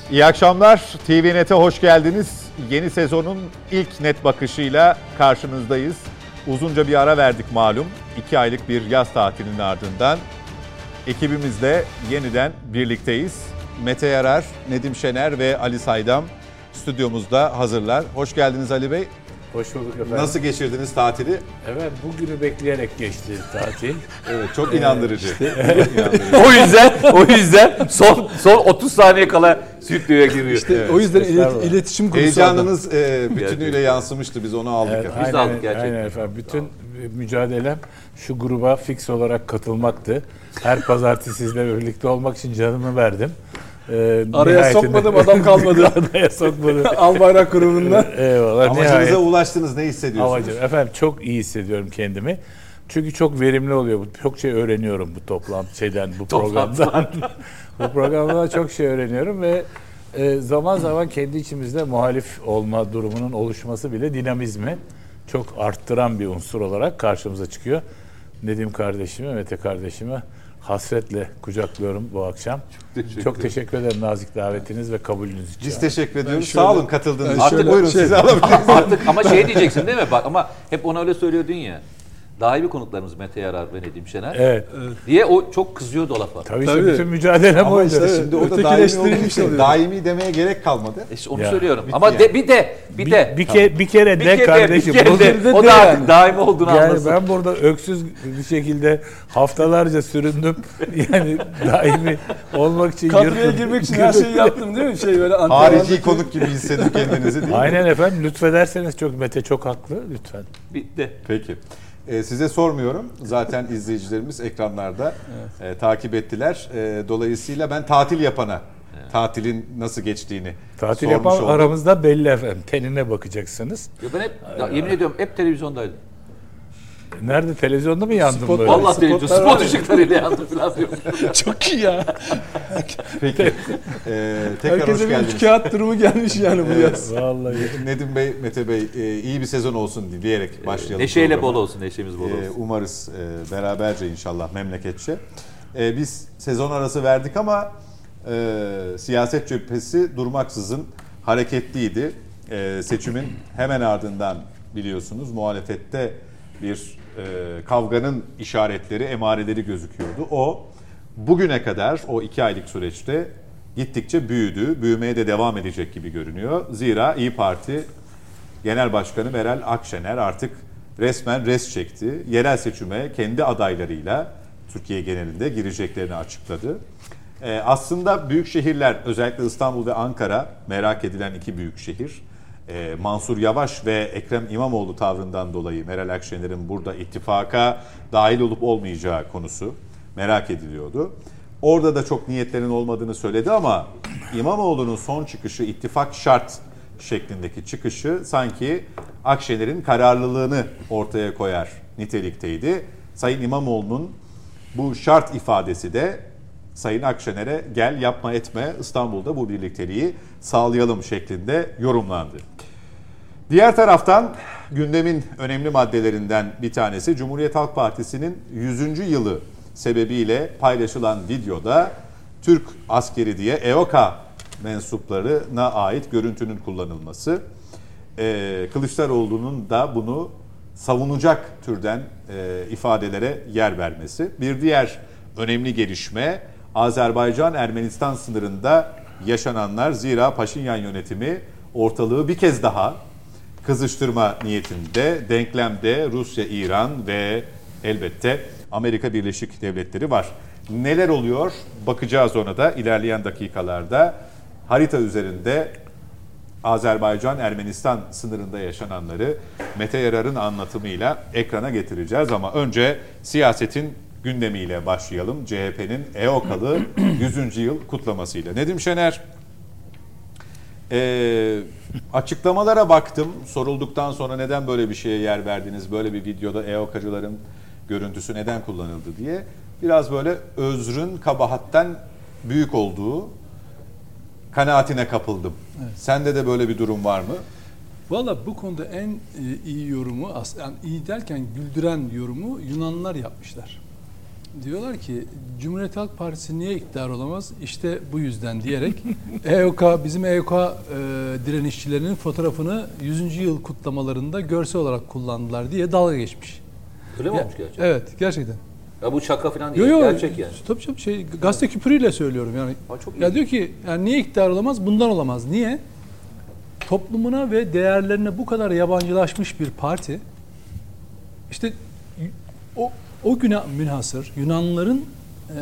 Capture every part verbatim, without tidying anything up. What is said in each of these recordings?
İyi akşamlar. T V Net'e hoş geldiniz. Yeni sezonun ilk net bakışıyla karşınızdayız. Uzunca bir ara verdik malum. İki aylık bir yaz tatilinin ardından ekibimizle yeniden birlikteyiz. Mete Yarar, Nedim Şener ve Ali Saydam stüdyomuzda hazırlar. Hoş geldiniz Ali Bey. Hoş bulduk efendim. Nasıl geçirdiniz tatili? Evet, bugünü bekleyerek geçti tatil. Evet, çok inandırıcı. Evet. inandırıcı. o yüzden o yüzden son son otuz saniye kala stüdyoya giriyor. İşte Evet. o yüzden ilet, iletişim konusu. Heyecanınız e, bütünüyle yansımıştı. Biz onu aldık. Evet, efendim. Biz de aynen, aldık gerçekten. aynen efendim. Bütün mücadelem şu gruba fix olarak katılmaktı. Her pazartesi sizle birlikte olmak için canımı verdim. Ee, Araya nihayetinde- sokmadım, adam kalmadı. Araya sokmadım. Albayrak grubundan. Eyvallah. Amacınıza nihayet- ulaştınız. Ne hissediyorsunuz? Amacım. Efendim çok iyi hissediyorum kendimi. Çünkü çok verimli oluyor. Çok şey öğreniyorum bu toplantı şeyden, bu programdan. bu programda çok şey öğreniyorum ve e, zaman zaman kendi içimizde muhalif olma durumunun oluşması bile dinamizmi çok arttıran bir unsur olarak karşımıza çıkıyor. Nedim kardeşimi, Mete kardeşimi hasretle kucaklıyorum bu akşam. Çok teşekkür, Çok teşekkür ederim nazik davetiniz ve kabulünüz için. Biz teşekkür ediyoruz. şöyle- Sağ olun katıldığınız ben için. şöyle- Buyurun şey- sizi alabiliriz. Artık ama şey diyeceksin değil mi? Bak ama hep ona öyle söylüyordun ya. Daimi konuklarımız Mete Yarar ve Nedim Şener. Evet. Diye o çok kızıyordu o lafa. Tabii, işte Tabii. bütün mücadelem Ama oydu. işte şimdi o da daimi Ötekileştirilmiş olduğu için oluyor. daimi demeye gerek kalmadı. İşte onu Ya, söylüyorum. bitti Ama yani. de, bir de bir Bir, de bir, ke, bir kere bir de kere kardeşim. bir kere bu- de, de o de da artık yani. daimi olduğunu Yani anlasın. ben burada öksüz bir şekilde haftalarca süründüm. Yani daimi olmak için Kadroya yırttım. girmek için her şeyi yaptım değil mi? Şey böyle Harici antrenmandaki- konuk gibi hissedin kendinizi değil mi? Aynen efendim, lütfederseniz çok, Mete çok haklı, lütfen. Bitti. Peki. Ee, size sormuyorum. Zaten izleyicilerimiz ekranlarda e, takip ettiler. E, dolayısıyla ben tatil yapana, tatilin nasıl geçtiğini Tatil sormuş yapan oldum. aramızda belli efendim. Tenine bakacaksınız. Ya ben hep ya yemin ediyorum hep televizyondaydım. Nerede, televizyonda mı yandım Spot- böyle? Vallahi televizyon Spotlar var spot ya. ışıklarıyla yandım falan diyorum. Çok iyi ya. Peki. Ee, tekrar hoş Herkese bir geldiniz. üç kağıt durumu gelmiş yani bu yaz. Vallahi. Nedim Bey, Mete Bey e, iyi bir sezon olsun diyerek başlayalım. Neşeyle programa. bol olsun, neşemiz bol olsun. Ee, umarız e, beraberce inşallah memleketçe. E, biz sezon arası verdik ama e, siyaset cephesi durmaksızın hareketliydi. E, seçimin hemen ardından biliyorsunuz muhalefette bir e, kavganın işaretleri, emareleri gözüküyordu. O bugüne kadar o iki aylık süreçte gittikçe büyüdü, büyümeye de devam edecek gibi görünüyor. Zira İyi Parti Genel Başkanı Meral Akşener artık resmen res çekti. Yerel seçime kendi adaylarıyla Türkiye genelinde gireceklerini açıkladı. Ee, aslında büyük şehirler, özellikle İstanbul ve Ankara merak edilen iki büyük şehir. Ee, Mansur Yavaş ve Ekrem İmamoğlu tavrından dolayı Meral Akşener'in burada ittifaka dahil olup olmayacağı konusu merak ediliyordu. Orada da çok niyetlerinin olmadığını söyledi ama İmamoğlu'nun son çıkışı, ittifak şart şeklindeki çıkışı sanki Akşener'in kararlılığını ortaya koyar nitelikteydi. Sayın İmamoğlu'nun bu şart ifadesi de Sayın Akşener'e gel yapma etme İstanbul'da bu birlikteliği sağlayalım şeklinde yorumlandı. Diğer taraftan gündemin önemli maddelerinden bir tanesi Cumhuriyet Halk Partisi'nin yüzüncü yılı sebebiyle paylaşılan videoda Türk askeri diye E O K A mensuplarına ait görüntünün kullanılması. Ee, Kılıçdaroğlu'nun da bunu savunacak türden e, ifadelere yer vermesi. Bir diğer önemli gelişme Azerbaycan-Ermenistan sınırında yaşananlar. Zira Paşinyan yönetimi ortalığı bir kez daha kızıştırma niyetinde, denklemde Rusya, İran ve elbette Amerika Birleşik Devletleri var. Neler oluyor? Bakacağız ona da ilerleyen dakikalarda. Harita üzerinde Azerbaycan-Ermenistan sınırında yaşananları Mete Yarar'ın anlatımıyla ekrana getireceğiz. Ama önce siyasetin gündemiyle başlayalım. C H P'nin E O K A'lı yüzüncü yıl kutlamasıyla. Nedim Şener, e, açıklamalara baktım. Sorulduktan sonra neden böyle bir şeye yer verdiniz? Böyle bir videoda E O K'cıların görüntüsü neden kullanıldı diye. Biraz böyle özrün kabahatten büyük olduğu kanaatine kapıldım. Evet. Sende de böyle bir durum var mı? Valla bu konuda en e, iyi yorumu, yani iyi derken güldüren yorumu Yunanlılar yapmışlar. Diyorlar ki Cumhuriyet Halk Partisi niye iktidar olamaz? İşte bu yüzden diyerek E O K bizim E O K e, direnişçilerinin fotoğrafını yüzüncü yıl kutlamalarında görsel olarak kullandılar diye dalga geçmiş. Öyle mi Ya, olmuş gerçekten? Evet, gerçekten. Ya bu şaka falan Yo, değil. yo, Gerçek yani. Tabii canım şey gazete küpürüyle söylüyorum yani. Aa, çok Ya iyi. diyor ki yani niye iktidar olamaz? Bundan olamaz. Niye? Toplumuna ve değerlerine bu kadar yabancılaşmış bir parti işte o o güne münhasır Yunanlıların eee,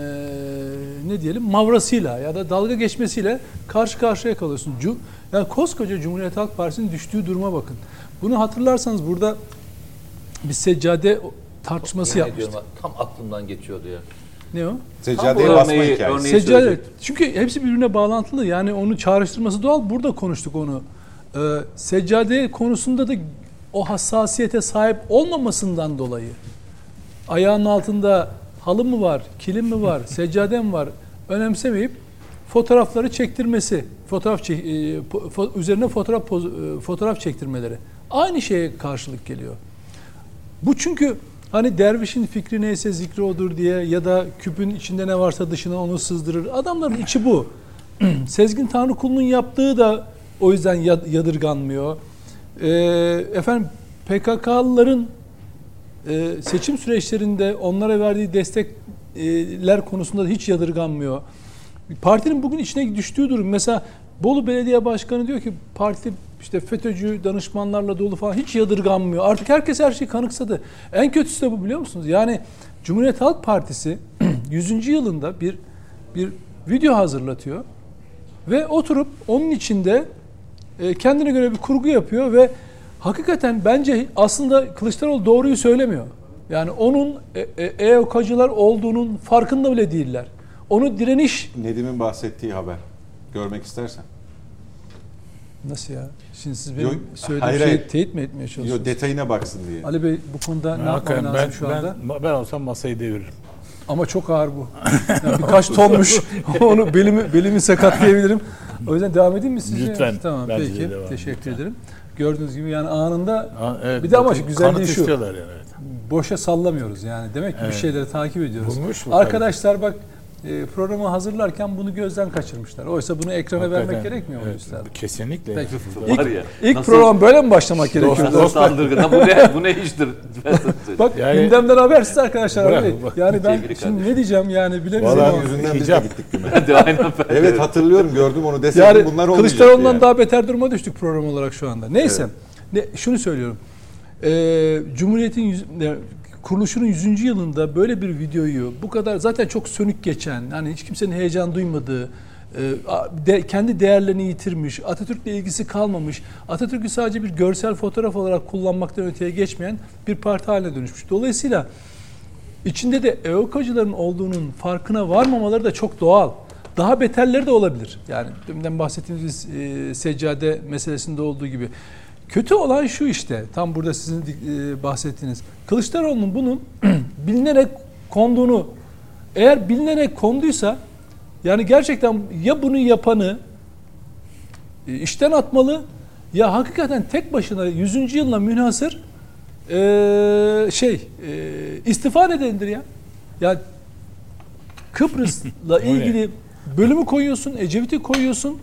ne diyelim mavrasıyla ya da dalga geçmesiyle karşı karşıya kalıyorsun. Cu- yani koskoca Cumhuriyet Halk Partisi'nin düştüğü duruma bakın. Bunu hatırlarsanız burada bir seccade tartışması Yemin yapmıştık. ediyorum, tam aklımdan geçiyordu ya. Ne o? Seccadeye Tam bu basma örneği- hikayesi. örneği- Seccade. söyleyecektim. Çünkü hepsi birbirine bağlantılı. Yani onu çağrıştırması doğal. Burada konuştuk onu. Ee, seccade konusunda da o hassasiyete sahip olmamasından dolayı ayağının altında halı mı var, kilim mi var, seccade mi var önemsemeyip fotoğrafları çektirmesi, fotoğraf çek- e, fo- üzerine fotoğraf poz- e, fotoğraf çektirmeleri aynı şeye karşılık geliyor. Bu çünkü hani dervişin fikri neyse zikri odur diye ya da küpün içinde ne varsa dışına onu sızdırır. Adamların içi bu. Sezgin Tanrı kulunun yaptığı da o yüzden yadırganmıyor. Ee, efendim P K K'lıların e, seçim süreçlerinde onlara verdiği destekler konusunda da hiç yadırganmıyor. Partinin bugün içine düştüğü durum mesela Bolu Belediye Başkanı diyor ki parti işte FETÖ'cü danışmanlarla dolu falan hiç yadırganmıyor. Artık herkes her şeyi kanıksadı. En kötüsü de bu biliyor musunuz? Yani Cumhuriyet Halk Partisi yüzüncü yılında bir bir video hazırlatıyor ve oturup onun içinde e, kendine göre bir kurgu yapıyor ve hakikaten bence aslında Kılıçdaroğlu doğruyu söylemiyor. Yani onun E O K'cılar olduğunun farkında bile değiller. Onu direniş... Nedim'in bahsettiği haber. Görmek istersen. Nasıl ya? Şimdi siz benim Yo, söylediğim hayır, şeyi hayır. teyit mi etmeye çalışıyorsunuz? Yo, detayına baksın diye. Ali Bey bu konuda ne Hakikaten yapmam ben, lazım şu anda? ben, ben olsam masayı deviririm. Ama çok ağır bu. Yani birkaç tonmuş. Onu belimi, belimi sakatlayabilirim. O yüzden devam edeyim mi sizce? Lütfen. Tamam Bence de peki. devam, Teşekkür lütfen. ederim. Gördüğünüz gibi yani anında Ha, evet, bir de ama bakın, güzelliği kanıt şu. istiyorlar yani. Evet. Boşa sallamıyoruz yani. Demek ki Evet. bir şeyleri takip ediyoruz. Bulmuş bu Arkadaşlar bak e, programı hazırlarken bunu gözden kaçırmışlar. Oysa bunu ekrana Hakikaten, vermek gerekmiyor mu evet, üstad? Kesinlikle. Peki. Var ya, İlk nasıl- program böyle mi başlamak gerekiyordu? Nasıl saldırgın? Bu ne, bu ne iştir? Bak Yani- gündemden habersiz arkadaşlar. Bırak, öyle. bak. Yani ben Sevgili şimdi kardeşim. ne diyeceğim yani bilemiyorum. Vallahi ama- Yüzünden biz de hicap. gittik güme. Hadi aynen ben. Evet hatırlıyorum gördüm onu deseydim Yani bunlar olmayacaktı Kılıçdaroğlu'ndan yani. daha beter duruma düştük program olarak şu anda. Neyse. Ne, şunu söylüyorum. Ee, Cumhuriyet'in yüz, ne, kuruluşunun yüzüncü yılında böyle bir videoyu bu kadar zaten çok sönük geçen, hani hiç kimsenin heyecan duymadığı, e, de, kendi değerlerini yitirmiş, Atatürk'le ilgisi kalmamış, Atatürk'ü sadece bir görsel fotoğraf olarak kullanmaktan öteye geçmeyen bir parti haline dönüşmüş. Dolayısıyla içinde de E O K'cıların olduğunun farkına varmamaları da çok doğal. Daha beterleri de olabilir. Yani deminden bahsettiğimiz e, seccade meselesinde olduğu gibi. Kötü olan şu işte, tam burada sizin e, bahsettiğiniz. Kılıçdaroğlu'nun bunun bilinerek konduğunu, eğer bilinerek konduysa, yani gerçekten ya bunu yapanı e, işten atmalı, ya hakikaten tek başına yüzüncü yılına münhasır e, şey e, istifa nedenidir ya. Ya Kıbrıs'la ilgili bölümü koyuyorsun, Ecevit'i koyuyorsun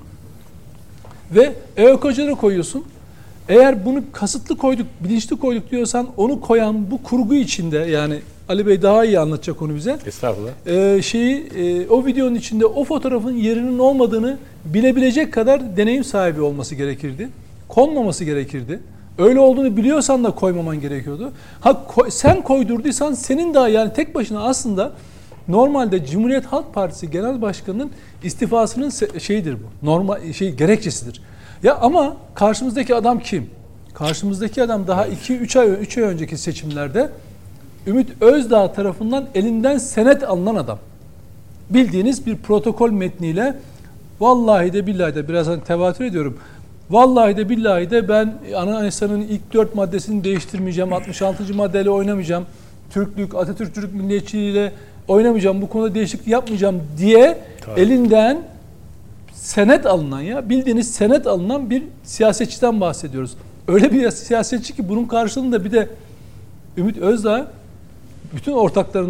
ve E O K'cıları koyuyorsun. Eğer bunu kasıtlı koyduk, bilinçli koyduk diyorsan onu koyan bu kurgu içinde, yani Ali Bey daha iyi anlatacak onu bize. Estağfurullah. Ee, şeyi e, o videonun içinde o fotoğrafın yerinin olmadığını bilebilecek kadar deneyim sahibi olması gerekirdi. Konmaması gerekirdi. Öyle olduğunu biliyorsan da koymaman gerekiyordu. Ha koy, sen koydurduysan senin daha yani tek başına aslında normalde Cumhuriyet Halk Partisi Genel Başkanı'nın istifasının se- şeyidir bu. Normal şey gerekçesidir. Ya ama karşımızdaki adam kim? Karşımızdaki adam daha iki üç ay üç ay önceki seçimlerde Ümit Özdağ tarafından elinden senet alınan adam. Bildiğiniz bir protokol metniyle vallahi de billahi de birazdan tevatür ediyorum. Vallahi de billahi de ben Anayasanın ilk dört maddesini değiştirmeyeceğim. altmış altıncı maddeyle oynamayacağım. Türklük, Atatürkçülük, milliyetçiliğiyle oynamayacağım. Bu konuda değişiklik yapmayacağım diye Tabii. elinden senet alınan, ya bildiğiniz senet alınan bir siyasetçiden bahsediyoruz. Öyle bir siyasetçi ki bunun karşılığında bir de Ümit Özdağ bütün ortaklarından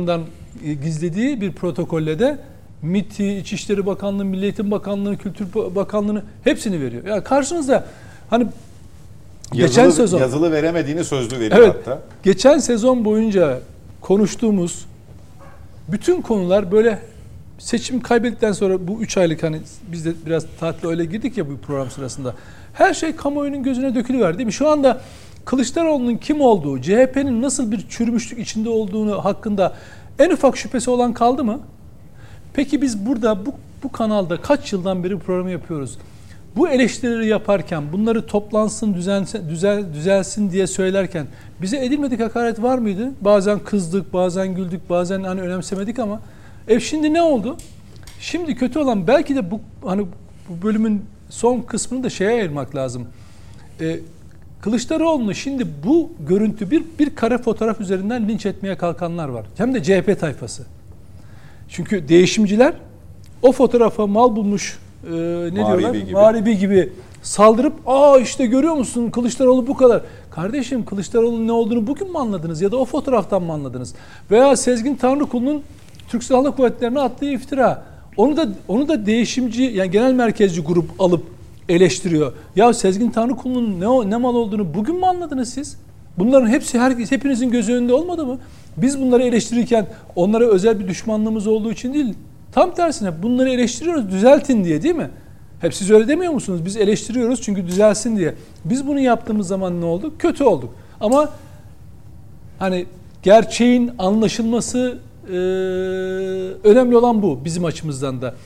gizlediği bir protokolle de MİT'i, İçişleri Bakanlığı, Milli Eğitim Bakanlığı, Kültür Bakanlığı'nı hepsini veriyor. Yani karşınızda hani yazılı, geçen sezon yazılı veremediğini sözlü veriyor evet, hatta. Geçen sezon boyunca konuştuğumuz bütün konular böyle seçim kaybettikten sonra bu üç aylık hani biz de biraz tatile öyle girdik ya bu program sırasında. Her şey kamuoyunun gözüne dökülüver değil mi? Şu anda Kılıçdaroğlu'nun kim olduğu, C H P'nin nasıl bir çürümüşlük içinde olduğunu hakkında en ufak şüphesi olan kaldı mı? Peki biz burada bu, bu kanalda kaç yıldan beri programı yapıyoruz? Bu eleştirileri yaparken, bunları toplansın, düzensin, düzel, düzelsin diye söylerken bize edilmedik hakaret var mıydı? Bazen kızdık, bazen güldük, bazen hani önemsemedik ama e şimdi ne oldu? Şimdi kötü olan belki de bu hani bu bölümün son kısmını da şeye ayırmak lazım. Ee, Kılıçdaroğlu'nu şimdi bu görüntü bir bir kare fotoğraf üzerinden linç etmeye kalkanlar var. Hem de C H P tayfası. Çünkü değişimciler o fotoğrafa mal bulmuş e, ne Mağribi diyorlar? gibi. Mağribi gibi saldırıp aa işte görüyor musun Kılıçdaroğlu bu kadar. Kardeşim Kılıçdaroğlu'nun ne olduğunu bugün mü anladınız ya da o fotoğraftan mı anladınız? Veya Sezgin Tanrıkulu'nun Türk Silahlı Kuvvetleri'ne attığı iftira. Onu da onu da değişimci yani genel merkezci grup alıp eleştiriyor. Ya Sezgin Tanrıkulu'nun ne ne mal olduğunu bugün mü anladınız siz? Bunların hepsi herkes hepinizin gözü önünde olmadı mı? Biz bunları eleştirirken onlara özel bir düşmanlığımız olduğu için değil. Tam tersine bunları eleştiriyoruz düzeltin diye değil mi? Hep siz öyle demiyor musunuz? Biz eleştiriyoruz çünkü düzelsin diye. Biz bunu yaptığımız zaman ne oldu? Kötü olduk. Ama hani gerçeğin anlaşılması e, önemli olan bu bizim açımızdan da.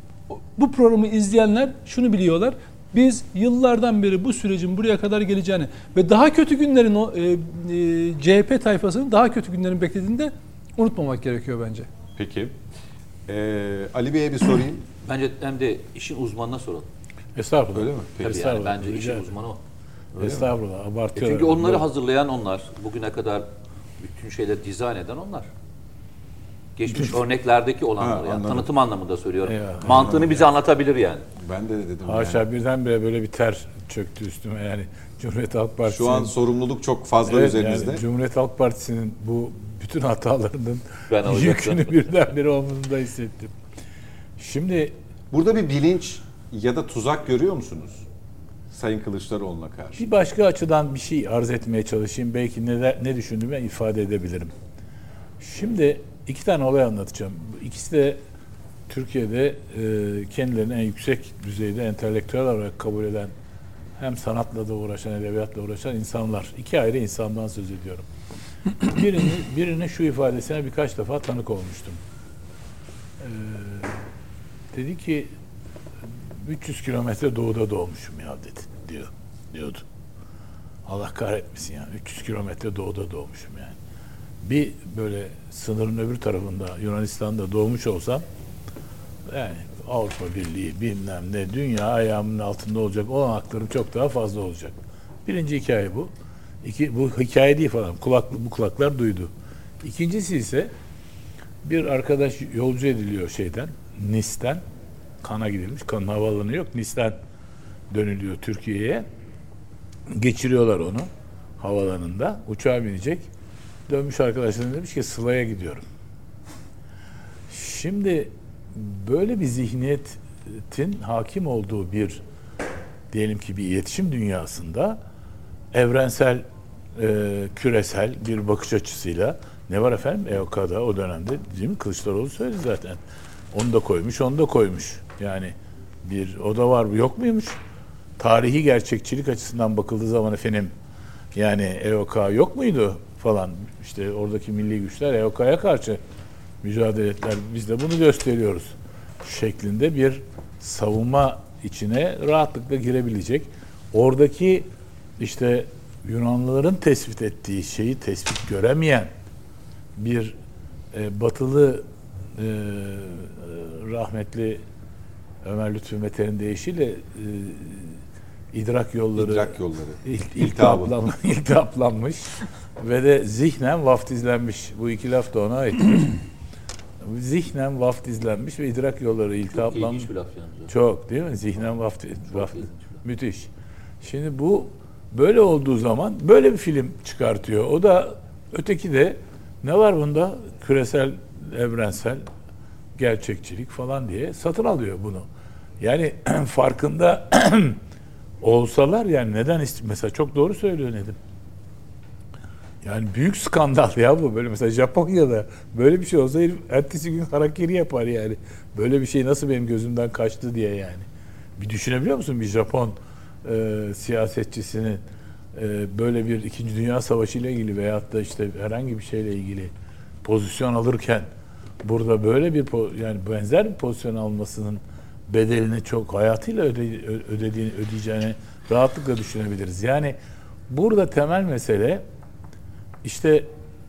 Bu programı izleyenler şunu biliyorlar. Biz yıllardan beri bu sürecin buraya kadar geleceğini ve daha kötü günlerin o e, e, C H P tayfasının daha kötü günlerin beklediğini de unutmamak gerekiyor bence. Peki. Ee, Ali Bey'e bir sorayım. Bence hem de işin uzmanına soralım. Estağfurullah. Öyle mi? Tabii yani Estağfurullah. bence işin uzmanı o. Estağfurullah. E Abartıyorum. çünkü onları hazırlayan onlar. Bugüne kadar bütün şeyleri dizayn eden onlar. Geçmiş örneklerdeki olanlar Ha, yani anladım. tanıtım anlamında söylüyorum. Eyvallah. Mantığını bize anlatabilir yani. Ben de dedim Haşa yani. birdenbire böyle bir ter çöktü üstüme yani Cumhuriyet Halk Partisi'nin. Şu an sorumluluk çok fazla Evet, üzerinizde. yani Cumhuriyet Halk Partisi'nin bu bütün hatalarının Ben alacaktım. yükünü birdenbire omuzumda hissettim. Şimdi Burada bir bilinç ya da tuzak görüyor musunuz? Sayın Kılıçdaroğlu'na karşı. bir başka açıdan bir şey arz etmeye çalışayım. Belki ne, ne düşündüğümü ifade edebilirim. Şimdi iki tane olay anlatacağım. İkisi de Türkiye'de e, kendilerini en yüksek düzeyde entelektüel olarak kabul eden hem sanatla da uğraşan, edebiyatla uğraşan insanlar. İki ayrı insandan söz ediyorum. Birini, birinin şu ifadesine birkaç defa tanık olmuştum. Ee, dedi ki üç yüz kilometre doğuda doğmuşum ya dedi, diyor, diyordu. Allah kahretmesin yani. üç yüz kilometre doğuda doğmuşum yani. Bir böyle sınırın öbür tarafında Yunanistan'da doğmuş olsam yani Avrupa Birliği bilmem ne dünya ayağımın altında olacak olanaklarım çok daha fazla olacak. Birinci hikaye bu. İki, bu hikaye değil falan. Kulak, bu kulaklar duydu. İkincisi ise bir arkadaş yolcu ediliyor şeyden, Nice'ten. Kan'a gidilmiş. Kan'ın havaalanı yok. Nice'ten dönülüyor Türkiye'ye. Geçiriyorlar onu havaalanında. Uçağa binecek. Dönmüş arkadaşlarına demiş ki Sıla'ya gidiyorum. Şimdi böyle bir zihniyetin hakim olduğu bir diyelim ki bir iletişim dünyasında evrensel, e, küresel bir bakış açısıyla ne var efendim? E O K'da o dönemde değil mi? Kılıçdaroğlu söyledi zaten. Onu da koymuş, onu da koymuş. Yani bir o da var, yok muymuş? Tarihi gerçekçilik açısından bakıldığı zaman efendim yani E O K yok muydu falan. İşte oradaki milli güçler E O K'ya karşı mücadele ettiler. Biz de bunu gösteriyoruz. Şeklinde bir savunma içine rahatlıkla girebilecek. Oradaki işte Yunanlıların tespit ettiği şeyi tespit göremeyen bir e, batılı e, rahmetli Ömer Lütfü Mete'nin deyişiyle e, idrak yolları İdrak yolları. İlt, iltihaplan, iltihaplanmış ve de zihnen vaftizlenmiş. Bu iki laf da ona ait. Zihnen vaftizlenmiş ve idrak yolları iltihaplanmış. İlginç bir laf yalnız. Çok değil mi? Zihnen vaftiz. Vaft, ilginç bir laf. müthiş. Şimdi bu böyle olduğu zaman böyle bir film çıkartıyor. O da öteki de ne var bunda? Küresel evrensel gerçekçilik falan diye satın alıyor bunu. Yani farkında olsalar yani neden ist- mesela çok doğru söylüyor Nedim. Yani büyük skandal ya bu. Böyle mesela Japonya'da böyle bir şey olsa herif ertesi gün harakiri yapar yani. Böyle bir şey nasıl benim gözümden kaçtı diye yani. Bir düşünebiliyor musun bir Japon e, siyasetçisinin e, böyle bir İkinci Dünya Savaşı ile ilgili veyahut da işte herhangi bir şeyle ilgili pozisyon alırken burada böyle bir po- yani benzer bir pozisyon almasının bedelini çok hayatıyla öde- ödediğini ödeyeceğini rahatlıkla düşünebiliriz. Yani burada temel mesele İşte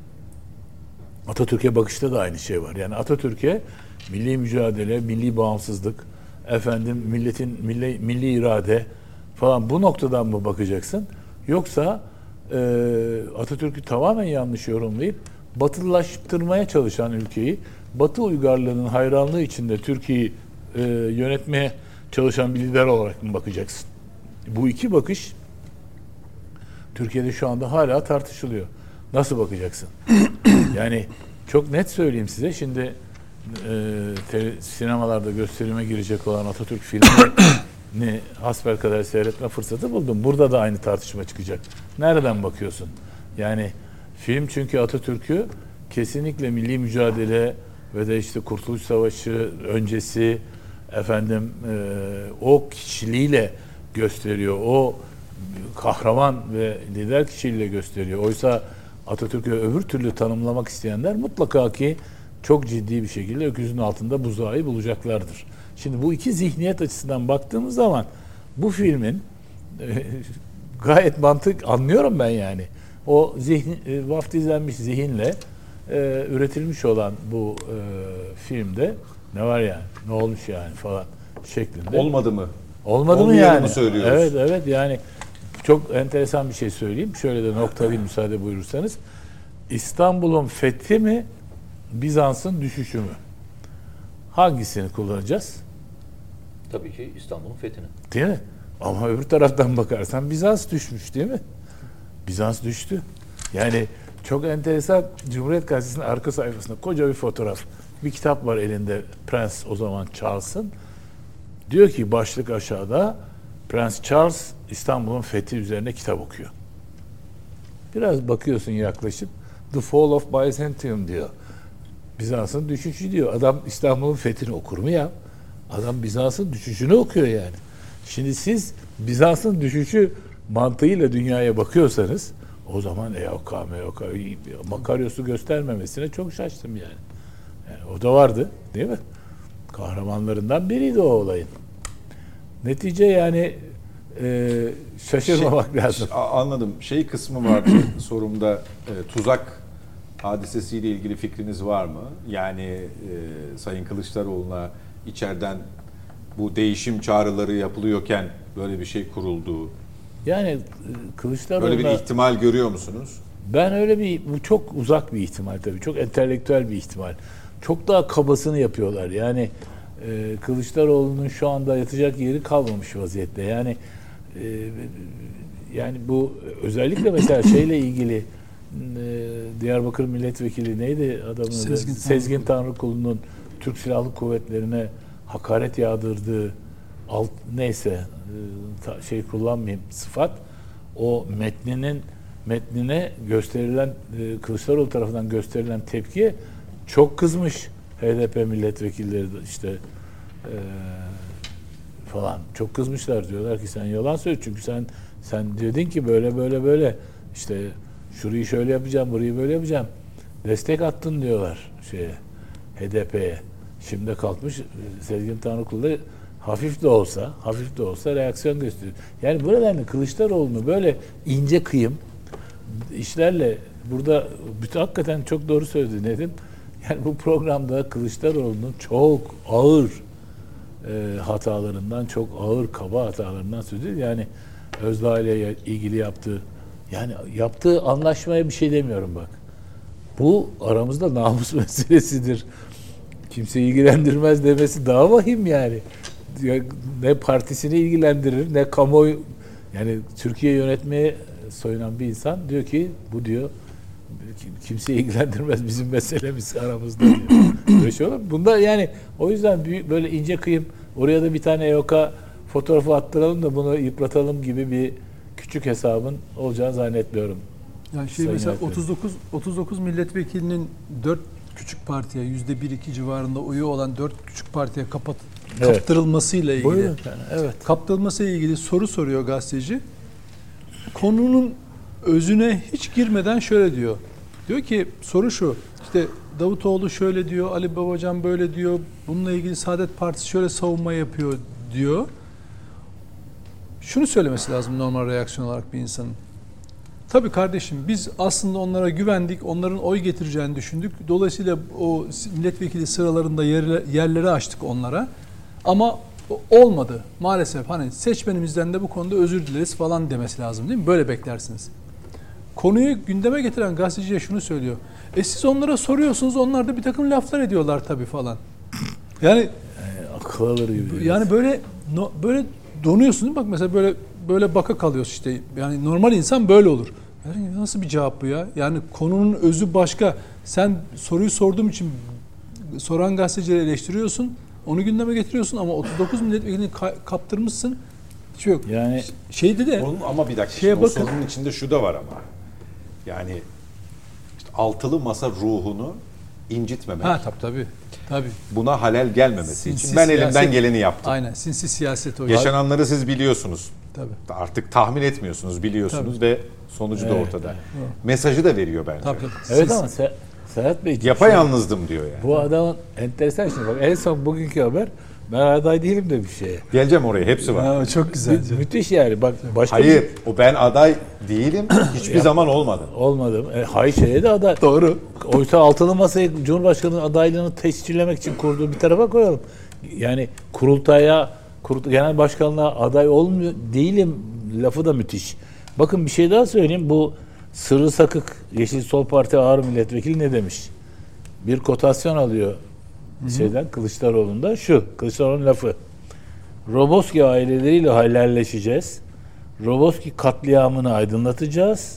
Atatürk'e bakışta da aynı şey var. Yani Atatürk'e milli mücadele, milli bağımsızlık, efendim milletin milli, milli irade falan bu noktadan mı bakacaksın? Yoksa e, Atatürk'ü tamamen yanlış yorumlayıp batılılaştırmaya çalışan ülkeyi, Batı uygarlığının hayranlığı içinde Türkiye'yi e, yönetmeye çalışan bir lider olarak mı bakacaksın? Bu iki bakış Türkiye'de şu anda hala tartışılıyor. Nasıl bakacaksın? Yani çok net söyleyeyim size. Şimdi e, te- sinemalarda gösterime girecek olan Atatürk filmini hasbelkader seyretme fırsatı buldum. Burada da aynı tartışma çıkacak. Nereden bakıyorsun? Yani film çünkü Atatürk'ü kesinlikle milli mücadele ve de işte Kurtuluş Savaşı öncesi efendim e, o kişiliğiyle gösteriyor. O kahraman ve lider kişiliğiyle gösteriyor. Oysa Atatürk'ü öbür türlü tanımlamak isteyenler mutlaka ki çok ciddi bir şekilde öküzün altında buzağı bulacaklardır. Şimdi bu iki zihniyet açısından baktığımız zaman bu filmin e, gayet mantık anlıyorum ben yani. O zihin, e, vaftizlenmiş zihinle e, üretilmiş olan bu e, filmde ne var yani, ne olmuş yani falan şeklinde. Olmadı mı? Olmadı mı yani? Söylüyoruz. Evet evet yani çok enteresan bir şey söyleyeyim. Şöyle de noktalayayım müsaade buyurursanız. İstanbul'un fethi mi, Bizans'ın düşüşü mü? Hangisini kullanacağız? Tabii ki İstanbul'un fethini. Değil mi? Ama öbür taraftan bakarsan Bizans düşmüş değil mi? Bizans düştü. Yani çok enteresan, Cumhuriyet Gazetesi'nin arka sayfasında koca bir fotoğraf. Bir kitap var elinde, Prens o zaman Charles'ın. Diyor ki başlık aşağıda, Prens Charles İstanbul'un fethi üzerine kitap okuyor. Biraz bakıyorsun yaklaşıp The Fall of Byzantium diyor. Bizans'ın düşüşü diyor. Adam İstanbul'un fethini okur mu ya? Adam Bizans'ın düşüşünü okuyor yani. Şimdi siz Bizans'ın düşüşü mantığıyla dünyaya bakıyorsanız o zaman E O K, M O K, Makaryos'u göstermemesine çok şaştım yani. Yani o da vardı değil mi? Kahramanlarından biriydi o olayın. Netice yani e, şaşırmamak Şey, lazım. Anladım. Şey kısmı vardı sorumda e, tuzak hadisesiyle ilgili fikriniz var mı? Yani e, Sayın Kılıçdaroğlu'na içeriden bu değişim çağrıları yapılıyorken böyle bir şey kurulduğu. Yani e, Kılıçdaroğlu'na... Böyle bir ihtimal görüyor musunuz? Ben öyle bir, bu çok uzak bir ihtimal tabii. Çok entelektüel bir ihtimal. Çok daha kabasını yapıyorlar. Yani e, Kılıçdaroğlu'nun şu anda yatacak yeri kalmamış vaziyette. Yani e, yani bu özellikle mesela şeyle ilgili e, Diyarbakır Milletvekili neydi adamın adı? Sezgin, Sezgin Tanrıkulu'nun Türk Silahlı Kuvvetleri'ne hakaret yağdırdığı alt, neyse e, ta, şey kullanmayayım sıfat, o metninin metnine gösterilen e, Kılıçdaroğlu tarafından gösterilen tepkiye çok kızmış H D P milletvekilleri de işte e, falan çok kızmışlar, diyorlar ki sen yalan söylüyorsun çünkü sen sen dedin ki böyle böyle böyle işte şurayı şöyle yapacağım, burayı böyle yapacağım, destek attın diyorlar şeye, H D P'ye. Şimdi kalkmış Sezgin Tanrıkulu da hafif de olsa hafif de olsa reaksiyon gösteriyor. Yani bu nedenle Kılıçdaroğlu'nu böyle ince kıyım işlerle burada bütün hakikaten çok doğru söyledi Nedim. Yani bu programda Kılıçdaroğlu'nun çok ağır e, hatalarından, çok ağır kaba hatalarından söz ediyor. Yani Özdağ ile ilgili yaptığı, yani yaptığı anlaşmaya bir şey demiyorum bak. Bu aramızda namus meselesidir. Kimseyi ilgilendirmez demesi daha vahim yani. Ne partisini ilgilendirir, ne kamuoyu, yani Türkiye yönetmeye soyunan bir insan diyor ki bu diyor kimseyi ilgilendirmez, bizim meselemiz aramızda diyor. Böyle şey olur. Bunda yani o yüzden büyük, böyle ince kıyım oraya da bir tane E O K fotoğrafı attıralım da bunu yıpratalım gibi bir küçük hesabın olacağını zannetmiyorum. Yani şey Sayın mesela Yönetmenim. otuz dokuz otuz dokuz milletvekilinin dört küçük partiye yüzde bir iki civarında oyu olan dört küçük partiye kapat Evet. kaptırılmasıyla ilgili. Buyurun efendim, evet. Kaptırılmasıyla ilgili soru soruyor gazeteci. Konunun özüne hiç girmeden şöyle diyor. Diyor ki soru şu. İşte Davutoğlu şöyle diyor, Ali Babacan böyle diyor. Bununla ilgili Saadet Partisi şöyle savunma yapıyor diyor. Şunu söylemesi lazım normal reaksiyon olarak bir insanın. Tabii kardeşim biz aslında onlara güvendik, onların oy getireceğini düşündük. Dolayısıyla o milletvekili sıralarında yerle, yerleri açtık onlara. Ama olmadı maalesef. Hani seçmenimizden de bu konuda özür dileriz falan demesi lazım değil mi? Böyle beklersiniz. Konuyu gündeme getiren gazeteciye şunu söylüyor. E siz onlara soruyorsunuz, onlar da bir takım laflar ediyorlar tabii falan. Yani Yani akıl alır gibi. yani böyle no, böyle donuyorsun değil mi? Bak mesela böyle böyle baka kalıyorsun işte. Yani normal insan böyle olur. Yani nasıl bir cevap bu ya? Yani konunun özü başka. Sen soruyu sorduğum için soran gazetecileri eleştiriyorsun. Onu gündeme getiriyorsun ama otuz dokuz milletvekilini ka- kaptırmışsın. Hiç yok. Yani Şeydi de Onun ama bir dakika, Şeye şimdi o bakın. sorunun içinde şu da var ama. Yani işte altılı masa ruhunu incitmemek. ha tabii tabii. Tabii. Buna halel gelmemesi Sinsi için ben elimden siyaset- geleni yaptım. Aynen. Sinsi siyaset o. Yaşananları siz biliyorsunuz. Tabii. Artık tahmin etmiyorsunuz, biliyorsunuz ve sonucu da Evet, ortada. evet. Mesajı da veriyor bence. Tabii. evet Siz- ama Se- Serhat Bey Yapayalnızdım diyor yani. bu adamın enteresan şimdi bak en son bugünkü haber ben aday değilim de bir şeye. Geleceğim oraya, hepsi var. Ha, çok güzel. Mü- müthiş yani bak başka Hayır, o ben aday değilim, hiçbir zaman olmadım. bir olmadım. E, hayır şeye de aday. Doğru. Oysa altılı masayı Cumhurbaşkanı'nın adaylığını tescillemek için kurduğu bir tarafa koyalım. Yani kurultaya, kurul, genel başkanlığa aday olmuyor değilim lafı da müthiş. Bakın bir şey daha söyleyeyim. Bu Sırrı Sakık Yeşil Sol Parti ağır milletvekili ne demiş? Bir kotasyon alıyor şeyden Kılıçdaroğlu'nda. Şu Kılıçdaroğlu'nun lafı. Roboski aileleriyle helalleşeceğiz. Roboski katliamını aydınlatacağız.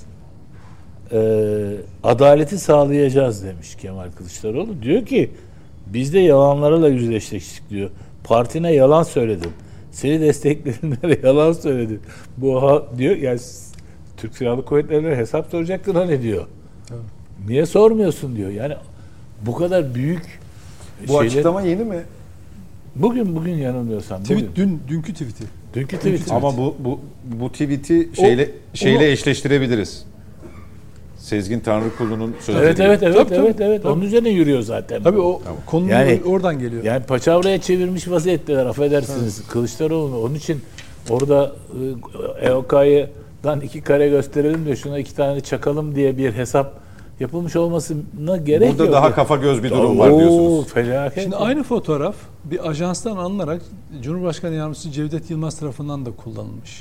Ee, adaleti sağlayacağız demiş Kemal Kılıçdaroğlu. Diyor ki biz de yalanlarla yüzleştik diyor. Partine yalan söyledin. Seni destekleyenlere yalan söyledin. Bu ha, diyor yani Türk Silahlı Kuvvetleri'ne hesap soracaktın hani diyor. Evet. Niye sormuyorsun diyor. Yani bu kadar büyük Bu şeyler- açıklama yeni mi? bugün bugün yanılmıyorsam Tweet, bugün. dün dünkü tweet'i. Dünkü tweet. Ama bu bu bu tweet'i şeyle şeyle onu- eşleştirebiliriz. Sezgin Tanrıkulu'nun sözleri. Evet evet evet Tabii, evet tabii. evet. Tabii. Onun üzerine yürüyor zaten. Tabii bu. o Tamam. konunun Yani- oradan geliyor. Yani paçavraya çevirmiş vaziyetteler affedersiniz Kılıçdaroğlu. Onun için orada e, E O K'dan iki kare gösterelim de şuna iki tane çakalım diye bir hesap yapılmış olmasına gerek yok. Burada daha kafa göz bir durum var diyorsunuz. Oo, felaket. Şimdi aynı fotoğraf bir ajanstan alınarak Cumhurbaşkanı Yardımcısı Cevdet Yılmaz tarafından da kullanılmış.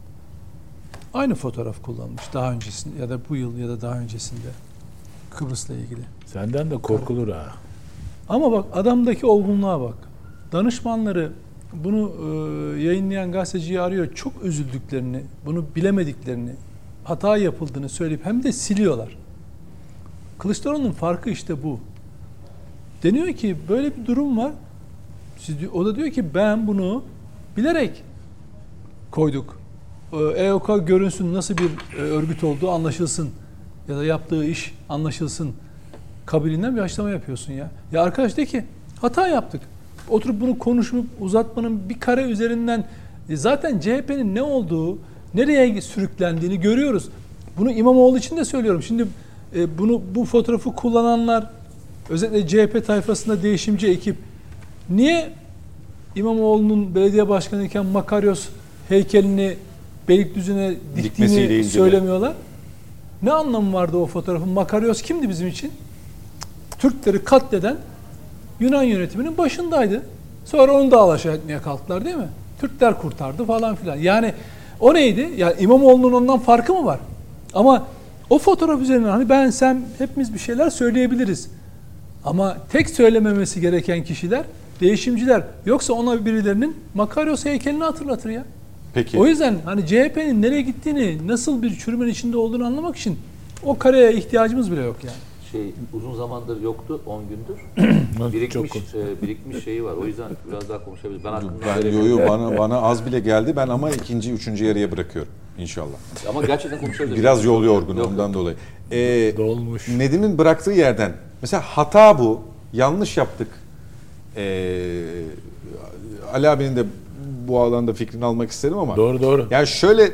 Aynı fotoğraf kullanılmış daha öncesinde ya da bu yıl ya da daha öncesinde Kıbrıs'la ilgili. Senden de korkulur ha. Ama bak adamdaki olgunluğa bak. Danışmanları bunu e, yayınlayan gazeteciyi arıyor. Çok üzüldüklerini, bunu bilemediklerini, hata yapıldığını söyleyip hem de siliyorlar. Kılıçdaroğlu'nun farkı işte bu. Deniyor ki böyle bir durum var. Siz, o da diyor ki ben bunu bilerek koyduk. E O K görünsün, nasıl bir e, örgüt olduğu anlaşılsın ya da yaptığı iş anlaşılsın kabiliğinden bir açıklama yapıyorsun ya. Ya arkadaş de ki hata yaptık. Oturup bunu konuşup uzatmanın bir kare üzerinden e, zaten C H P'nin ne olduğu, nereye sürüklendiğini görüyoruz. Bunu İmamoğlu için de söylüyorum. Şimdi e, bunu bu fotoğrafı kullananlar özellikle C H P tayfasında değişimci ekip niye İmamoğlu'nun belediye başkanıyken Makaryos heykelini Beylikdüzü'ne Dikmesiyle diktiğini ilgili. söylemiyorlar? Ne anlamı vardı o fotoğrafın? Makaryos kimdi bizim için? Türkleri katleden Yunan yönetiminin başındaydı. Sonra onu da alaşağı etmeye kalktılar değil mi? Türkler kurtardı falan filan. Yani o neydi? Yani İmamoğlu'nun ondan farkı mı var? Ama o fotoğraf üzerinden hani ben sen hepimiz bir şeyler söyleyebiliriz. Ama tek söylememesi gereken kişiler değişimciler. Yoksa ona birilerinin Makaryos heykelini hatırlatır ya. Peki. O yüzden hani C H P'nin nereye gittiğini, nasıl bir çürümenin içinde olduğunu anlamak için o kareye ihtiyacımız bile yok yani. şey uzun zamandır yoktu, on gündür. birikmiş Çok e, birikmiş şeyi var. O yüzden biraz daha konuşabiliriz. Ben aklımdan Ben veremiyorum. yo yo bana bana az bile geldi. Ben ama ikinci, üçüncü yarıya bırakıyorum inşallah. Ama gerçekten konuşabiliriz. Biraz yol yorgunu Yok, ondan yok. dolayı. Ee, Dolmuş. Nedim'in bıraktığı yerden mesela hata bu. Yanlış yaptık. Ee, Ali abinin de bu alanda fikrini almak isterim ama. Doğru doğru. Yani şöyle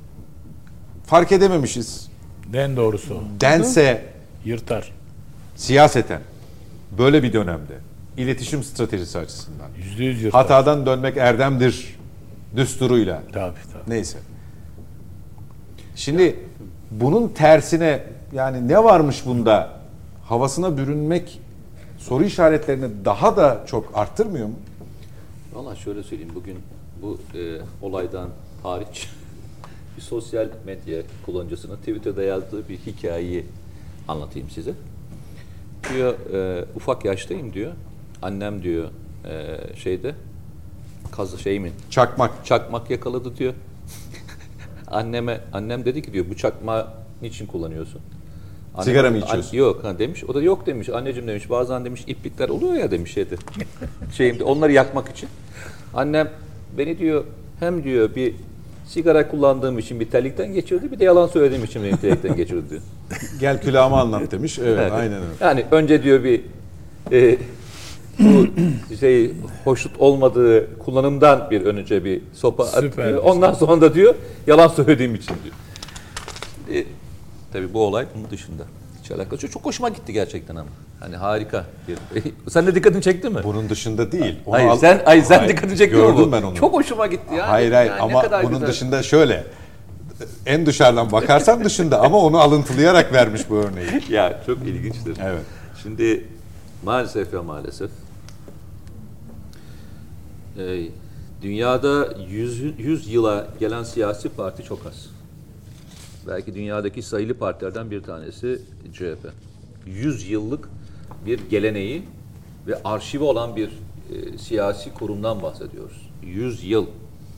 fark edememişiz. En doğrusu o. Dense Yırtar. siyaseten böyle bir dönemde iletişim stratejisi açısından Yüzde yüz yırtar. hatadan dönmek erdemdir düsturuyla. Tabii tabii. Neyse. Şimdi bunun tersine yani ne varmış bunda havasına bürünmek soru işaretlerini daha da çok arttırmıyor mu? Valla şöyle söyleyeyim. Bugün bu e, olaydan hariç bir sosyal medya kullanıcısının Twitter'da yazdığı bir hikayeyi anlatayım size. Diyor e, ufak yaştayım diyor. Annem diyor e, şeyde kazı şey mi? Çakmak. Çakmak yakaladı diyor. Anneme annem dedi ki diyor bu çakmağı niçin kullanıyorsun? Annem, Sigara mı içiyorsun? An, yok ha demiş. O da yok demiş. Anneciğim demiş. Bazen demiş iplikler oluyor ya demiş şeyde. Şeyimde onları yakmak için. Annem beni diyor hem diyor bir sigara kullandığım için bir terlikten geçirdi, bir de yalan söylediğim için beni terlikten geçirdi diyor. Gel külahımı anlat demiş. Evet, Evet. aynen öyle. Yani önce diyor bir e, bu şey hoşnut olmadığı kullanımdan bir önce bir sopa Süper. atıyor. Ondan sonra da diyor yalan söylediğim için diyor. E, tabii bu olay bunun dışında. Hiç alakası yok. Çok hoşuma gitti gerçekten ama. Hani harika bir. Sen de dikkatini çekti mi? Bunun dışında değil. Onu Hayır al- sen ay sen Hayır, dikkatini çekti mi bu? gördüm ben onu. Çok hoşuma gitti yani. Hayır hayır Yani ne ama kadar bunun güzel. dışında şöyle en dışarıdan bakarsan dışında ama onu alıntılayarak vermiş bu örneği. Ya çok ilginçtir. Evet. Şimdi maalesef ve maalesef e, dünyada yüz, yüz yıla gelen siyasi parti çok az. Belki dünyadaki sayılı partilerden bir tanesi C H P. yüz yıllık bir geleneği ve arşivi olan bir e, siyasi kurumdan bahsediyoruz. yüz yıl.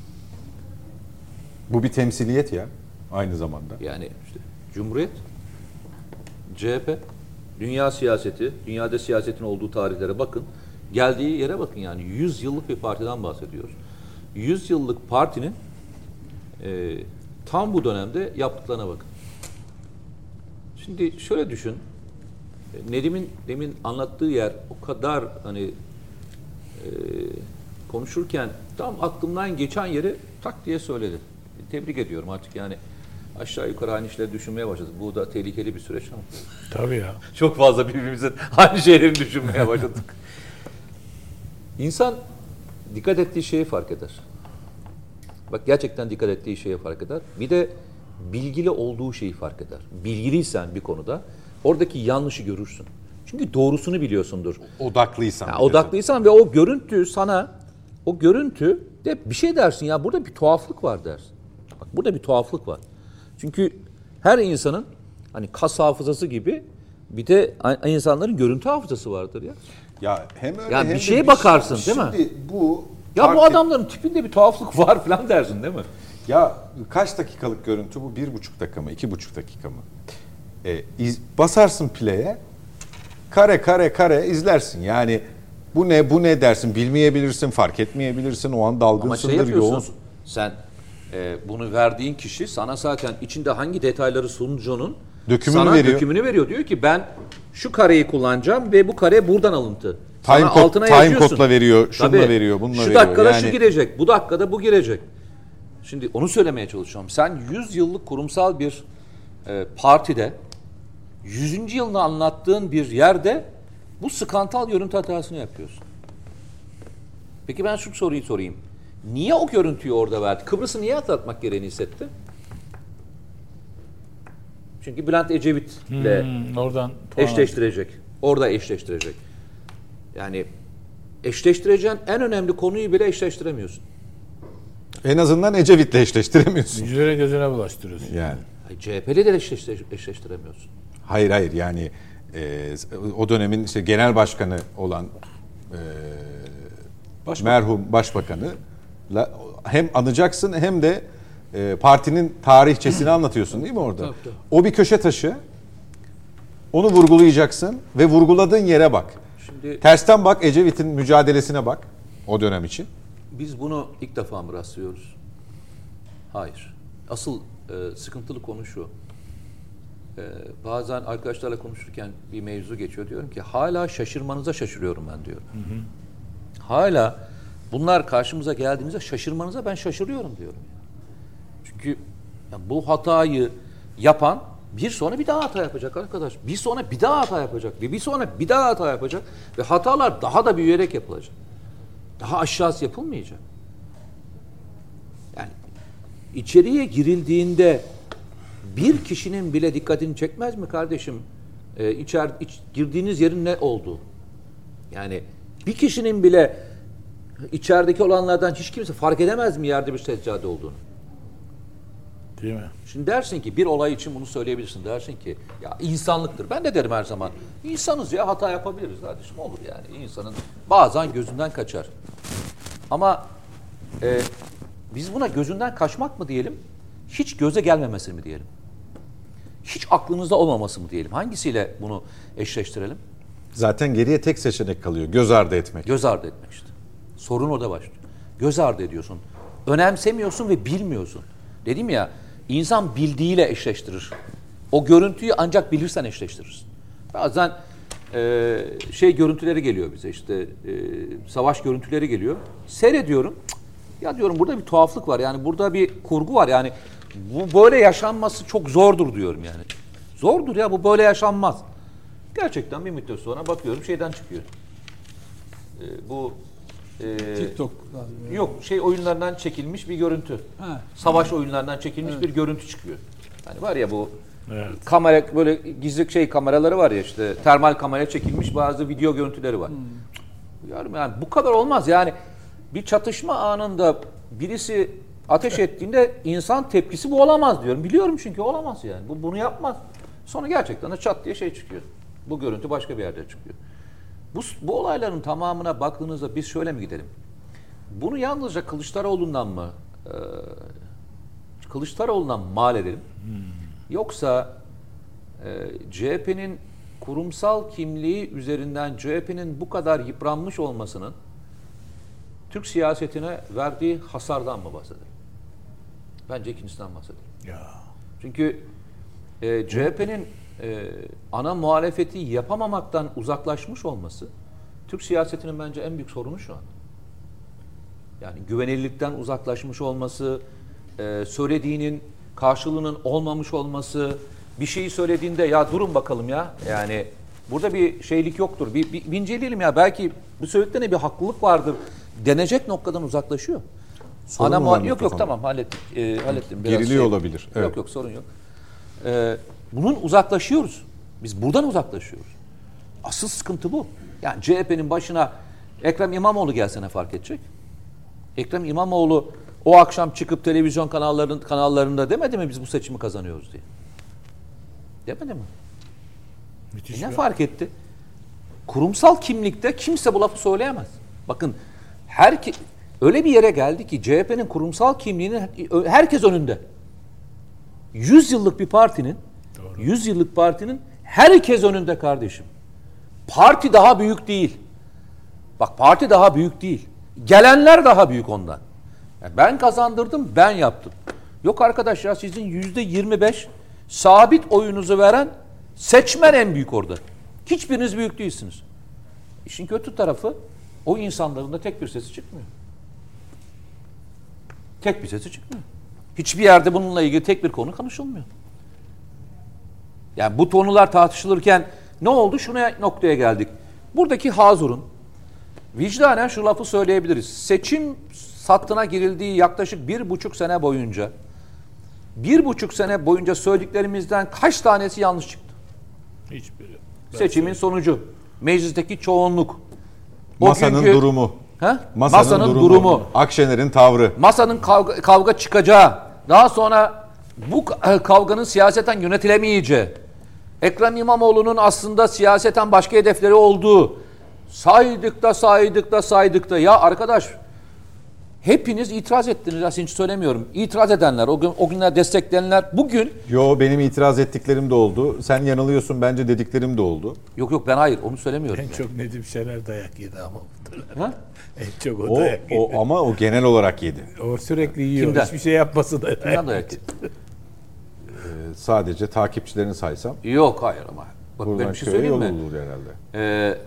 Bu bir temsiliyet ya aynı zamanda. Yani işte Cumhuriyet, C H P, dünya siyaseti, dünyada siyasetin olduğu tarihlere bakın. Geldiği yere bakın yani yüz yıllık bir partiden bahsediyoruz. yüz yıllık partinin e, tam bu dönemde yaptıklarına bakın. Şimdi şöyle düşün. Nedim'in demin anlattığı yer o kadar hani e, konuşurken tam aklımdan geçen yeri tak diye söyledi. Tebrik ediyorum artık yani aşağı yukarı aynı işleri düşünmeye başladık. Bu da tehlikeli bir süreç ama. Tabii ya. Çok fazla birbirimizin aynı şeyleri düşünmeye başladık. İnsan dikkat ettiği şeyi fark eder. Bak gerçekten dikkat ettiği şeyi fark eder. Bir de bilgili olduğu şeyi fark eder. Bilgiliysen bir konuda oradaki yanlışı görürsün. Çünkü doğrusunu biliyorsundur. Odaklıysan. Ya odaklıysan ve o görüntü sana, o görüntü de bir şey dersin ya burada bir tuhaflık var dersin. Bak burada bir tuhaflık var. Çünkü her insanın hani kas hafızası gibi bir de insanların görüntü hafızası vardır ya. Ya hem öyle Ya hem bir de şeye bakarsın, şey- değil mi? Şimdi bu Ya bu parti- adamların tipinde bir tuhaflık var falan dersin değil mi? Ya kaç dakikalık görüntü bu? Bir buçuk dakika mı? İki buçuk dakika mı? Ee, iz- basarsın play'e, kare kare kare izlersin. Yani bu ne bu ne dersin bilmeyebilirsin, fark etmeyebilirsin. O an Ama şey dalgınsındır, yapıyorsun, yoğunsun. sen e, bunu verdiğin kişi sana zaten içinde hangi detayları sunduğunun Dökümünü sana veriyor. dökümünü veriyor. Diyor ki ben şu kareyi kullanacağım ve bu kare buradan alıntı. Time Sana code- altına time yazıyorsun. code'la veriyor, şunla Tabii, veriyor, bununla şu veriyor. dakikada şu Yani- girecek, bu dakikada bu girecek. Şimdi onu söylemeye çalışıyorum. Sen yüz yıllık kurumsal bir e, partide yüzüncü yılını anlattığın bir yerde bu skantal görüntü hatasını yapıyorsun. Peki ben şu soruyu sorayım. Niye o görüntüyü orada verdi? Kıbrıs'ı niye hatırlatmak gereğini hissetti? Çünkü Bülent Ecevit'le Hmm, oradan puan eşleştirecek. Orada eşleştirecek. Yani eşleştireceğin en önemli konuyu bile eşleştiremiyorsun. En azından Ecevit'le eşleştiremiyorsun. yüzüne gözüne bulaştırıyorsun. Yani Ay, C H P'li de eşleştir- eşleştiremiyorsun. hayır hayır yani e, o dönemin işte genel başkanı olan e, merhum başbakanı hem anacaksın hem de e, partinin tarihçesini anlatıyorsun değil mi orada? Tabii, tabii. O bir köşe taşı. Onu vurgulayacaksın ve vurguladığın yere bak. Şimdi Tersten bak, Ecevit'in mücadelesine bak o dönem için. biz bunu ilk defa mı rastlıyoruz? Hayır. Asıl e, sıkıntılı konu şu. E, bazen arkadaşlarla konuşurken bir mevzu geçiyor. Diyorum ki hala şaşırmanıza şaşırıyorum ben diyorum. Hı hı. Hala bunlar karşımıza geldiğimizde şaşırmanıza ben şaşırıyorum diyorum. Çünkü yani bu hatayı yapan bir sonra bir daha hata yapacak arkadaş. Bir sonra bir daha hata yapacak. Ve bir sonra bir daha hata yapacak. Ve hatalar daha da büyüyerek yapılacak. Daha aşağısı yapılmayacak. Yani içeriye girildiğinde bir kişinin bile dikkatini çekmez mi kardeşim? Ee, içer, iç, girdiğiniz yerin ne olduğu. Yani bir kişinin bile içerideki olanlardan hiç kimse fark edemez mi yerde bir seccade olduğunu? Değil mi? Şimdi dersin ki bir olay için bunu söyleyebilirsin. Dersin ki ya insanlıktır. Ben de derim her zaman. İnsanız ya, hata yapabiliriz kardeşim, olur yani. İnsanın bazen gözünden kaçar. Ama e, biz buna gözünden kaçmak mı diyelim? Hiç göze gelmemesi mi diyelim? Hiç aklınızda olmaması mı diyelim? Hangisiyle bunu eşleştirelim? Zaten geriye tek seçenek kalıyor. Göz ardı etmek. Göz ardı etmek işte. Sorun orada başlıyor. Göz ardı ediyorsun. Önemsemiyorsun ve bilmiyorsun. Dedim ya, insan bildiğiyle eşleştirir. O görüntüyü ancak bilirsen eşleştirirsin. Bazen e, şey görüntüleri geliyor bize, işte e, savaş görüntüleri geliyor. Seyrediyorum. Ya diyorum burada bir tuhaflık var. Yani burada bir kurgu var. Yani bu böyle yaşanması çok zordur diyorum yani. Zordur ya, bu böyle yaşanmaz. Gerçekten bir müddet sonra bakıyorum şeyden çıkıyor. E, bu e, TikTok. Yok, şey oyunlarından çekilmiş bir görüntü. Ha. Savaş oyunlarından çekilmiş evet. bir görüntü çıkıyor. Hani var ya bu evet. kamera, böyle gizli şey kameraları var ya, işte termal kamera çekilmiş bazı video görüntüleri var. Hmm. Yani, yani bu kadar olmaz yani. Bir çatışma anında birisi ateş ettiğinde insan tepkisi bu olamaz diyorum. Biliyorum çünkü olamaz yani. Bu bunu yapmaz. Sonra gerçekten de çat diye şey çıkıyor. Bu görüntü başka bir yerde çıkıyor. Bu, bu olayların tamamına baktığınızda biz şöyle mi gidelim? Bunu yalnızca Kılıçdaroğlu'ndan mı e, Kılıçdaroğlu'ndan mal edelim? Hmm. Yoksa e, C H P'nin kurumsal kimliği üzerinden C H P'nin bu kadar yıpranmış olmasının Türk siyasetine verdiği hasardan mı bahsedelim? Bence ikincisinden bahsedelim. Ya. Çünkü e, C H P'nin e, ana muhalefeti yapamamaktan uzaklaşmış olması Türk siyasetinin bence en büyük sorunu şu an. Yani güvenilirlikten uzaklaşmış olması, e, söylediğinin karşılığının olmamış olması, bir şeyi söylediğinde ya durun bakalım ya, yani burada bir şeylik yoktur, bir, bir, bir inceleyelim ya, belki bu söylediklerine bir haklılık vardır denecek noktadan uzaklaşıyor. Sorun Ana muhalefet yok yok kafamda? tamam hallettim. E, hallettim. Biraz Geriliyor şey, olabilir. Evet. Yok yok sorun yok. E, bunun uzaklaşıyoruz. Biz buradan uzaklaşıyoruz. Asıl sıkıntı bu. Yani C H P'nin başına Ekrem İmamoğlu gelsene fark edecek. Ekrem İmamoğlu o akşam çıkıp televizyon kanallarının kanallarında demedi mi biz bu seçimi kazanıyoruz diye? Demedi mi? Müthiş E ne bir... fark etti? Kurumsal kimlikte kimse bu lafı söyleyemez. Bakın her öyle bir yere geldi ki C H P'nin kurumsal kimliğinin herkes önünde. yüz yıllık bir partinin Doğru. yüz yıllık partinin herkes önünde kardeşim. Parti daha büyük değil. Bak parti daha büyük değil. Gelenler daha büyük ondan. Yani ben kazandırdım, ben yaptım. Yok arkadaş ya, sizin yüzde yirmi beş sabit oyunuzu veren seçmen en büyük orada. Hiçbiriniz büyük değilsiniz. İşin kötü tarafı o insanların da tek bir sesi çıkmıyor. Tek bir sesi çıkmıyor. Hiçbir yerde bununla ilgili tek bir konu konuşulmuyor. Yani bu konular tartışılırken ne oldu? Şuna noktaya geldik. Buradaki Hazur'un vicdanen şu lafı söyleyebiliriz. Seçim hattına girildiği yaklaşık bir buçuk sene boyunca bir buçuk sene boyunca söylediklerimizden kaç tanesi yanlış çıktı? Hiçbiri. Ben Seçimin söyleyeyim. sonucu, meclisteki çoğunluk, o Masanın günkü, durumu. he? Masanın, Masanın durumu. durumu, Akşener'in tavrı. masanın kavga, kavga çıkacağı, daha sonra bu kavganın siyaseten yönetilemeyeceği, Ekrem İmamoğlu'nun aslında siyaseten başka hedefleri olduğu, saydık da saydık da saydık da ya arkadaş, Hepiniz itiraz ettiniz. Aslında hiç söylemiyorum. İtiraz edenler, o gün o günler destekleyenler bugün Yo, benim itiraz ettiklerim de oldu. Sen yanılıyorsun bence dediklerim de oldu. yok yok ben hayır onu söylemiyorum. En yani. çok Nedim Şener dayak yedi ama bu dönem. Ha? En çok o, O, dayak yedi. o ama o genel olarak yedi. O sürekli yiyor. Kimden? Hiçbir şey yapması da dayak Kimden dayak yedi. yedi? Ee, sadece takipçilerini saysam Yok hayır ama. Bak ben buradan bir şey köye söyleyeyim yol mi? olur herhalde. Ee,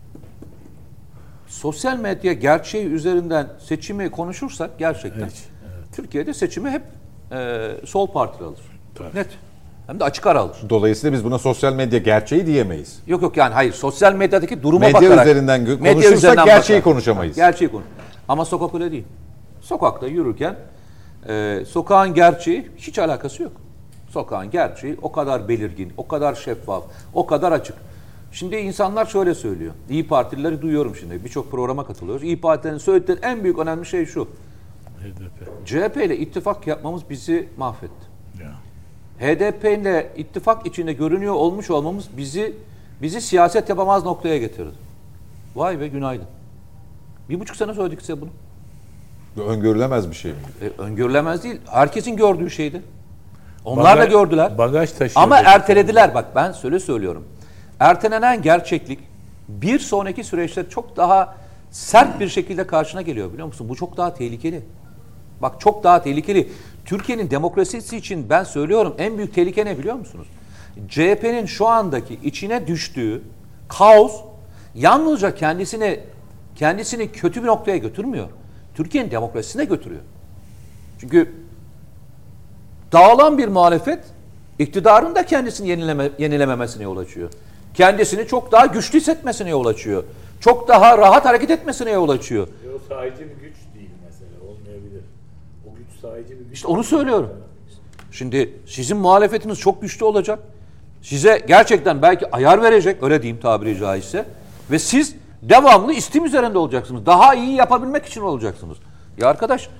sosyal medya gerçeği üzerinden seçimi konuşursak gerçekten Evet, Türkiye'de seçimi hep e, sol partiler alır. Tabii. Net. Hem de açık ara alır. Dolayısıyla biz buna sosyal medya gerçeği diyemeyiz. Yok yok yani hayır sosyal medyadaki duruma Medya bakarak. üzerinden gö- medya konuşursak üzerinden gerçeği bakarak. konuşamayız. Gerçeği konuş. Ama sokak öyle değil. Sokakta yürürken e, sokağın gerçeği hiç alakası yok. Sokağın gerçeği o kadar belirgin, o kadar şeffaf, o kadar açık. Şimdi insanlar şöyle söylüyor. İyi Partilileri duyuyorum şimdi. Birçok programa katılıyoruz. İyi Partilerin söylediği en büyük önemli şey şu. H D P. C H P ile ittifak yapmamız bizi mahvetti. Ya. H D P ile ittifak içinde görünüyor olmuş olmamız bizi bizi siyaset yapamaz noktaya getirdi. Vay be günaydın. Bir buçuk sene söyledik size bunu. Öngörülemez bir şey mi? E, öngörülemez değil. Herkesin gördüğü şeydi. Onlar da Bagaj- gördüler. Bagaj taşıyor. Ama dedi. ertelediler. Bak ben söyle söylüyorum. Ertelenen gerçeklik bir sonraki süreçte çok daha sert bir şekilde karşına geliyor biliyor musun? Bu çok daha tehlikeli. Bak çok daha tehlikeli. Türkiye'nin demokrasisi için ben söylüyorum en büyük tehlike ne biliyor musunuz? C H P'nin şu andaki içine düştüğü kaos yalnızca kendisini kendisini kötü bir noktaya götürmüyor. Türkiye'nin demokrasisine götürüyor. Çünkü dağılan bir muhalefet iktidarın da kendisini yenileme, yenilememesine yol açıyor. Kendisini çok daha güçlü hissetmesine yol açıyor. Çok daha rahat hareket etmesine yol açıyor. O sahici bir güç değil mesela. Olmayabilir. O güç sahici bir güç. İşte onu söylüyorum. Şimdi sizin muhalefetiniz çok güçlü olacak. Size gerçekten belki ayar verecek, öyle diyeyim tabiri caizse. Ve siz devamlı istim üzerinde olacaksınız. Daha iyi yapabilmek için olacaksınız. Ya arkadaş,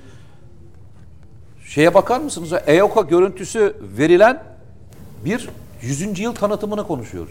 şeye bakar mısınız? E O K görüntüsü verilen bir yüzüncü yıl tanıtımını konuşuyoruz.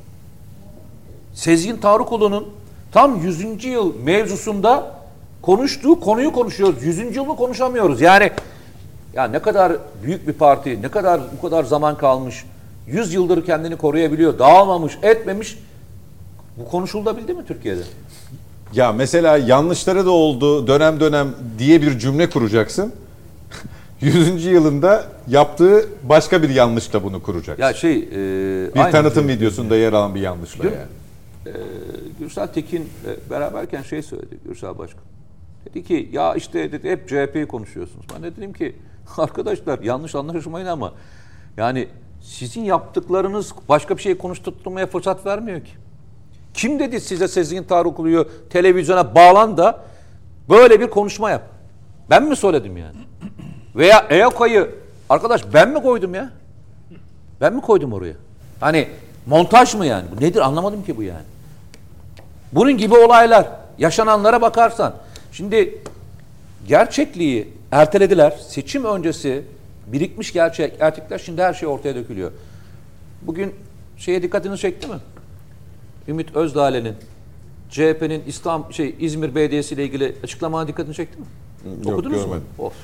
Sezgin Tanrıkulu'nun tam yüzüncü yıl mevzusunda konuştuğu konuyu konuşuyoruz. yüzüncü yılı konuşamıyoruz. Yani ya ne kadar büyük bir parti, ne kadar bu kadar zaman kalmış, yüz yıldır kendini koruyabiliyor, dağılmamış, etmemiş. Bu konuşulabildi mi Türkiye'de? Ya mesela yanlışları da oldu dönem dönem diye bir cümle kuracaksın. yüzüncü yılında yaptığı başka bir yanlışla bunu kuracaksın. Ya şey, e, bir aynı tanıtım şey. videosunda yer alan bir yanlışla Dün, yani. e, Gürsel Tekin'le beraberken şey söyledi Gürsel Başkan. Dedi ki ya işte dedi, hep C H P'yi konuşuyorsunuz. Ben de dedim ki arkadaşlar yanlış anlaşılmayın ama yani sizin yaptıklarınız başka bir şey konuşturmaya fırsat vermiyor ki. Kim dedi size Sezgin Tanrıkulu'yu televizyona bağlan da böyle bir konuşma yap? Ben mi söyledim yani? Veya E O K'yı arkadaş ben mi koydum ya? Ben mi koydum oraya? Hani montaj mı yani? Bu nedir anlamadım ki bu yani. Bunun gibi olaylar, yaşananlara bakarsan. Şimdi gerçekliği ertelediler. Seçim öncesi birikmiş gerçek, gerçekler şimdi her şey ortaya dökülüyor. Bugün şeye dikkatini çekti mi? Ümit Özdağ'ın C H P'nin İslam şey İzmir Belediyesi ile ilgili açıklamana dikkatini çekti mi? Yok, Okudunuz görmedim. mu? Of.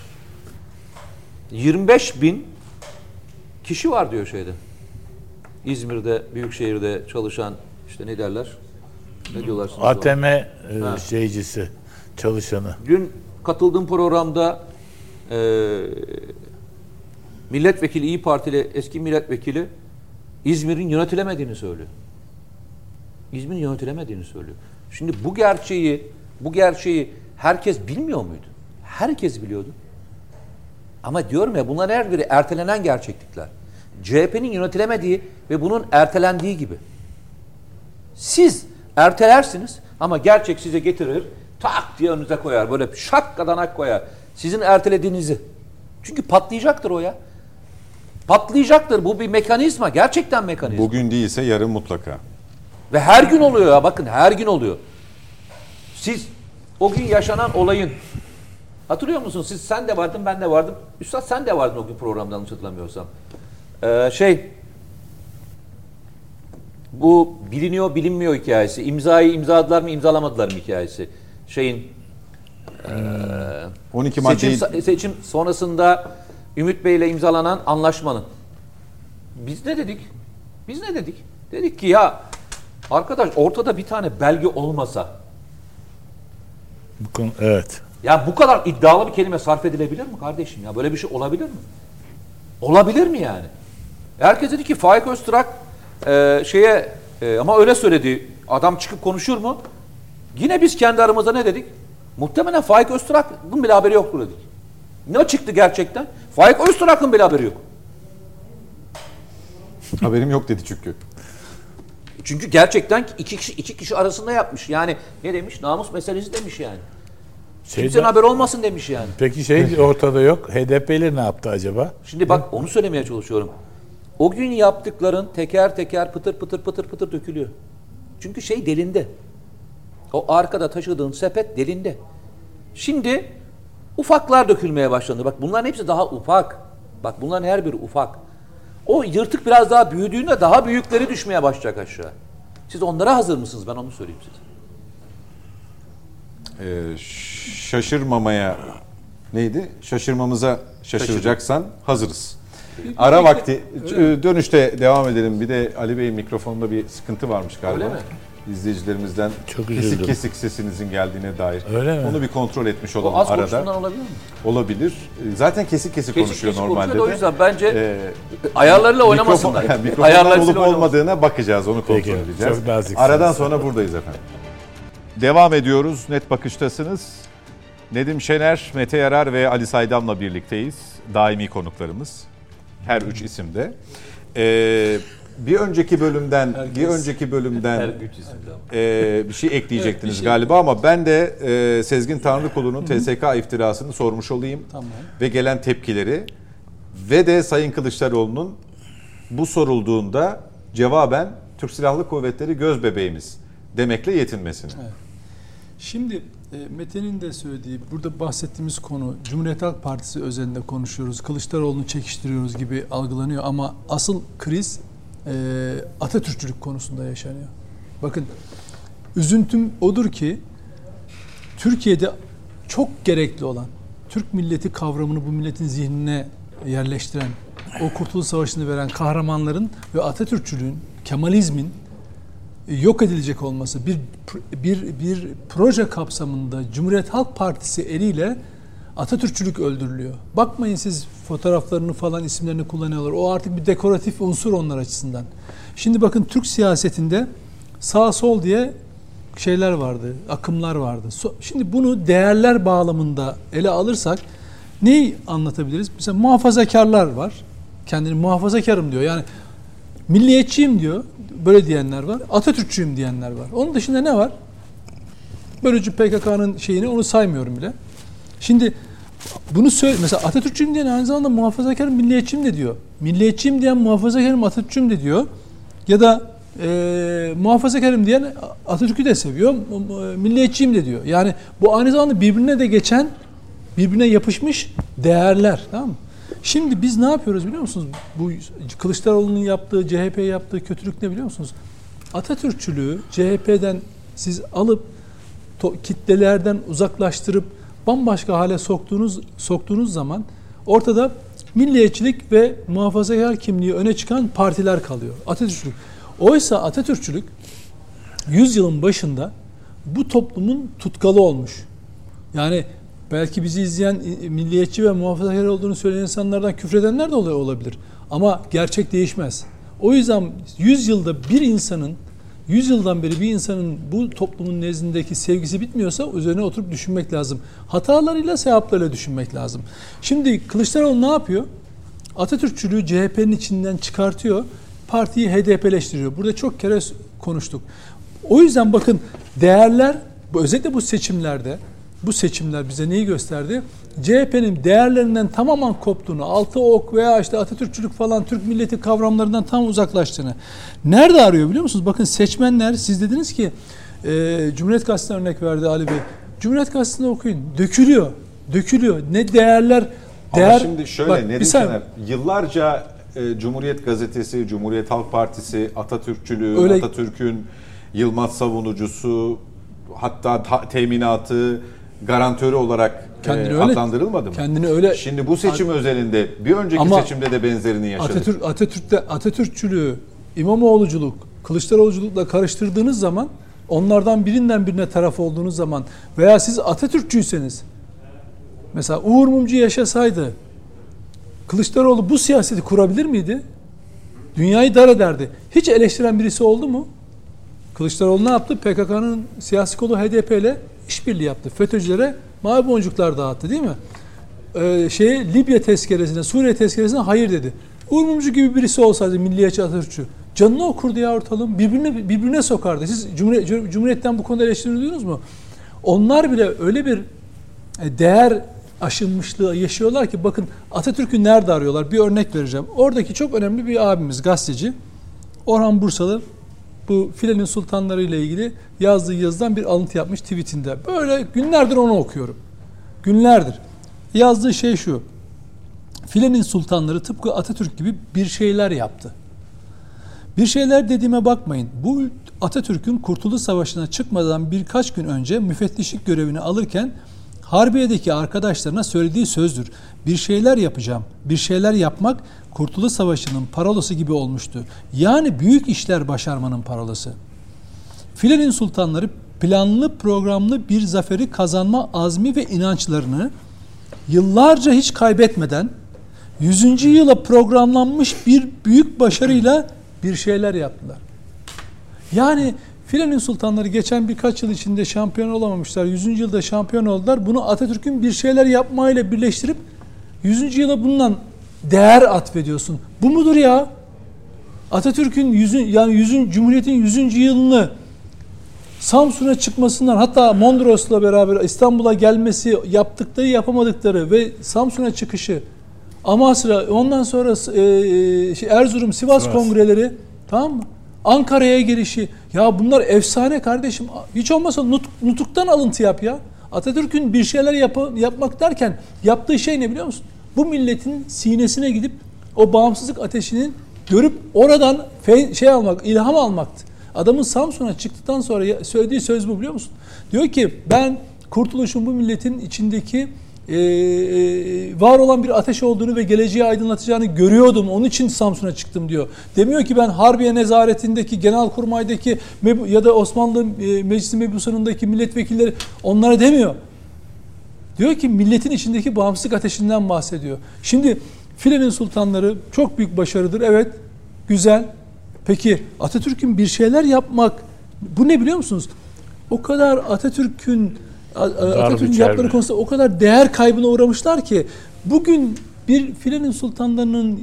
yirmi beş bin kişi var diyor şeyde. İzmir'de, Büyükşehir'de çalışan işte ne derler? Ne diyorlar? siz A T M e, Ha. şeycisi, çalışanı. Dün katıldığım programda e, milletvekili, İyi Partili eski milletvekili İzmir'in yönetilemediğini söylüyor. İzmir'in yönetilemediğini söylüyor. Şimdi bu gerçeği, bu gerçeği herkes bilmiyor muydu? Herkes biliyordu. Ama diyorum ya bunlar her biri ertelenen gerçeklikler. C H P'nin yönetilemediği ve bunun ertelendiği gibi. Siz ertelersiniz ama gerçek size getirir, tak diye önünüze koyar. Böyle şakkadanak koyar. Sizin ertelediğinizi. Çünkü patlayacaktır o ya. Patlayacaktır. Bu bir mekanizma. Gerçekten mekanizma. Bugün değilse yarın mutlaka. Ve her gün oluyor ya. Bakın her gün oluyor. Siz o gün yaşanan olayın hatırlıyor musunuz? Siz sen de vardın, ben de vardım. Üstad sen de vardın o gün programdan yanlış hatırlamıyorsam. Ee, şey bu biliniyor bilinmiyor hikayesi. İmzayı imzaladılar mı imzalamadılar mı hikayesi. Şeyin ee, on iki maddeyi... Seçim, seçim sonrasında Ümit Bey ile imzalanan anlaşmanın. Biz ne dedik? Biz ne dedik? Dedik ki ya arkadaş ortada bir tane belge olmasa, Bu konu, evet. ya bu kadar iddialı bir kelime sarf edilebilir mi kardeşim ya? Böyle bir şey olabilir mi? Olabilir mi yani? Herkes dedi ki Faik Öztürk e, şeye e, ama öyle söyledi. Adam çıkıp konuşur mu? Yine biz kendi aramızda ne dedik? Muhtemelen Faik Öztürk'ün bile haberi yoktur dedik. Ne çıktı gerçekten? Faik Öztürk'ün bile haberi yok. Haberim yok dedi çünkü. Çünkü gerçekten iki kişi iki kişi arasında yapmış. Yani ne demiş? Namus meselesi demiş yani. Şeyde, Kimsenin haberi olmasın demiş yani. Peki şey ortada yok. H D P'li ne yaptı acaba? Şimdi bak onu söylemeye çalışıyorum. O gün yaptıkların teker teker pıtır pıtır pıtır pıtır dökülüyor. Çünkü şey delinde. O arkada taşıdığın sepet delinde. Şimdi ufaklar dökülmeye başlandı. Bak bunların hepsi daha ufak. Bak bunların her biri ufak. O yırtık biraz daha büyüdüğünde daha büyükleri düşmeye başlayacak aşağı. Siz onlara hazır mısınız? Ben onu söyleyeyim size. Ee, şaşırmamaya neydi? Şaşırmamıza şaşıracaksan hazırız. Ara vakti dönüşte devam edelim. Bir de Ali Bey'in mikrofonunda bir sıkıntı varmış galiba. Öyle mi? İzleyicilerimizden Çok kesik üzüldüm. kesik sesinizin geldiğine dair. Öyle mi? Onu bir kontrol etmiş O olalım az arada. konuştuğundan olabilir mi? Olabilir. Zaten kesik kesik, Kesik konuşuyor kesik normalde konuşuyor da de. o yüzden bence Ee, ayarlarıyla oynamasınlar. Mikrofon, mikrofondan Ayarlarıyla olup oynamasınlar. olmadığına bakacağız. Onu kontrol Peki, edeceğiz. çok naziksiniz. Aradan sonra buradayız efendim. Devam ediyoruz. Net Bakış'tasınız. Nedim Şener, Mete Yarar ve Ali Saydam'la birlikteyiz. Daimi konuklarımız. Her üç isimde. Ee, bir önceki bölümden, Herkes- bir önceki bölümden Her güç isimde. e, bir şey ekleyecektiniz Evet, bir şey- galiba ama ben de e, Sezgin Tanrıkulu'nun T S K iftirasını sormuş olayım. Tamam. Ve gelen tepkileri ve de Sayın Kılıçdaroğlu'nun bu sorulduğunda cevaben Türk Silahlı Kuvvetleri göz bebeğimiz demekle yetinmesini. Evet. Şimdi e, Mete'nin de söylediği, burada bahsettiğimiz konu Cumhuriyet Halk Partisi özelinde konuşuyoruz. Kılıçdaroğlu'nu çekiştiriyoruz gibi algılanıyor ama asıl kriz e, Atatürkçülük konusunda yaşanıyor. Bakın üzüntüm odur ki Türkiye'de çok gerekli olan Türk milleti kavramını bu milletin zihnine yerleştiren, o Kurtuluş Savaşı'nı veren kahramanların ve Atatürkçülüğün, Kemalizmin yok edilecek olması, bir bir bir proje kapsamında Cumhuriyet Halk Partisi eliyle Atatürkçülük öldürülüyor. Bakmayın siz fotoğraflarını falan isimlerini kullanıyorlar. O artık bir dekoratif unsur onlar açısından. Şimdi bakın Türk siyasetinde sağ sol diye şeyler vardı, akımlar vardı. Şimdi bunu değerler bağlamında ele alırsak neyi anlatabiliriz? Mesela muhafazakarlar var. Kendini muhafazakarım diyor. Yani milliyetçiyim diyor. Böyle diyenler var. Atatürkçüyüm diyenler var. Onun dışında ne var? Bölücü P K K'nın şeyini onu saymıyorum bile. Şimdi bunu söyle mesela Atatürkçüyüm diyen aynı zamanda muhafazakarım, milliyetçiyim de diyor. Milliyetçiyim diyen muhafazakarım, Atatürkçüyüm de diyor. Ya da e, muhafazakarım diyen Atatürk'ü de seviyor, milliyetçiyim de diyor. Yani bu aynı zamanda birbirine de geçen, birbirine yapışmış değerler. Tamam mı? Şimdi biz ne yapıyoruz biliyor musunuz? Bu Kılıçdaroğlu'nun yaptığı, C H P yaptığı kötülük ne biliyor musunuz? Atatürkçülüğü C H P'den siz alıp to, kitlelerden uzaklaştırıp bambaşka hale soktuğunuz soktuğunuz zaman ortada milliyetçilik ve muhafazakar kimliği öne çıkan partiler kalıyor. Atatürkçülük. Oysa Atatürkçülük yüzyılın başında bu toplumun tutkalı olmuş. Yani belki bizi izleyen milliyetçi ve muhafazakar olduğunu söyleyen insanlardan küfredenler de olabilir. Ama gerçek değişmez. O yüzden yüz yılda bir insanın, yüz yıldan beri bir insanın bu toplumun nezdindeki sevgisi bitmiyorsa üzerine oturup düşünmek lazım. Hatalarıyla, sevaplarıyla düşünmek lazım. Şimdi Kılıçdaroğlu ne yapıyor? Atatürkçülüğü C H P'nin içinden çıkartıyor. Partiyi H D P'leştiriyor. Burada çok kere konuştuk. O yüzden bakın değerler, özellikle bu seçimlerde, bu seçimler bize neyi gösterdi? C H P'nin değerlerinden tamamen koptuğunu, altı ok veya işte Atatürkçülük falan Türk milleti kavramlarından tam uzaklaştığını. Nerede arıyor biliyor musunuz? Bakın seçmenler, siz dediniz ki e, Cumhuriyet Gazetesi'ne örnek verdi Ali Bey. Cumhuriyet Gazetesi'ni okuyun. Dökülüyor. Dökülüyor. Ne değerler. Değer, Ama şimdi şöyle bak, Nedim Şener, yıllarca e, Cumhuriyet Gazetesi, Cumhuriyet Halk Partisi, Atatürkçülüğün, Öyle- Atatürk'ün Yılmaz savunucusu, hatta ta- teminatı, garantörü olarak Kendini e, öyle- adlandırılmadı mı? Kendini öyle Şimdi bu seçim özelinde bir önceki Ama seçimde de benzerini yaşadık. Atatürk Atatürk'te Atatürkçülüğü, İmamoğluculuk, Kılıçdaroğluculukla karıştırdığınız zaman, onlardan birinden birine taraf olduğunuz zaman veya siz Atatürkçüyseniz, mesela Uğur Mumcu yaşasaydı Kılıçdaroğlu bu siyaseti kurabilir miydi? Dünyayı dar ederdi. Hiç eleştiren birisi oldu mu? Kılıçdaroğlu ne yaptı? P K K'nın siyasi kolu H D P ile işbirliği yaptı. FETÖ'cülere mavi boncuklar dağıttı, değil mi? Ee, şeye, Libya tezkeresine, Suriye tezkeresine hayır dedi. Uğur Mumcu gibi birisi olsaydı, milliyetçi Atatürkçü, canını okurdu ya ortalığın. Birbirine, birbirine sokardı. Siz Cumhuriyet, Cumhuriyet'ten bu konuda eleştiri duydunuz mu? Onlar bile öyle bir değer aşınmışlığı yaşıyorlar ki, bakın Atatürk'ü nerede arıyorlar? Bir örnek vereceğim. Oradaki çok önemli bir abimiz, gazeteci Orhan Bursalı, bu Filenin Sultanları ile ilgili yazdığı yazıdan bir alıntı yapmış tweetinde. Böyle günlerdir onu okuyorum. Günlerdir. Yazdığı şey şu: Filenin Sultanları tıpkı Atatürk gibi bir şeyler yaptı. Bir şeyler dediğime bakmayın. Bu Atatürk'ün Kurtuluş Savaşı'na çıkmadan birkaç gün önce müfettişlik görevini alırken Harbiye'deki arkadaşlarına söylediği sözdür. Bir şeyler yapacağım. Bir şeyler yapmak Kurtuluş Savaşı'nın parolası gibi olmuştu. Yani büyük işler başarmanın parolası. Filenin Sultanları planlı programlı bir zaferi kazanma azmi ve inançlarını yıllarca hiç kaybetmeden yüzüncü yıla programlanmış bir büyük başarıyla bir şeyler yaptılar. Yani Filenin Sultanları geçen birkaç yıl içinde şampiyon olamamışlar. yüzüncü yılda şampiyon oldular. Bunu Atatürk'ün bir şeyler yapmayla birleştirip yüzüncü yıla bundan değer atfediyorsun. Bu mudur ya? Atatürk'ün yüzün yani yüzün Cumhuriyet'in yüzüncü yılını Samsun'a çıkmasından, hatta Mondros'la beraber İstanbul'a gelmesi, yaptıkları yapamadıkları ve Samsun'a çıkışı, Amasra, ondan sonra e, şey, Erzurum, Sivas, Sivas kongreleri, tamam mı? Ankara'ya gelişi. Ya bunlar efsane kardeşim. Hiç olmazsa nut, nutuktan alıntı yap ya. Atatürk'ün bir şeyler yap, yapmak derken yaptığı şey ne biliyor musun? Bu milletin sinesine gidip o bağımsızlık ateşinin görüp oradan fe, şey almak, ilham almaktı. Adamın Samsun'a çıktıktan sonra söylediği söz bu, biliyor musun? Diyor ki, ben kurtuluşun bu milletin içindeki e, var olan bir ateş olduğunu ve geleceği aydınlatacağını görüyordum. Onun için Samsun'a çıktım diyor. Demiyor ki ben Harbiye Nezaretindeki, Genelkurmay'daki ya da Osmanlı Meclisi Mebusanı'ndaki milletvekilleri, onlara demiyor. Diyor ki milletin içindeki bağımsızlık ateşinden bahsediyor. Şimdi Filenin Sultanları çok büyük başarıdır. Evet, güzel. Peki Atatürk'ün bir şeyler yapmak, bu ne biliyor musunuz? O kadar Atatürk'ün Atatürk'ün yaptıkları konusunda o kadar değer kaybına uğramışlar ki bugün bir Filenin Sultanlarının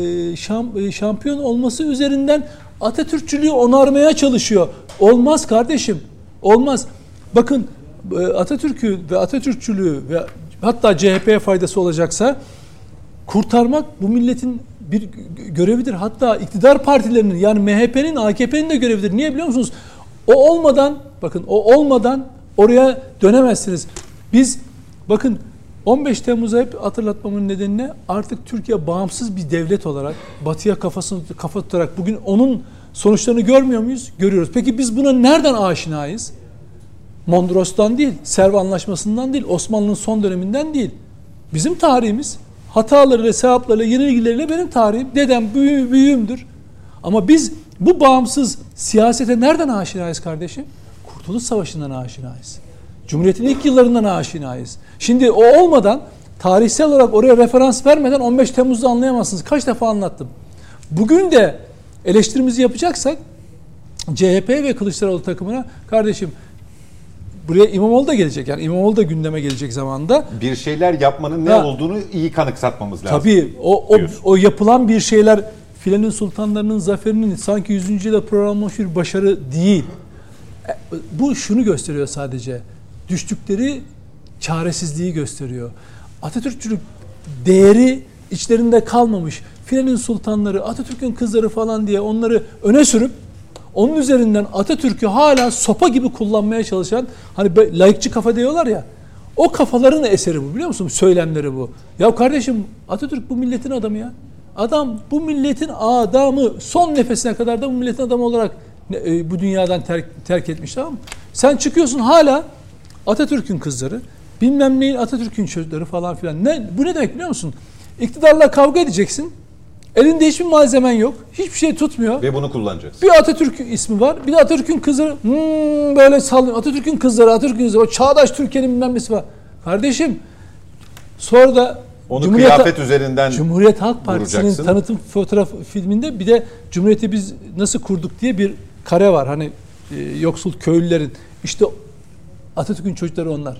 şampiyon olması üzerinden Atatürkçülüğü onarmaya çalışıyor. Olmaz kardeşim. Olmaz. Bakın, Atatürk'ü ve Atatürkçülüğü ve hatta C H P'ye faydası olacaksa kurtarmak bu milletin bir görevidir. Hatta iktidar partilerinin, yani M H P'nin, A K P'nin de görevidir. Niye biliyor musunuz? O olmadan, bakın o olmadan oraya dönemezsiniz. Biz bakın on beş Temmuz'a hep hatırlatmamın nedeni ne? Artık Türkiye bağımsız bir devlet olarak, batıya kafasını kafa tutarak bugün onun sonuçlarını görmüyor muyuz? Görüyoruz. Peki biz buna nereden aşinayız? Mondros'tan değil, Serv Anlaşması'ndan değil, Osmanlı'nın son döneminden değil. Bizim tarihimiz hatalarıyla, sevaplarıyla, yenilgileriyle benim tarihim, dedem, büyü, büyüğümdür. Ama biz bu bağımsız siyasete nereden aşinayız kardeşim? Kurtuluş Savaşı'ndan aşinayız. Cumhuriyet'in ilk yıllarından aşinayız. Şimdi o olmadan, tarihsel olarak oraya referans vermeden on beş Temmuz'da anlayamazsınız. Kaç defa anlattım. Bugün de eleştirimizi yapacaksak C H P ve Kılıçdaroğlu takımına, kardeşim buraya İmamoğlu da gelecek. Yani İmamoğlu da gündeme gelecek zamanda. Bir şeyler yapmanın ne ha, olduğunu iyi kanıksatmamız lazım. Tabii o, o, o yapılan bir şeyler Filenin Sultanlarının zaferinin sanki yüzüncü yıla programlanmış bir başarı değil. Bu şunu gösteriyor sadece. Düştükleri çaresizliği gösteriyor. Atatürkçülük değeri içlerinde kalmamış. Filenin Sultanları, Atatürk'ün kızları falan diye onları öne sürüp onun üzerinden Atatürk'ü hala sopa gibi kullanmaya çalışan, hani laikçi kafa diyorlar ya, o kafaların eseri bu, biliyor musun? Söylemleri bu. Ya kardeşim, Atatürk bu milletin adamı ya. Adam bu milletin adamı, son nefesine kadar da bu milletin adamı olarak bu dünyadan terk, terk etmiş, tamam mı? Sen çıkıyorsun hala Atatürk'ün kızları, bilmem neyin Atatürk'ün çocukları falan filan. Ne, bu ne demek biliyor musun? İktidarla kavga edeceksin. Elinde hiçbir malzemen yok. Hiçbir şey tutmuyor. Ve bunu kullanacaksın. Bir Atatürk ismi var. Bir de Atatürk'ün kızı hmm, böyle sallıyor. Atatürk'ün kızları, Atatürk'ün kızları. O çağdaş Türkiye'nin bilmem nesi var. Kardeşim sonra da Onu Cumhuriyet, kıyafet üzerinden Cumhuriyet Halk Partisi'nin vuracaksın. tanıtım fotoğraf filminde bir de Cumhuriyeti biz nasıl kurduk diye bir kare var. Hani e, yoksul köylülerin. İşte Atatürk'ün çocukları onlar.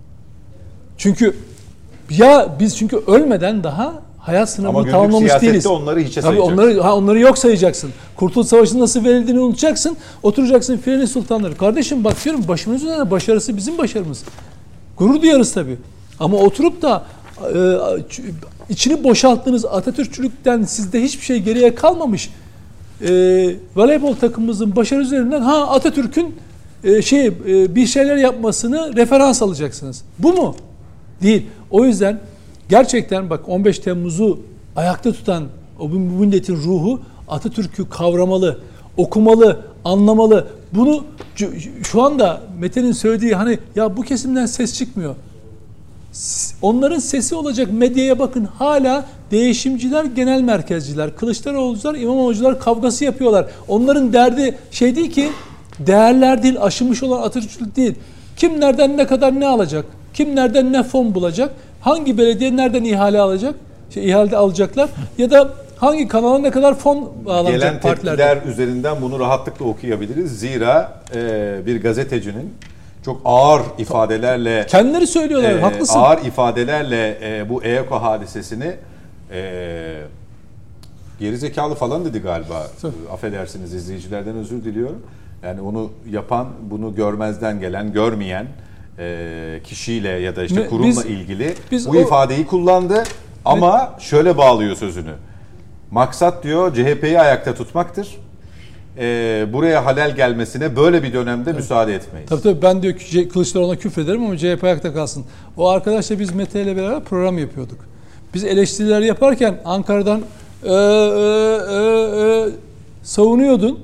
Çünkü ya biz çünkü ölmeden daha hayat Ama sınavını günlük tamamlamış siyasette değiliz. onları hiçe Tabii sayacaksın. onları ha, onları yok sayacaksın. Kurtuluş Savaşı'nın nasıl verildiğini unutacaksın. Oturacaksın Fireni Sultanları. Kardeşim bak diyorum başımız üzerine başarısı bizim başarımız. Gurur duyarız tabii. Ama oturup da e, içini boşalttığınız Atatürkçülükten sizde hiçbir şey geriye kalmamış. E, voleybol takımımızın başarı üzerinden ha Atatürk'ün e, şey e, bir şeyler yapmasını referans alacaksınız. Bu mu? Değil. O yüzden gerçekten bak on beş Temmuz'u ayakta tutan o bu milletin ruhu Atatürk'ü kavramalı, okumalı, anlamalı. Bunu şu anda Mete'nin söylediği hani ya bu kesimden ses çıkmıyor. Onların sesi olacak medyaya bakın hala değişimciler, genel merkezciler, Kılıçdaroğlu'cular, İmamoğlu'cular kavgası yapıyorlar. Onların derdi şey değil ki değerler değil, aşılmış olan Atatürkçülük değil. Kim nereden ne kadar ne alacak? Kim nereden ne fon bulacak? Hangi belediye nereden ihale alacak? Şey, ihale alacaklar ya da hangi kanala ne kadar fon bağlanacak Gelen partilerden? tepkiler üzerinden bunu rahatlıkla okuyabiliriz. Zira e, bir gazetecinin çok ağır ifadelerle Kendileri söylüyorlar, e, haklısın. ağır ifadelerle e, bu E O K hadisesini e, gerizekalı falan dedi galiba. E, affedersiniz, izleyicilerden özür diliyorum. Yani onu yapan, bunu görmezden gelen, görmeyen e, kişiyle ya da işte Ne, kurumla biz- ilgili biz bu o- ifadeyi kullandı ama şöyle bağlıyor sözünü. Maksat diyor C H P'yi ayakta tutmaktır. Ee, buraya halel gelmesine böyle bir dönemde müsaade etmeyiz. Tabii tabii ben diyor ki Kılıçdaroğlu'na küfrederim ama C H P ayakta kalsın. O arkadaşla biz Mete ile beraber program yapıyorduk. Biz eleştiriler yaparken Ankara'dan e, e, e, e, savunuyordun.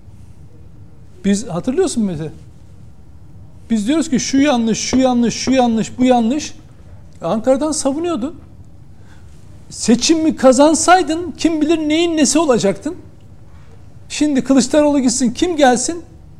Biz hatırlıyorsun Mete? Biz diyoruz ki şu yanlış, şu yanlış, şu yanlış, bu yanlış. Ankara'dan savunuyordun. Seçimi kazansaydın kim bilir neyin nesi olacaktın? Şimdi Kılıçdaroğlu gitsin, kim gelsin?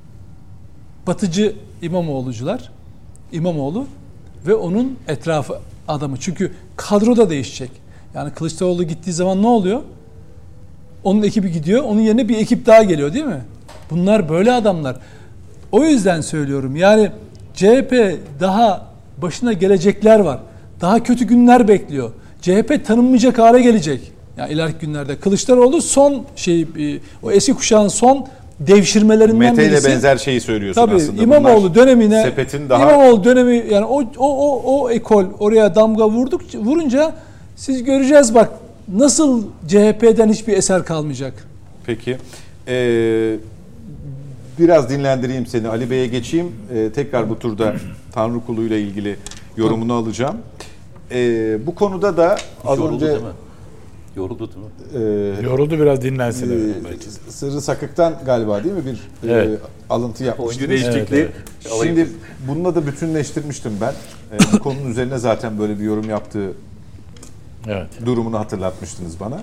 Batıcı İmamoğlu'cular, İmamoğlu ve onun etrafı adamı. Çünkü kadro da değişecek. Yani Kılıçdaroğlu gittiği zaman ne oluyor? Onun ekibi gidiyor, onun yerine bir ekip daha geliyor değil mi? Bunlar böyle adamlar. O yüzden söylüyorum yani C H P daha başına gelecekler var. Daha kötü günler bekliyor. C H P tanınmayacak hale gelecek. Yani ileriki günlerde. Kılıçdaroğlu son şey, o eski kuşağın son devşirmelerinden Mete ile birisi. benzer şeyi söylüyorsun Tabii, aslında. İmamoğlu Bunlar dönemine sepetin daha İmamoğlu dönemi yani o o o o ekol oraya damga vurduk vurunca siz göreceğiz bak nasıl C H P'den hiçbir eser kalmayacak. Peki. Ee, biraz dinlendireyim seni. Ali Bey'e geçeyim. Ee, tekrar bu turda Tanrı kuluyla ilgili yorumunu alacağım. Ee, bu konuda da az Yoruldu önce değil mi? Yoruldu değil mi? e, Yoruldu biraz dinlensin. e, evet, belki. Sırrı Sakık'tan galiba değil mi bir Evet. e, alıntı yapmıştınız. Oyuncu değişikliği. Evet, Şimdi bununla da bütünleştirmiştim ben. E, bu konunun üzerine zaten böyle bir yorum yaptığı Evet. durumunu hatırlatmıştınız bana.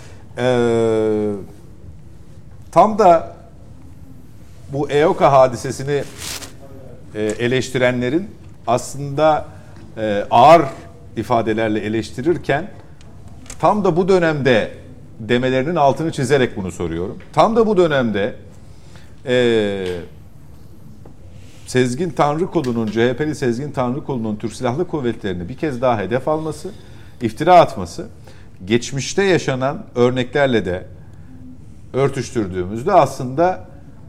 Ee, tam da bu E O K hadisesini e, eleştirenlerin aslında e, ağır ifadelerle eleştirirken tam da bu dönemde demelerinin altını çizerek bunu soruyorum. Tam da bu dönemde e, Sezgin Tanrıkulu'nun, C H P'li Sezgin Tanrıkulu'nun Türk Silahlı Kuvvetleri'ni bir kez daha hedef alması, iftira atması, geçmişte yaşanan örneklerle de örtüştürdüğümüzde aslında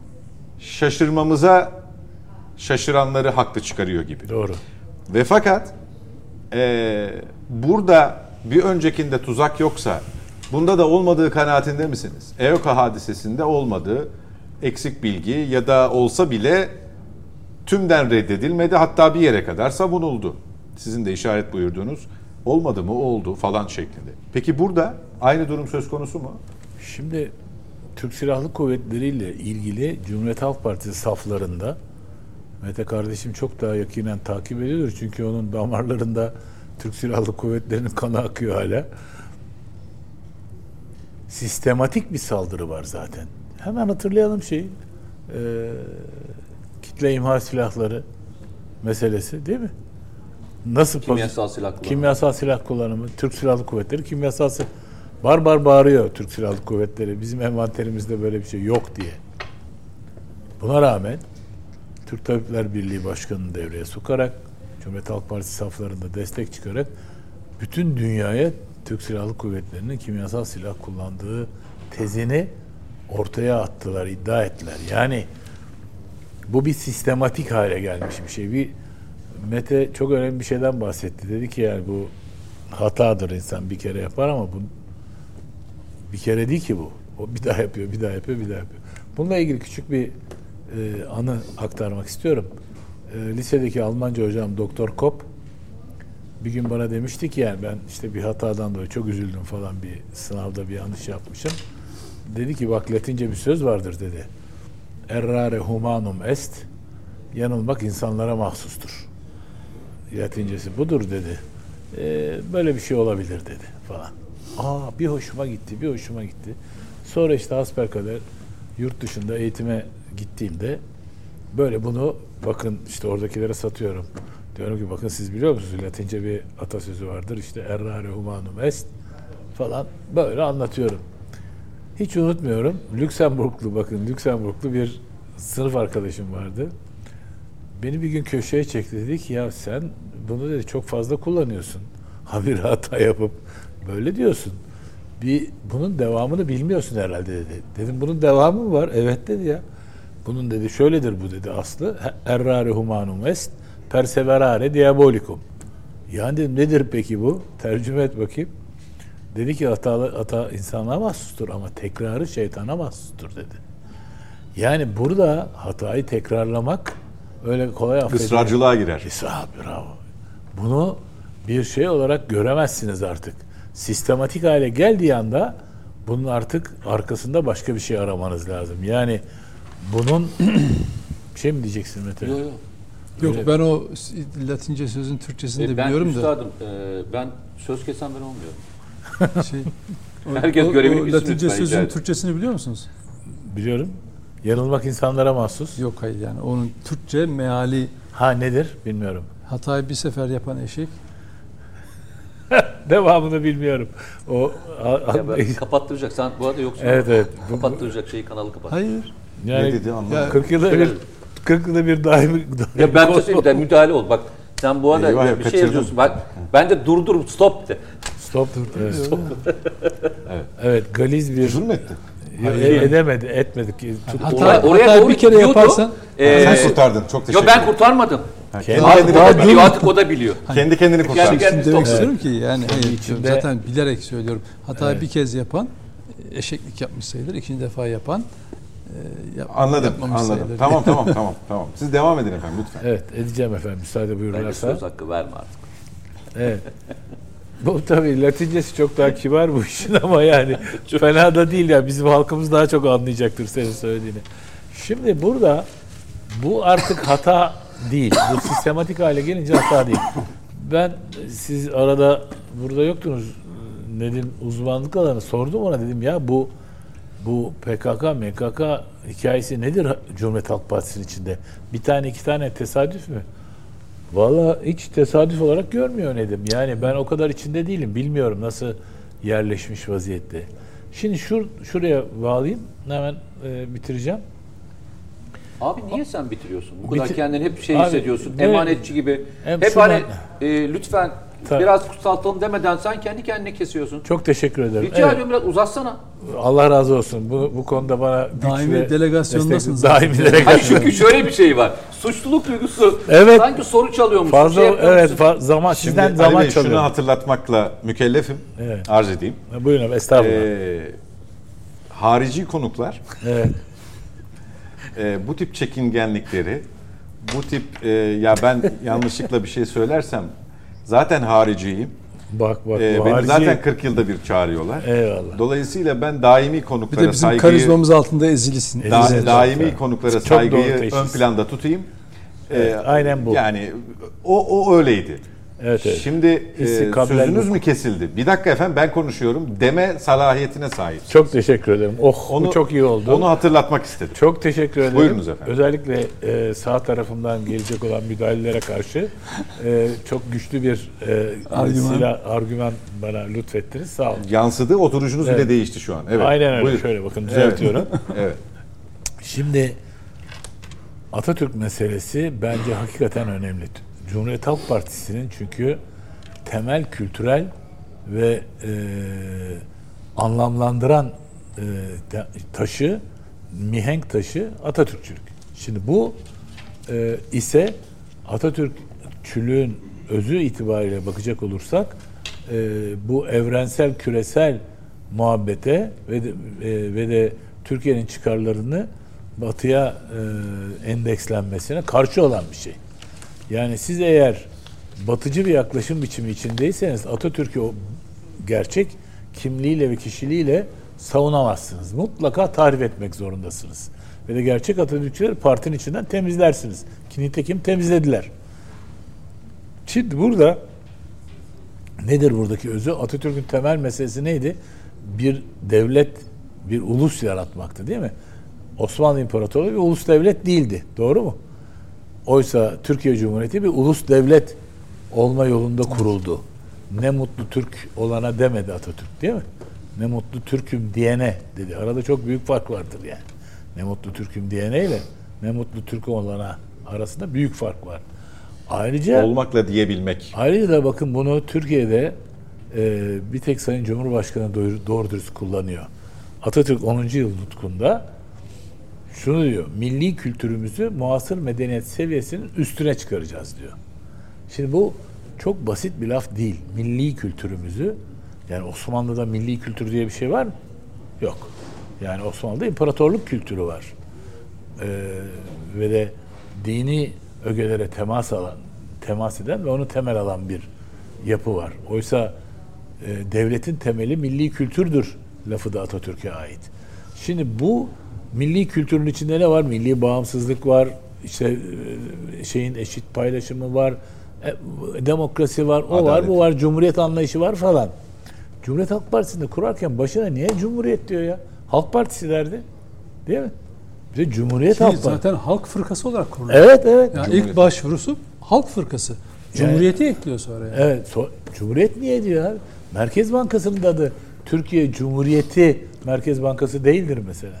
şaşırmamıza şaşıranları haklı çıkarıyor gibi. Doğru. Ve fakat e, burada bir öncekinde tuzak yoksa bunda da olmadığı kanaatinde misiniz? E O K hadisesinde olmadığı eksik bilgi ya da olsa bile tümden reddedilmedi, hatta bir yere kadar savunuldu. Sizin de işaret buyurduğunuz olmadı mı oldu falan şeklinde. Peki burada aynı durum söz konusu mu? Şimdi Türk Silahlı Kuvvetleri ile ilgili Cumhuriyet Halk Partisi saflarında Mete kardeşim çok daha yakinen takip ediyordur. Çünkü onun damarlarında Türk Silahlı Kuvvetleri'nin kanı akıyor hala. Sistematik bir saldırı var zaten. Hemen hatırlayalım şeyi. Ee, kitle imha silahları meselesi değil mi? Nasıl Kimyasal silah kullanımı. Kimyasal silah kullanımı. Türk Silahlı Kuvvetleri kimyasal silah. Bar bar bağırıyor Türk Silahlı Kuvvetleri. Bizim envanterimizde böyle bir şey yok diye. Buna rağmen Türk Tabipler Birliği Başkanı'nı devreye sokarak, Cumhuriyet Halk Partisi saflarında destek çıkarak bütün dünyaya Türk Silahlı Kuvvetleri'nin kimyasal silah kullandığı tezini ortaya attılar, iddia ettiler. Yani bu bir sistematik hale gelmiş bir şey. Bir Mete çok önemli bir şeyden bahsetti. Dedi ki yani bu hatadır, insan bir kere yapar ama bu bir kere değil ki bu. O bir daha yapıyor, bir daha yapıyor, bir daha yapıyor. Bununla ilgili küçük bir e, anı aktarmak istiyorum. E, lisedeki Almanca hocam Doktor Kopp bir gün bana demişti ki yani ben işte bir hatadan dolayı çok üzüldüm falan, bir sınavda bir yanlış yapmışım. Dedi ki bak Latince bir söz vardır dedi. Errare humanum est. Yanılmak insanlara mahsustur. Latincesi budur dedi. Ee, böyle bir şey olabilir dedi falan. Aa bir hoşuma gitti, bir hoşuma gitti. Sonra işte hasbelkader yurt dışında eğitime gittiğimde böyle bunu bakın işte oradakilere satıyorum. Diyorum ki bakın siz biliyor musunuz Latince bir atasözü vardır işte errare humanum est falan böyle anlatıyorum. Hiç unutmuyorum. Lüksemburglu bakın Lüksemburglu bir sınıf arkadaşım vardı. Beni bir gün köşeye çekti, dedi ki ya sen bunu dedi çok fazla kullanıyorsun. Habire hata yapıp böyle diyorsun. Bir bunun devamını bilmiyorsun herhalde dedi. Dedim bunun devamı mı var? Evet dedi ya. Bunun dedi şöyledir bu dedi aslı. Errare humanum est perseverare diabolicum. Yani dedim nedir peki bu? Tercüme et bakayım. Dedi ki hatalı hata insana mahsustur ama tekrarı şeytana mahsustur dedi. Yani burada hatayı tekrarlamak öyle kolay affedilir. Israrcılığa girer. İsra, bravo. Bunu bir şey olarak göremezsiniz artık. Sistematik hale geldiği anda bunun artık arkasında başka bir şey aramanız lazım. Yani bunun bir şey mi diyeceksin Mete? Yok yok. Yok ben o Latince sözün Türkçesini E, de ben biliyorum da. üstadım, e, ben söz kesen ben olmuyorum. Şey, o, Herkes o, görevini o bilsin Latince lütfen, sözün rica ederim. Türkçesini biliyor musunuz? Biliyorum. Yanılmak insanlara mahsus. Yok hayır yani onun Türkçe meali Ha nedir? Bilmiyorum. hatayı bir sefer yapan eşek. Devamını bilmiyorum. O Ya ben kapattıracak. Sen bu arada yoksun. Evet evet. Bu- Kapattıracak şeyi kanalı kapat. Hayır. Ne Yani dedi anlamadım. Ya- kırk yılda bir kırk yılda bir daimi Ya ben de söyleyeyim de müdahale ol. Bak sen bu arada Eyvah, ya bir şey kaçırdım. yazıyorsun. Bak bence durdur stop de. Stop. Evet. Stop. Evet. Evet, galiz bir Küfür mü etti? Ya, e- edemedi, etmedik. Tut, Hata, Oraya- oraya hatayı doğru bir kere gidiyordu. yaparsan Ee, Sen kurtardın. Çok teşekkür Yok ederim. ben kurtarmadım. Ha, Kendi- kendi, kendini, Artık o da daha biliyor, dur- artık o da biliyor. kendi kendini kurtardı. Kendi kendini Şimdi demek stop. istiyorum ki yani hayır, içinde- zaten bilerek söylüyorum. Hatayı bir kez yapan eşeklik yapmış sayılır. İkinci defa yapan e, yap, Anladım, yapmamış anladım. sayılır. Tamam, tamam, tamam, tamam. Siz devam edin efendim lütfen. Evet, edeceğim efendim. Müsaade Bence buyururlarsa. söz hakkı verme artık. Evet. Bu tabii Latincesi çok daha kibar bu işin ama yani fena da değil ya. Bizim halkımız daha çok anlayacaktır senin söylediğini. Şimdi burada bu artık hata değil. Bu sistematik hale gelince hata değil. Ben siz arada burada yoktunuz. Nedim uzmanlık alanı sordum ona, dedim ya bu bu P K K, M K K hikayesi nedir Cumhuriyet Halk Partisi'nin içinde? Bir tane iki tane tesadüf mü? Valla hiç tesadüf olarak görmüyor Nedim. Yani ben o kadar içinde değilim. Bilmiyorum nasıl yerleşmiş vaziyette. Şimdi şur, şuraya bağlayayım. Hemen e, bitireceğim. Abi niye sen bitiriyorsun? Bu kadar Bitir- kendini hep şey Abi, hissediyorsun. evet. Emanetçi gibi. Hem hep şuradan- hani e, lütfen Tabii. biraz kutsaltalım demeden sen kendi kendine kesiyorsun. Çok teşekkür ederim. Rica Evet, ediyorum biraz uzatsana. Allah razı olsun. Bu, bu konuda bana güç Daimi ve delegasyondasınız destek- zaten. Daimi Hayır delegasyon. çünkü şöyle bir şey var. Suçluluk duygusu. Evet. Sanki soru çalıyormuş. Fazla şey yapıyormuşsun. evet fa- zaman Şimdi sizden Ali zaman Bey, şunu çalıyor. hatırlatmakla mükellefim. Evet. Arz edeyim. Buyurun abi, estağfurullah. Ee, harici konuklar Evet. e, bu tip çekingenlikleri, bu tip e, ya ben yanlışlıkla bir şey söylersem zaten hariciyim. Bak bak E, bu beni harici- zaten kırk yılda bir çağırıyorlar. Eyvallah. Dolayısıyla ben daimi Bir konuklara de bizim saygıyı, karizmamız altında ezilisin. Evet. da- Ezilsin. daimi Çok konuklara doğru saygıyı teşhis. ön planda tutayım. Evet, aynen bu. Yani o, o öyleydi. Evet, evet. Şimdi e, İstikabbel sözünüz bu. mü kesildi? Bir dakika efendim ben konuşuyorum deme salahiyetine sahip. Çok teşekkür ederim. Oh bu çok iyi oldu. Onu hatırlatmak istedim. Çok teşekkür ederim. Buyurunuz efendim. Özellikle e, sağ tarafımdan gelecek olan müdahalelere karşı e, çok güçlü bir e, Argüman. silah, argüman bana lütfettiniz. Sağ olun. Yansıdı, oturuşunuz Evet. bile değişti şu an. Evet. Aynen öyle. Buyurun. Şöyle bakın düzeltiyorum. Evet. Şimdi Atatürk meselesi bence hakikaten önemli. Cumhuriyet Halk Partisi'nin çünkü temel kültürel ve e, anlamlandıran e, taşı, mihenk taşı Atatürkçülük. Şimdi bu e, ise Atatürkçülüğün özü itibariyle bakacak olursak e, bu evrensel, küresel muhabbete ve de, e, ve de Türkiye'nin çıkarlarını Batı'ya e, endekslenmesine karşı olan bir şey. Yani siz eğer batıcı bir yaklaşım biçimi içindeyseniz Atatürk'ü o gerçek kimliğiyle ve kişiliğiyle savunamazsınız. Mutlaka tarif etmek zorundasınız. Ve de gerçek Atatürkçüleri partinin içinden temizlersiniz. Ki nitekim temizlediler. Şimdi burada nedir buradaki özü? Atatürk'ün temel meselesi neydi? Bir devlet, bir ulus yaratmaktı değil mi? Osmanlı İmparatorluğu bir ulus devlet değildi. Doğru mu? Oysa Türkiye Cumhuriyeti bir ulus devlet olma yolunda kuruldu. Ne mutlu Türk olana demedi Atatürk değil mi? Ne mutlu Türk'üm diyene dedi. Arada çok büyük fark vardır yani. Ne mutlu Türk'üm diyene ile ne mutlu Türk olana arasında büyük fark var. Ayrıca Olmakla diyebilmek. ayrıca da bakın bunu Türkiye'de e, bir tek Sayın Cumhurbaşkanı doğru, doğru dürüst kullanıyor. Atatürk onuncu yıl nutkunda şunu diyor, milli kültürümüzü muasır medeniyet seviyesinin üstüne çıkaracağız diyor. Şimdi bu çok basit bir laf değil. Milli kültürümüzü, yani Osmanlı'da milli kültür diye bir şey var mı? Yok. Yani Osmanlı'da imparatorluk kültürü var. Ee, ve de dini ögelere temas alan, temas eden ve onu temel alan bir yapı var. Oysa e, devletin temeli milli kültürdür lafı da Atatürk'e ait. Şimdi bu milli kültürün içinde ne var? Milli bağımsızlık var, işte e, şeyin eşit paylaşımı var, e, demokrasi var, o Adalet. var, bu var, cumhuriyet anlayışı var falan. Cumhuriyet Halk Partisi'nde kurarken başına niye cumhuriyet diyor ya? Halk Partisi derdi. Değil mi? Bir de Cumhuriyet Ki Halk Partisi. zaten halk fırkası olarak kuruluyor. Evet, evet. Yani ilk başvurusu halk fırkası. Cumhuriyeti ekliyor sonra yani. Evet. So- Cumhuriyet niye diyor abi? Merkez Bankası'nın da adı Türkiye Cumhuriyeti Merkez Bankası değildir mesela.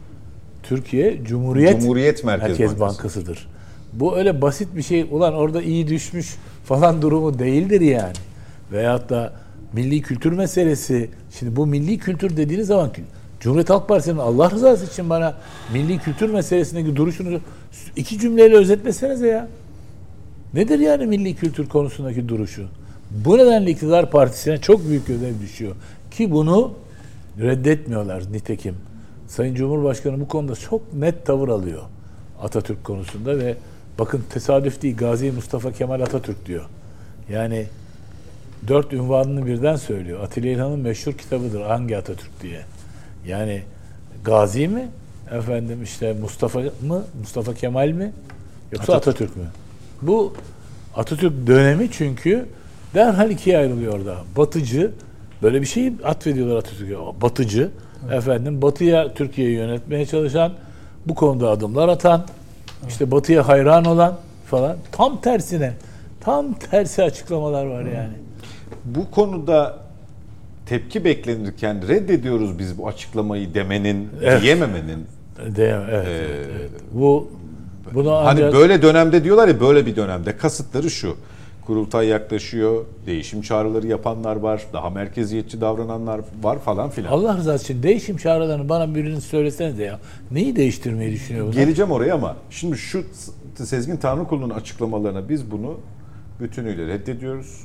Türkiye Cumhuriyet, Cumhuriyet Merkez, Merkez Bankası. Bankası'dır. Bu öyle basit bir şey. Ulan orada iyi düşmüş falan durumu değildir yani. Veyahut da milli kültür meselesi. Şimdi bu milli kültür dediğiniz zaman Cumhuriyet Halk Partisi'nin Allah rızası için bana milli kültür meselesindeki duruşunu iki cümleyle özetlesenize ya. Nedir yani milli kültür konusundaki duruşu? Bu nedenle iktidar partisine çok büyük görev düşüyor. Ki bunu reddetmiyorlar nitekim. Sayın Cumhurbaşkanı bu konuda çok net tavır alıyor Atatürk konusunda ve bakın tesadüf değil, Gazi Mustafa Kemal Atatürk diyor. Yani dört ünvanını birden söylüyor. Atilla İlhan'ın meşhur kitabıdır Hangi Atatürk diye. Yani Gazi mi? Efendim işte Mustafa mı? Mustafa Kemal mi? Yoksa Atatürk, Atatürk mü? Bu Atatürk dönemi çünkü derhal ikiye ayrılıyor orada. Batıcı, böyle bir şey atfediyorlar Atatürk'e. Batıcı, evet. Efendim Batı'ya Türkiye'yi yönetmeye çalışan, bu konuda adımlar atan, evet. işte Batı'ya hayran olan falan. Tam tersine, tam tersi açıklamalar var yani. Bu konuda tepki beklenirken reddediyoruz biz bu açıklamayı demenin, evet. diyememenin. De, evet, ee, evet, evet. Bu bunu hani ancak... böyle dönemde diyorlar ya, böyle bir dönemde kasıtları şu. Kurultay yaklaşıyor, değişim çağrıları yapanlar var, daha merkeziyetçi davrananlar var falan filan. Allah rızası için değişim çağrılarını bana birinin söylesenize ya. Neyi değiştirmeyi düşünüyor bunlar? Geleceğim oraya ama şimdi şu Sezgin Tanrıkulu'nun açıklamalarına biz bunu bütünüyle reddediyoruz.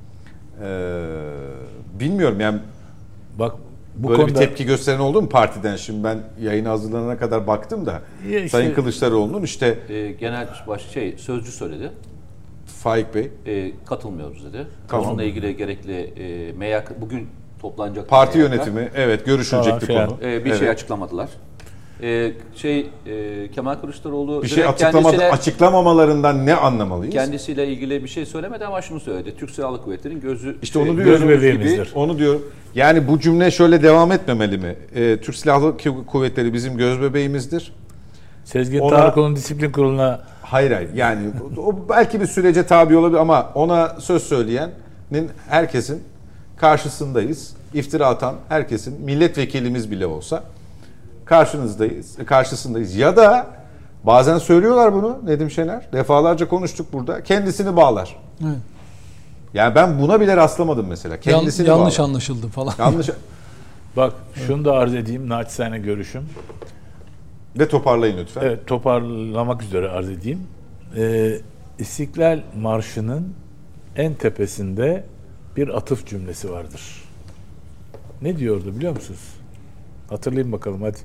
Ee, bilmiyorum yani bak bu böyle konuda... bir tepki gösteren oldu mu partiden? Şimdi ben yayına hazırlanana kadar baktım da işte, Sayın Kılıçdaroğlu'nun işte e, genel baş şey sözcü söyledi. Faik Bey e, katılmıyoruz dedi. Tamam. Onunla ilgili gerekli e, M Y K bugün toplanacak parti M Y K, yönetimi evet görüşülecek tamam, bir şey konu. E, bir evet. şey açıklamadılar. Ee, şey e, Kemal Kılıçdaroğlu Bir şey direkt açıklamadı, kendisine- açıklamamalarından ne anlamalıyız? kendisiyle ilgili bir şey söylemedi ama şunu söyledi. Türk Silahlı Kuvvetleri'nin gözü İşte onu e, diyorum. gözümüz bebeğimizdir. Onu diyorum. Yani bu cümle şöyle devam etmemeli mi? Ee, Türk Silahlı Kuvvetleri bizim göz bebeğimizdir. Sezgin Ona- Tanrıkulu'nun disiplin kuruluna Hayır hayır. Yani o belki bir sürece tabi olabilir ama ona söz söyleyenin herkesin karşısındayız. İftira atan herkesin, milletvekilimiz bile olsa karşınızdayız, karşısındayız. Ya da bazen söylüyorlar bunu Nedim Şener. Defalarca konuştuk burada. Kendisini bağlar. Evet. Yani ben buna bile rastlamadım mesela. Yan- Kendisini yanlış bağlar. anlaşıldı falan. Yanlış. bak şunu da arz edeyim naçizane görüşüm. Ve toparlayın lütfen. Evet, toparlamak üzere arz edeyim. Ee, İstiklal Marşı'nın en tepesinde bir atıf cümlesi vardır. Ne diyordu biliyor musunuz? Hatırlayın bakalım hadi.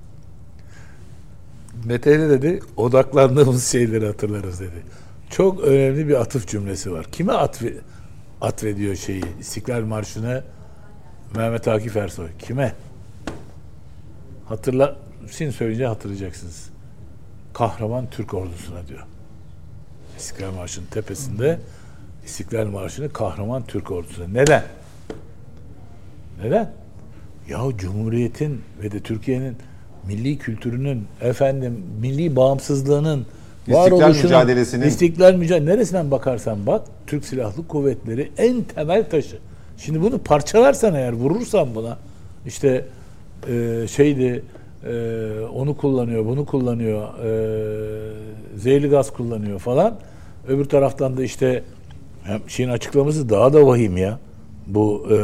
Mete ne dedi? Odaklandığımız şeyleri hatırlarız dedi. Çok önemli bir atıf cümlesi var. Kime atfe, atfediyor şeyi? İstiklal Marşı'nı Mehmet Akif Ersoy. Kime? Hatırla, şimdi söyleyince hatırlayacaksınız. Kahraman Türk ordusuna diyor. İstiklal Marşı'nın tepesinde İstiklal Marşı'nı kahraman Türk ordusuna. Neden? Neden? Ya Cumhuriyet'in ve de Türkiye'nin milli kültürünün, efendim milli bağımsızlığının, İstiklal varoluşunun, mücadelesinin- İstiklal mücadelesi neresinden bakarsan bak, Türk Silahlı Kuvvetleri en temel taşı. Şimdi bunu parçalarsan eğer, vurursan buna, işte e, şeydi, e, onu kullanıyor, bunu kullanıyor, e, zehirli gaz kullanıyor falan. Öbür taraftan da işte hem şeyin açıklaması daha da vahim ya. Bu e,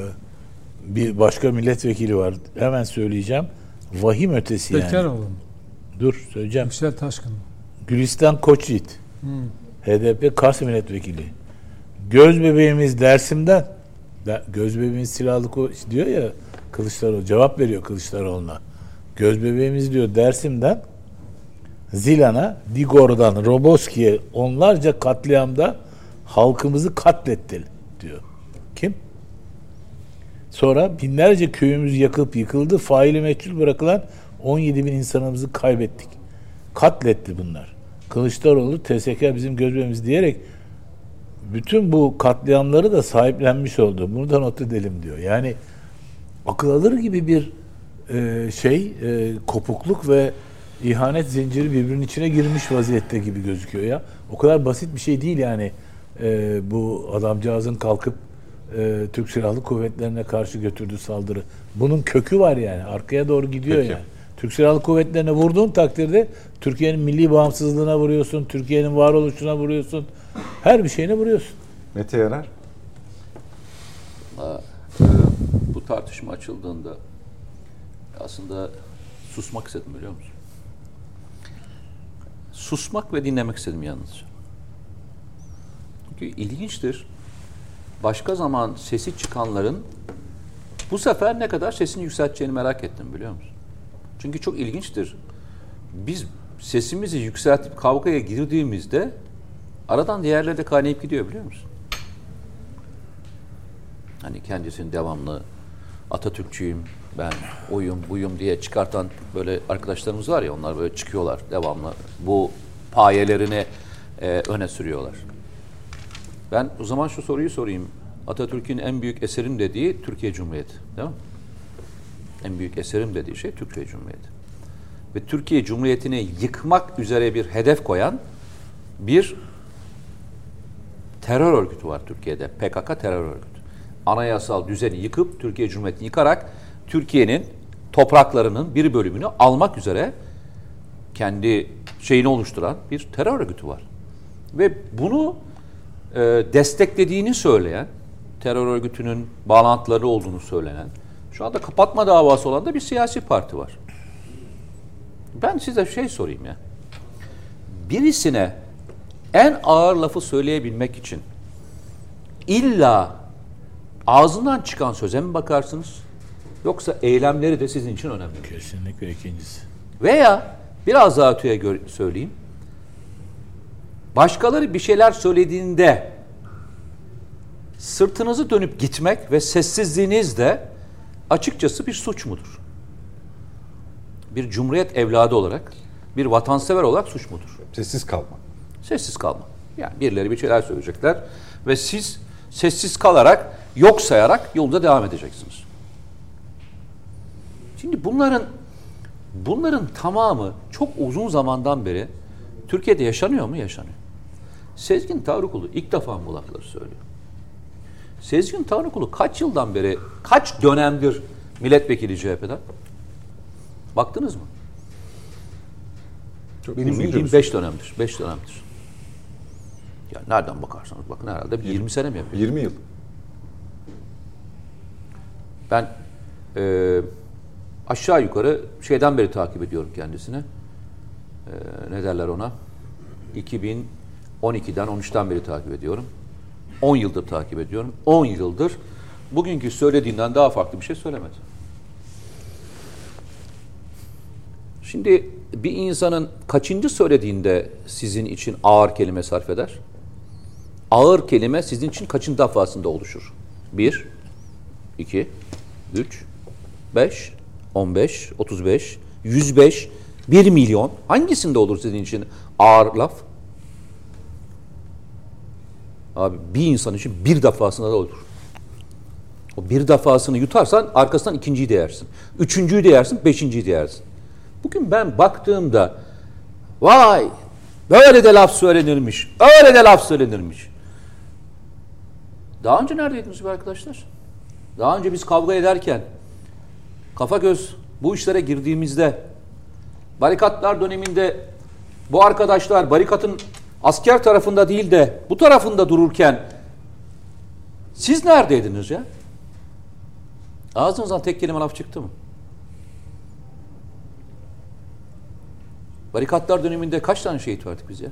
bir başka milletvekili var. Hemen söyleyeceğim. Vahim ötesi yani. Bekaroğlu mu? Dur söyleyeceğim. Yüksel Taşkın. Gülistan Koçyiğit. Hmm. H D P Kars milletvekili. Göz bebeğimiz Dersim'den. De, göz bebeğimiz silahlı kuvvet diyor ya Kılıçdaroğlu. Cevap veriyor Kılıçdaroğlu'na. Göz bebeğimiz diyor Dersim'den Zilan'a, Digor'dan Roboski'ye onlarca katliamda halkımızı katletti diyor. Kim? Sonra binlerce köyümüz yakıp yıkıldı. Faili meçhul bırakılan on yedi bin insanımızı kaybettik. Katletti bunlar. Kılıçdaroğlu T S K bizim gözümüz diyerek bütün bu katliamları da sahiplenmiş oldu. Bunu da not edelim diyor. Yani akıl alır gibi bir e, şey, e, kopukluk ve ihanet zinciri birbirinin içine girmiş vaziyette gibi gözüküyor ya. O kadar basit bir şey değil yani. E, bu adamcağızın kalkıp e, Türk Silahlı Kuvvetlerine karşı götürdüğü saldırı. Bunun kökü var yani. Arkaya doğru gidiyor Peki. yani. Türk Silahlı Kuvvetlerine vurduğun takdirde Türkiye'nin milli bağımsızlığına vuruyorsun, Türkiye'nin varoluşuna vuruyorsun. Her bir şeyine vuruyorsun. Mete Yarar. Bu tartışma açıldığında aslında susmak istedim biliyor musun? Susmak ve dinlemek istedim yalnızca. Çünkü ilginçtir. Başka zaman sesi çıkanların bu sefer ne kadar sesini yükselteceğini merak ettim biliyor musun? Çünkü çok ilginçtir. Biz sesimizi yükseltip kavgaya girdiğimizde aradan diğerleri de kaynayıp gidiyor biliyor musun? Hani kendisini devamlı Atatürkçüyüm, ben oyum, buyum diye çıkartan böyle arkadaşlarımız var ya, onlar böyle çıkıyorlar devamlı. Bu payelerini e, öne sürüyorlar. Ben o zaman şu soruyu sorayım. Atatürk'ün en büyük eserim dediği Türkiye Cumhuriyeti, değil mi? En büyük eserim dediği şey Türkiye Cumhuriyeti. Ve Türkiye Cumhuriyeti'ni yıkmak üzere bir hedef koyan bir terör örgütü var Türkiye'de. P K K terör örgütü. Anayasal düzeni yıkıp, Türkiye Cumhuriyeti'ni yıkarak Türkiye'nin topraklarının bir bölümünü almak üzere kendi şeyini oluşturan bir terör örgütü var. Ve bunu e, desteklediğini söyleyen, terör örgütünün bağlantıları olduğunu söylenen, şu anda kapatma davası olan da bir siyasi parti var. Ben size şey sorayım ya. Birisine en ağır lafı söyleyebilmek için illa ağzından çıkan söze mi bakarsınız? Yoksa eylemleri de sizin için önemli mi? Kesinlikle ikincisi. Veya biraz daha öteye gö- söyleyeyim. Başkaları bir şeyler söylediğinde sırtınızı dönüp gitmek ve sessizliğiniz de açıkçası bir suç mudur? bir cumhuriyet evladı olarak, bir vatansever olarak suç mudur? Sessiz kalma. Sessiz kalma. Yani birileri bir şeyler söyleyecekler ve siz sessiz kalarak, yok sayarak yolunuza devam edeceksiniz. Şimdi bunların bunların tamamı çok uzun zamandan beri Türkiye'de yaşanıyor mu? Yaşanıyor. Sezgin Tanrıkulu ilk defa bu lafları söylüyor. Sezgin Tanrıkulu kaç yıldan beri, kaç dönemdir milletvekili C H P'den? Baktınız mı? Çok Benim bildiğim beş dönemdir. Beş dönemdir. Yani nereden bakarsanız bakın herhalde bir yirmi sene mi yapıyor? yirmi yıl. Ben e, aşağı yukarı şeyden beri takip ediyorum kendisini. E, ne derler ona? iki bin on ikiden on üçten beri takip ediyorum. on yıldır takip ediyorum. on yıldır bugünkü söylediğinden daha farklı bir şey söylemedi. Şimdi bir insanın kaçıncı söylediğinde sizin için ağır kelime sarf eder? Ağır kelime sizin için kaçıncı defasında oluşur? Bir, iki, üç, beş, on beş, otuz beş, yüz beş, bir milyon. Hangisinde olur sizin için ağır laf? Abi bir insan için bir defasında da olur. O bir defasını yutarsan arkasından ikinciyi de yersin. Üçüncüyü de yersin, beşinciyi de yersin. Bugün ben baktığımda vay böyle de laf söylenirmiş, öyle de laf söylenirmiş. Daha önce neredeydiniz be arkadaşlar? Daha önce biz kavga ederken kafa göz bu işlere girdiğimizde barikatlar döneminde bu arkadaşlar barikatın asker tarafında değil de bu tarafında dururken siz neredeydiniz ya? Ağzınızdan tek kelime laf çıktı mı? Barikatlar döneminde kaç tane şehit verdik biz ya?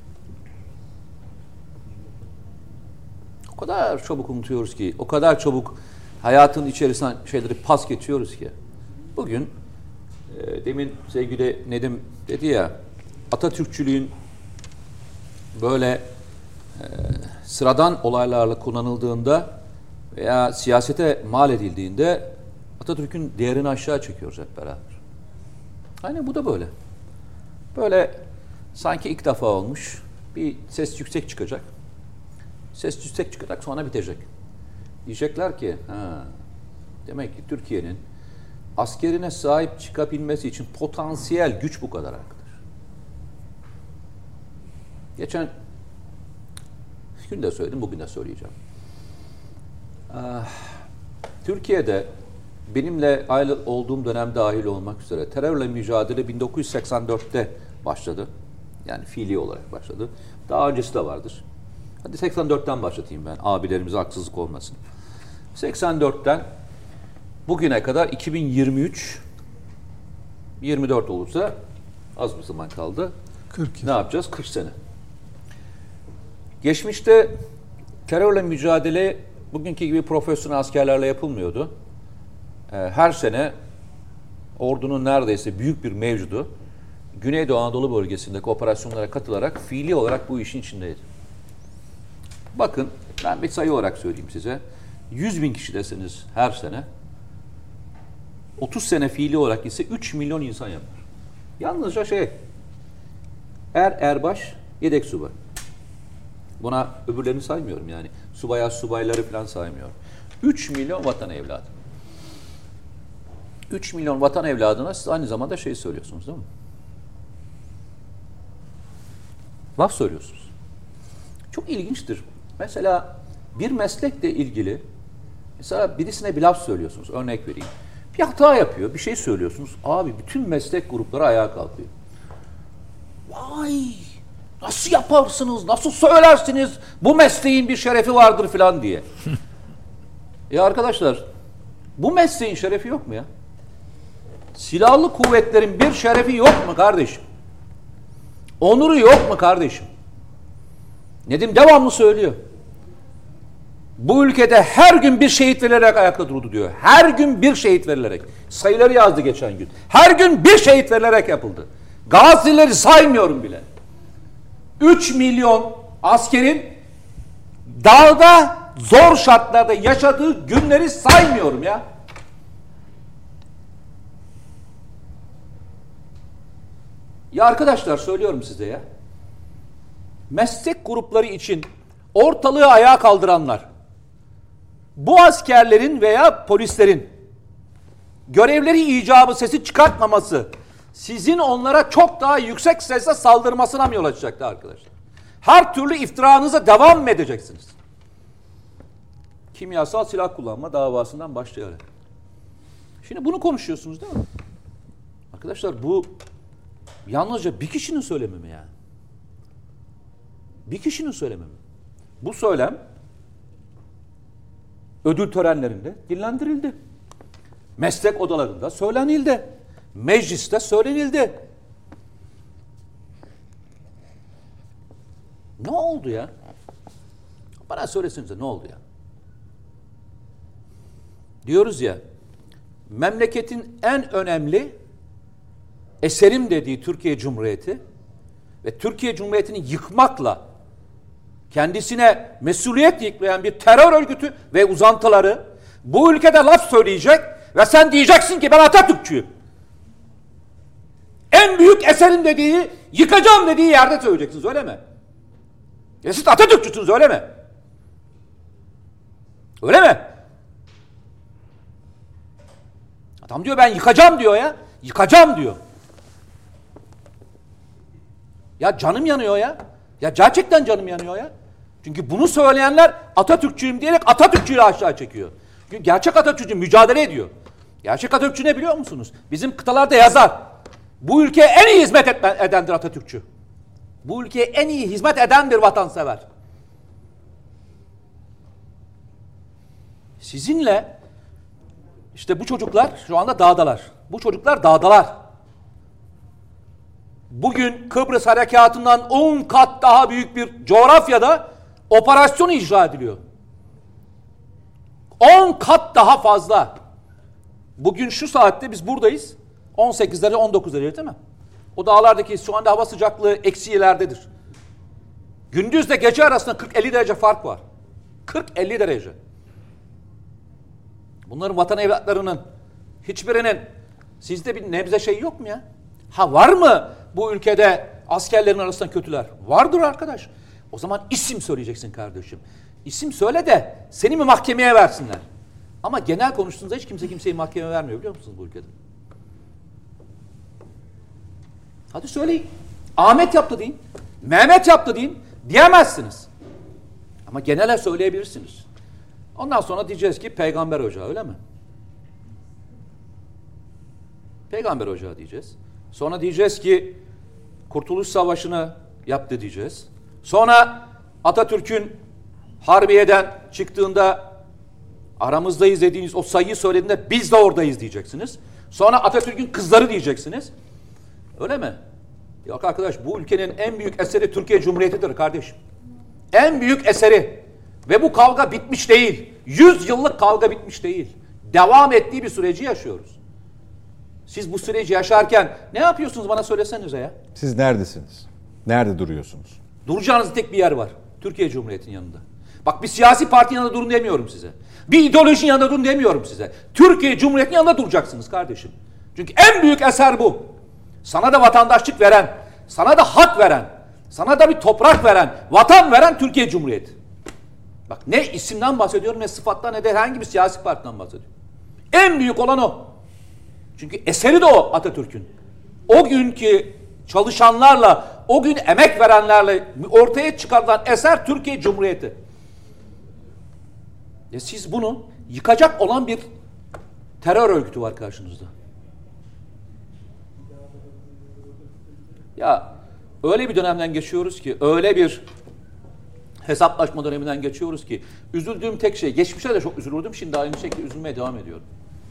O kadar çabuk unutuyoruz ki, o kadar çabuk hayatın içerisinden şeyleri pas geçiyoruz ki. Bugün e, demin sevgili Nedim dedi ya, Atatürkçülüğün böyle e, sıradan olaylarla kullanıldığında veya siyasete mal edildiğinde Atatürk'ün değerini aşağı çekiyoruz hep beraber. Aynen bu da böyle. Böyle sanki ilk defa olmuş. Bir ses yüksek çıkacak. Ses yüksek çıkacak sonra bitecek. Diyecekler ki ha, demek ki Türkiye'nin askerine sahip çıkabilmesi için potansiyel güç bu kadar arkadaş. Geçen gün de söyledim, bugün de söyleyeceğim. Ah, Türkiye'de benimle aynı olduğum dönem dahil olmak üzere terörle mücadele bin dokuz yüz seksen dörtte başladı. Yani fiili olarak başladı. Daha öncesi de vardır. Hadi seksen dörtten başlatayım ben. Abilerimize haksızlık olmasın. seksen dörtten bugüne kadar iki bin yirmi üç yirmi dört olursa az bir zaman kaldı. kırk yıl. Ne yapacağız? kırk sene. Geçmişte terörle mücadele bugünkü gibi profesyonel askerlerle yapılmıyordu. Her sene ordunun neredeyse büyük bir mevcudu Güneydoğu Anadolu bölgesindeki operasyonlara katılarak fiili olarak bu işin içindeydi. Bakın ben bir sayı olarak söyleyeyim size. yüz bin kişi deseniz her sene otuz sene fiili olarak ise üç milyon insan yapar. Yalnızca şey er erbaş yedek subay. Buna öbürlerini saymıyorum yani. Subaya subayları falan saymıyorum. üç milyon vatan evladı. üç milyon vatan evladına siz aynı zamanda şey söylüyorsunuz değil mi? Laf söylüyorsunuz. Çok ilginçtir. Mesela bir meslekle ilgili mesela birisine bir laf söylüyorsunuz. Örnek vereyim. Bir hata yapıyor, bir şey söylüyorsunuz. Abi bütün meslek grupları ayağa kalkıyor. Vay! Nasıl yaparsınız? Nasıl söylersiniz? Bu mesleğin bir şerefi vardır falan diye. Ya arkadaşlar, bu mesleğin şerefi yok mu ya? Silahlı kuvvetlerin bir şerefi yok mu kardeşim? Onuru yok mu kardeşim? Nedim devamlı söylüyor. Bu ülkede her gün bir şehit verilerek ayakta durdu diyor. Her gün bir şehit verilerek. Sayıları yazdı geçen gün. Her gün bir şehit verilerek yapıldı. Gazileri saymıyorum bile. üç milyon askerin dağda zor şartlarda yaşadığı günleri saymıyorum ya. Ya arkadaşlar söylüyorum size ya. Meslek grupları için ortalığı ayağa kaldıranlar, bu askerlerin veya polislerin görevleri icabı sesi çıkartmaması sizin onlara çok daha yüksek sesle saldırmasına mı yol açacaktı arkadaşlar? Her türlü iftiranıza devam mı edeceksiniz? Kimyasal silah kullanma davasından başlayarak. Şimdi bunu konuşuyorsunuz değil mi? Arkadaşlar bu yalnızca bir kişinin söylemi mi yani? Bir kişinin söylemi mi? Bu söylem ödül törenlerinde dillendirildi. Meslek odalarında söylenildi. Mecliste söylenildi. Ne oldu ya? Bana söylesenize ne oldu ya? Diyoruz ya, memleketin en önemli eserim dediği Türkiye Cumhuriyeti ve Türkiye Cumhuriyeti'ni yıkmakla kendisine mesuliyet yükleyen bir terör örgütü ve uzantıları bu ülkede laf söyleyecek ve sen diyeceksin ki ben Atatürkçüyüm. En büyük eserim dediği, yıkacağım dediği yerde söyleyeceksiniz, öyle mi? Ya siz Atatürkçüsünüz, öyle mi? Öyle mi? Adam diyor ben yıkacağım diyor ya. Yıkacağım diyor. Ya canım yanıyor ya. Ya gerçekten canım yanıyor ya. Çünkü bunu söyleyenler Atatürkçüyüm diyerek Atatürkçüyü aşağı çekiyor. Çünkü gerçek Atatürkçü mücadele ediyor. Gerçek Atatürkçü ne biliyor musunuz? Bizim kıtalarda yazar. Bu ülkeye en iyi hizmet etme, edendir Atatürkçü. Bu ülkeye en iyi hizmet eden bir vatansever. Sizinle işte bu çocuklar şu anda dağdalar. Bu çocuklar dağdalar. Bugün Kıbrıs harekatından on kat daha büyük bir coğrafyada operasyon icra ediliyor. on kat daha fazla. Bugün şu saatte biz buradayız. on sekiz derece, on dokuz derece değil mi? O dağlardaki şu anda hava sıcaklığı eksi ilerdedir. Gündüzle gece arasında kırk elli derece fark var. kırk elli derece. Bunların vatan evlatlarının hiçbirinin sizde bir nebze şey yok mu ya? Ha var mı bu ülkede askerlerin arasında kötüler? Vardır arkadaş. O zaman isim söyleyeceksin kardeşim. İsim söyle de seni mi mahkemeye versinler? Ama genel konuştuğunuzda hiç kimse kimseyi mahkemeye vermiyor biliyor musunuz bu ülkede? Hadi söyleyin. Ahmet yaptı deyin. Mehmet yaptı deyin. Diyemezsiniz. Ama genele söyleyebilirsiniz. Ondan sonra diyeceğiz ki peygamber ocağı, öyle mi? Peygamber ocağı diyeceğiz. Sonra diyeceğiz ki Kurtuluş Savaşı'nı yaptı diyeceğiz. Sonra Atatürk'ün Harbiye'den çıktığında aramızdayız dediğiniz o sayıyı söylediğinde biz de oradayız diyeceksiniz. Sonra Atatürk'ün kızları diyeceksiniz. Öyle mi? Yok arkadaş, bu ülkenin en büyük eseri Türkiye Cumhuriyeti'dir kardeşim. En büyük eseri. Ve bu kavga bitmiş değil. Yüz yıllık kavga bitmiş değil. Devam ettiği bir süreci yaşıyoruz. Siz bu süreci yaşarken ne yapıyorsunuz bana söylesenize ya. Siz neredesiniz? Nerede duruyorsunuz? Duracağınız tek bir yer var. Türkiye Cumhuriyeti'nin yanında. Bak bir siyasi partinin yanında durun demiyorum size. Bir ideolojinin yanında durun demiyorum size. Türkiye Cumhuriyeti'nin yanında duracaksınız kardeşim. Çünkü en büyük eser bu. Sana da vatandaşlık veren, sana da hak veren, sana da bir toprak veren, vatan veren Türkiye Cumhuriyeti. Bak ne isimden bahsediyorum, ne sıfattan, ne de herhangi bir siyasi partiden bahsediyorum. En büyük olan o. Çünkü eseri de o Atatürk'ün. O günkü çalışanlarla, o gün emek verenlerle ortaya çıkarılan eser Türkiye Cumhuriyeti. E siz bunu yıkacak olan bir terör örgütü var karşınızda. Ya öyle bir dönemden geçiyoruz ki, öyle bir hesaplaşma döneminden geçiyoruz ki, üzüldüğüm tek şey, geçmişte de çok üzülürdüm, şimdi aynı şekilde üzülmeye devam ediyorum.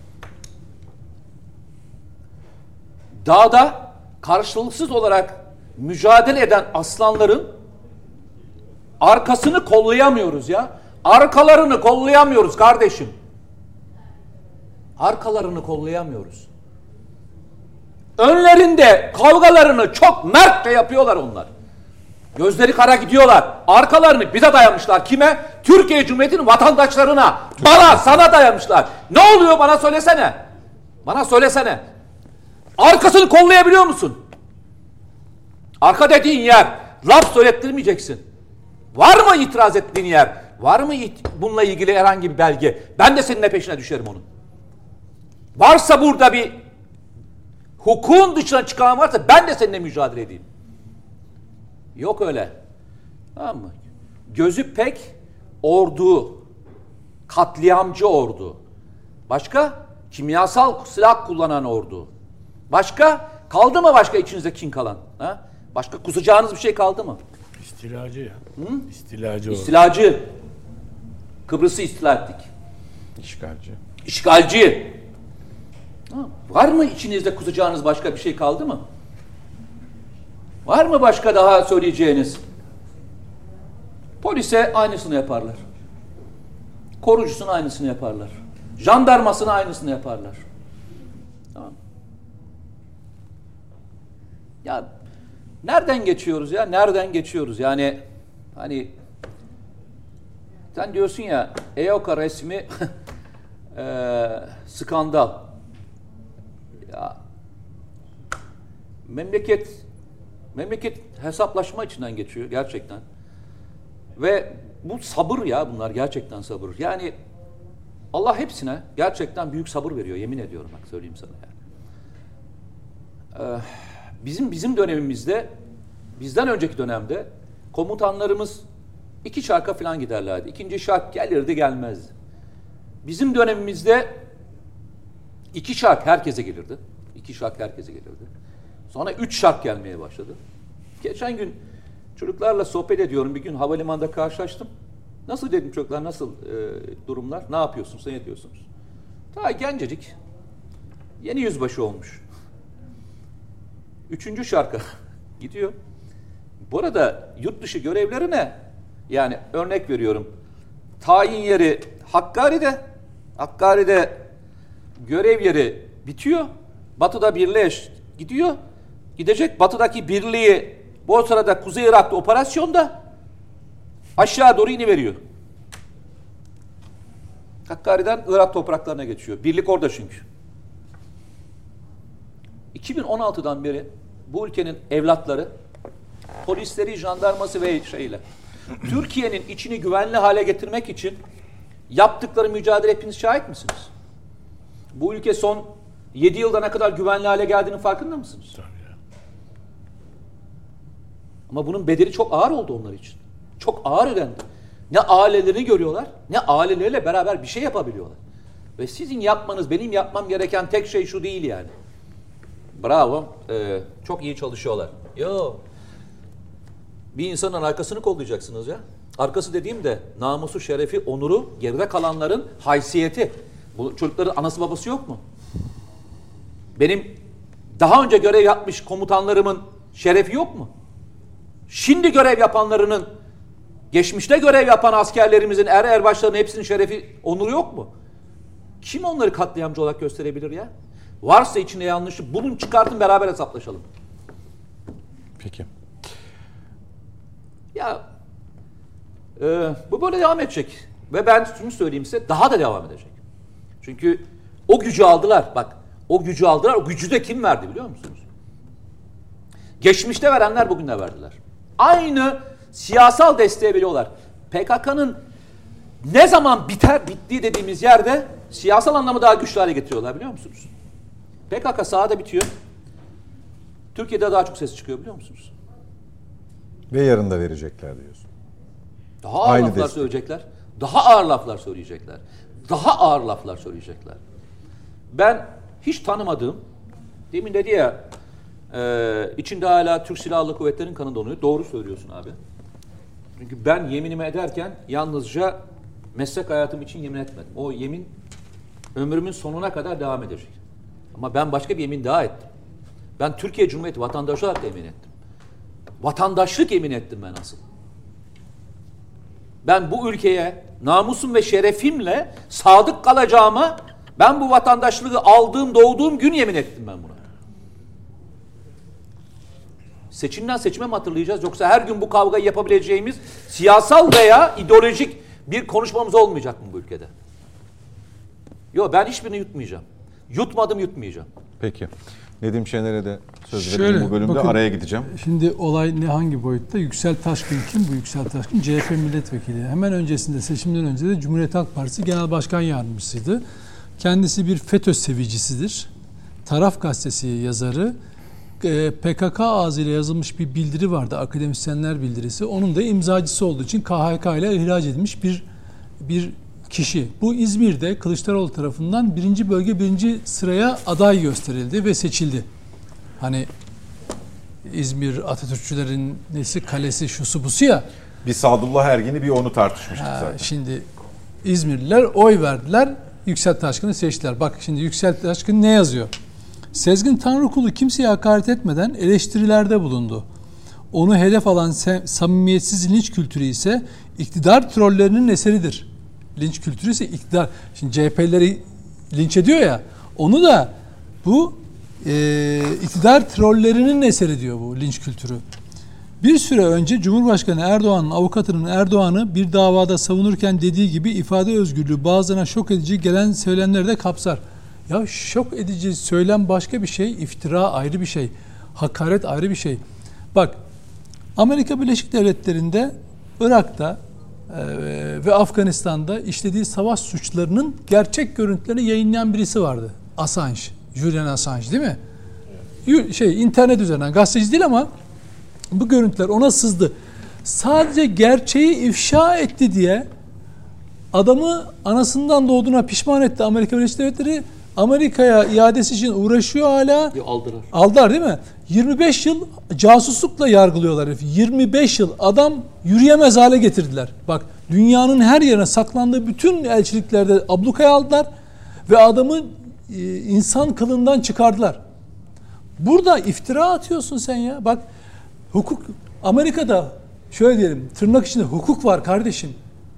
Dağda karşılıksız olarak mücadele eden aslanların arkasını kollayamıyoruz ya. Arkalarını kollayamıyoruz kardeşim. Arkalarını kollayamıyoruz. Önlerinde kavgalarını çok mertçe yapıyorlar onlar. Gözleri kara gidiyorlar. Arkalarını bize dayamışlar. Kime? Türkiye Cumhuriyeti'nin vatandaşlarına. Bana, sana dayamışlar. Ne oluyor bana söylesene. Bana söylesene. Arkasını kollayabiliyor musun? Arka dediğin yer laf söylettirmeyeceksin. Var mı itiraz ettiğin yer? Var mı it- bununla ilgili herhangi bir belge? Ben de seninle peşine düşerim onun. Varsa burada bir hukukun dışına çıkan varsa ben de seninle mücadele edeyim. Yok öyle. Tamam mı? Gözü pek ordu, katliamcı ordu. Başka? Kimyasal silah kullanan ordu. Başka? Kaldı mı başka içinizde kin kalan? Ha? Başka kusacağınız bir şey kaldı mı? İstilacı ya. Hı? İstilacı oldu. İstilacı. Kıbrıs'ı istila ettik. İşgalci. İşgalci. Ha, var mı içinizde kusacağınız başka bir şey kaldı mı? Var mı başka daha söyleyeceğiniz? Polise aynısını yaparlar. Korucusuna aynısını yaparlar. Jandarmasına aynısını yaparlar. Tamam. Ya nereden geçiyoruz ya? Nereden geçiyoruz? Yani hani sen diyorsun ya E O K resmi e, skandal. Ya memleket memleket hesaplaşma içinden geçiyor gerçekten. Ve bu sabır ya, bunlar gerçekten sabır. Yani Allah hepsine gerçekten büyük sabır veriyor, yemin ediyorum, bak söyleyeyim sana yani. Ee, bizim bizim dönemimizde, bizden önceki dönemde komutanlarımız iki şarka falan giderlerdi. İkinci şark gelirdi gelmezdi. Bizim dönemimizde iki şark herkese gelirdi. İki şark herkese gelirdi. Sonra üç şark gelmeye başladı. Geçen gün çocuklarla sohbet ediyorum. Bir gün havalimanında karşılaştım. Nasıl dedim çocuklar, nasıl e, durumlar? Ne yapıyorsunuz, ne yapıyorsunuz? Ta gencecik. Yeni yüzbaşı olmuş. Üçüncü şarka gidiyor. Bu arada yurt dışı görevlerine, yani örnek veriyorum. Tayin yeri Hakkari'de. Hakkari'de görev yeri bitiyor. Batı'da birleş gidiyor. Gidecek Batı'daki birliği bu sırada Kuzey Irak'ta operasyonda aşağı doğru iniveriyor. Hakkari'den Irak topraklarına geçiyor. Birlik orada çünkü. iki bin on altıdan beri bu ülkenin evlatları, polisleri, jandarması ve şeyle Türkiye'nin içini güvenli hale getirmek için yaptıkları mücadele hepiniz şahit misiniz? Bu ülke son yedi yılda ne kadar güvenli hale geldiğinin farkında mısınız? Tabii ya. Ama bunun bedeli çok ağır oldu onlar için. Çok ağır ödendi. Ne ailelerini görüyorlar, ne aileleriyle beraber bir şey yapabiliyorlar. Ve sizin yapmanız, benim yapmam gereken tek şey şu değil yani. Bravo, ee, çok iyi çalışıyorlar. Yo, bir insanın arkasını kollayacaksınız ya. Arkası dediğim de namusu, şerefi, onuru, geride kalanların haysiyeti. Bu çocukların anası babası yok mu? Benim daha önce görev yapmış komutanlarımın şerefi yok mu? Şimdi görev yapanlarının, geçmişte görev yapan askerlerimizin, er erbaşlarının hepsinin şerefi, onuru yok mu? Kim onları katliamcı olarak gösterebilir ya? Varsa içinde yanlışı bulun, çıkartın, beraber hesaplaşalım. Peki. Ya e, bu böyle devam edecek. Ve ben şunu söyleyeyim size, daha da devam edecek. Çünkü o gücü aldılar. Bak, o gücü aldılar. O gücü de kim verdi biliyor musunuz? Geçmişte verenler bugün de verdiler. Aynı siyasal desteği veriyorlar. P K K'nın ne zaman biter, bittiği dediğimiz yerde siyasal anlamı daha güçlü hale getiriyorlar biliyor musunuz? P K K sahada bitiyor. Türkiye'de daha çok ses çıkıyor biliyor musunuz? Ve yarın da verecekler diyorsun. Daha ağır Aynı laflar destek. söyleyecekler. Daha ağır laflar söyleyecekler. Daha ağır laflar söyleyecekler. Ben hiç tanımadığım, demin dedi ya, e, içinde hala Türk Silahlı Kuvvetleri'nin kanı donuyor. Doğru söylüyorsun abi. Çünkü ben yeminimi ederken yalnızca meslek hayatım için yemin etmedim. O yemin ömrümün sonuna kadar devam edecek. Ama ben başka bir yemin daha ettim. Ben Türkiye Cumhuriyeti vatandaşı olarak yemin ettim. Vatandaşlık yemin ettim ben asıl. Ben bu ülkeye namusum ve şerefimle sadık kalacağıma, ben bu vatandaşlığı aldığım, doğduğum gün yemin ettim ben buna. Seçimden seçime mi hatırlayacağız? Yoksa her gün bu kavgayı yapabileceğimiz siyasal veya ideolojik bir konuşmamız olmayacak mı bu ülkede? Yok, ben hiçbirini yutmayacağım. Yutmadım, yutmayacağım. Peki. Nedim Şener'e de söz Şöyle, verelim bu bölümde. bakın, araya gideceğim. Şimdi olay ne hangi boyutta? Yüksel Taşkın kim bu Yüksel Taşkın? C H P milletvekili. Hemen öncesinde seçimden önce de Cumhuriyet Halk Partisi Genel Başkan Yardımcısıydı. Kendisi bir FETÖ sevicisidir. Taraf Gazetesi yazarı. P K K ağzıyla yazılmış bir bildiri vardı. Akademisyenler bildirisi. Onun da imzacısı olduğu için K H K ile ihraç edilmiş bir bir kişi. Bu İzmir'de Kılıçdaroğlu tarafından birinci bölge birinci sıraya aday gösterildi ve seçildi. Hani İzmir Atatürkçülerin nesi kalesi şusu busu ya. Bir Sadullah Ergin'i bir onu tartışmıştık Ha, zaten. şimdi İzmirliler oy verdiler. Yüksel Taşkın'ı seçtiler. Bak şimdi Yüksel Taşkın ne yazıyor? Sezgin Tanrıkulu kimseye hakaret etmeden eleştirilerde bulundu. Onu hedef alan samimiyetsiz linç kültürü ise iktidar trollerinin eseridir. Linç kültürü ise iktidar. Şimdi C H P'lileri linç ediyor ya. Onu da bu e, iktidar trollerinin eseri diyor bu linç kültürü. Bir süre önce Cumhurbaşkanı Erdoğan'ın avukatının Erdoğan'ı bir davada savunurken dediği gibi ifade özgürlüğü bazılarına şok edici gelen söylemleri de kapsar. Ya şok edici söylem başka bir şey, iftira ayrı bir şey, hakaret ayrı bir şey. Bak, Amerika Birleşik Devletleri'nde, Irak'ta e, ve Afganistan'da işlediği savaş suçlarının gerçek görüntülerini yayınlayan birisi vardı. Assange, Julian Assange değil mi? Şey, internet üzerinden, gazeteci değil ama bu görüntüler ona sızdı. Sadece gerçeği ifşa etti diye adamı anasından doğduğuna pişman etti Amerika Birleşik Devletleri. Amerika'ya iadesi için uğraşıyor hala. Aldılar. Aldılar değil mi? yirmi beş yıl casuslukla yargılıyorlar herifi. yirmi beş yıl adam yürüyemez hale getirdiler. Bak, dünyanın her yerine saklandığı bütün elçiliklerde ablukaya aldılar ve adamı e, insan kılığından çıkardılar. Burada iftira atıyorsun sen ya. Bak, hukuk Amerika'da şöyle diyelim, tırnak içinde hukuk var kardeşim.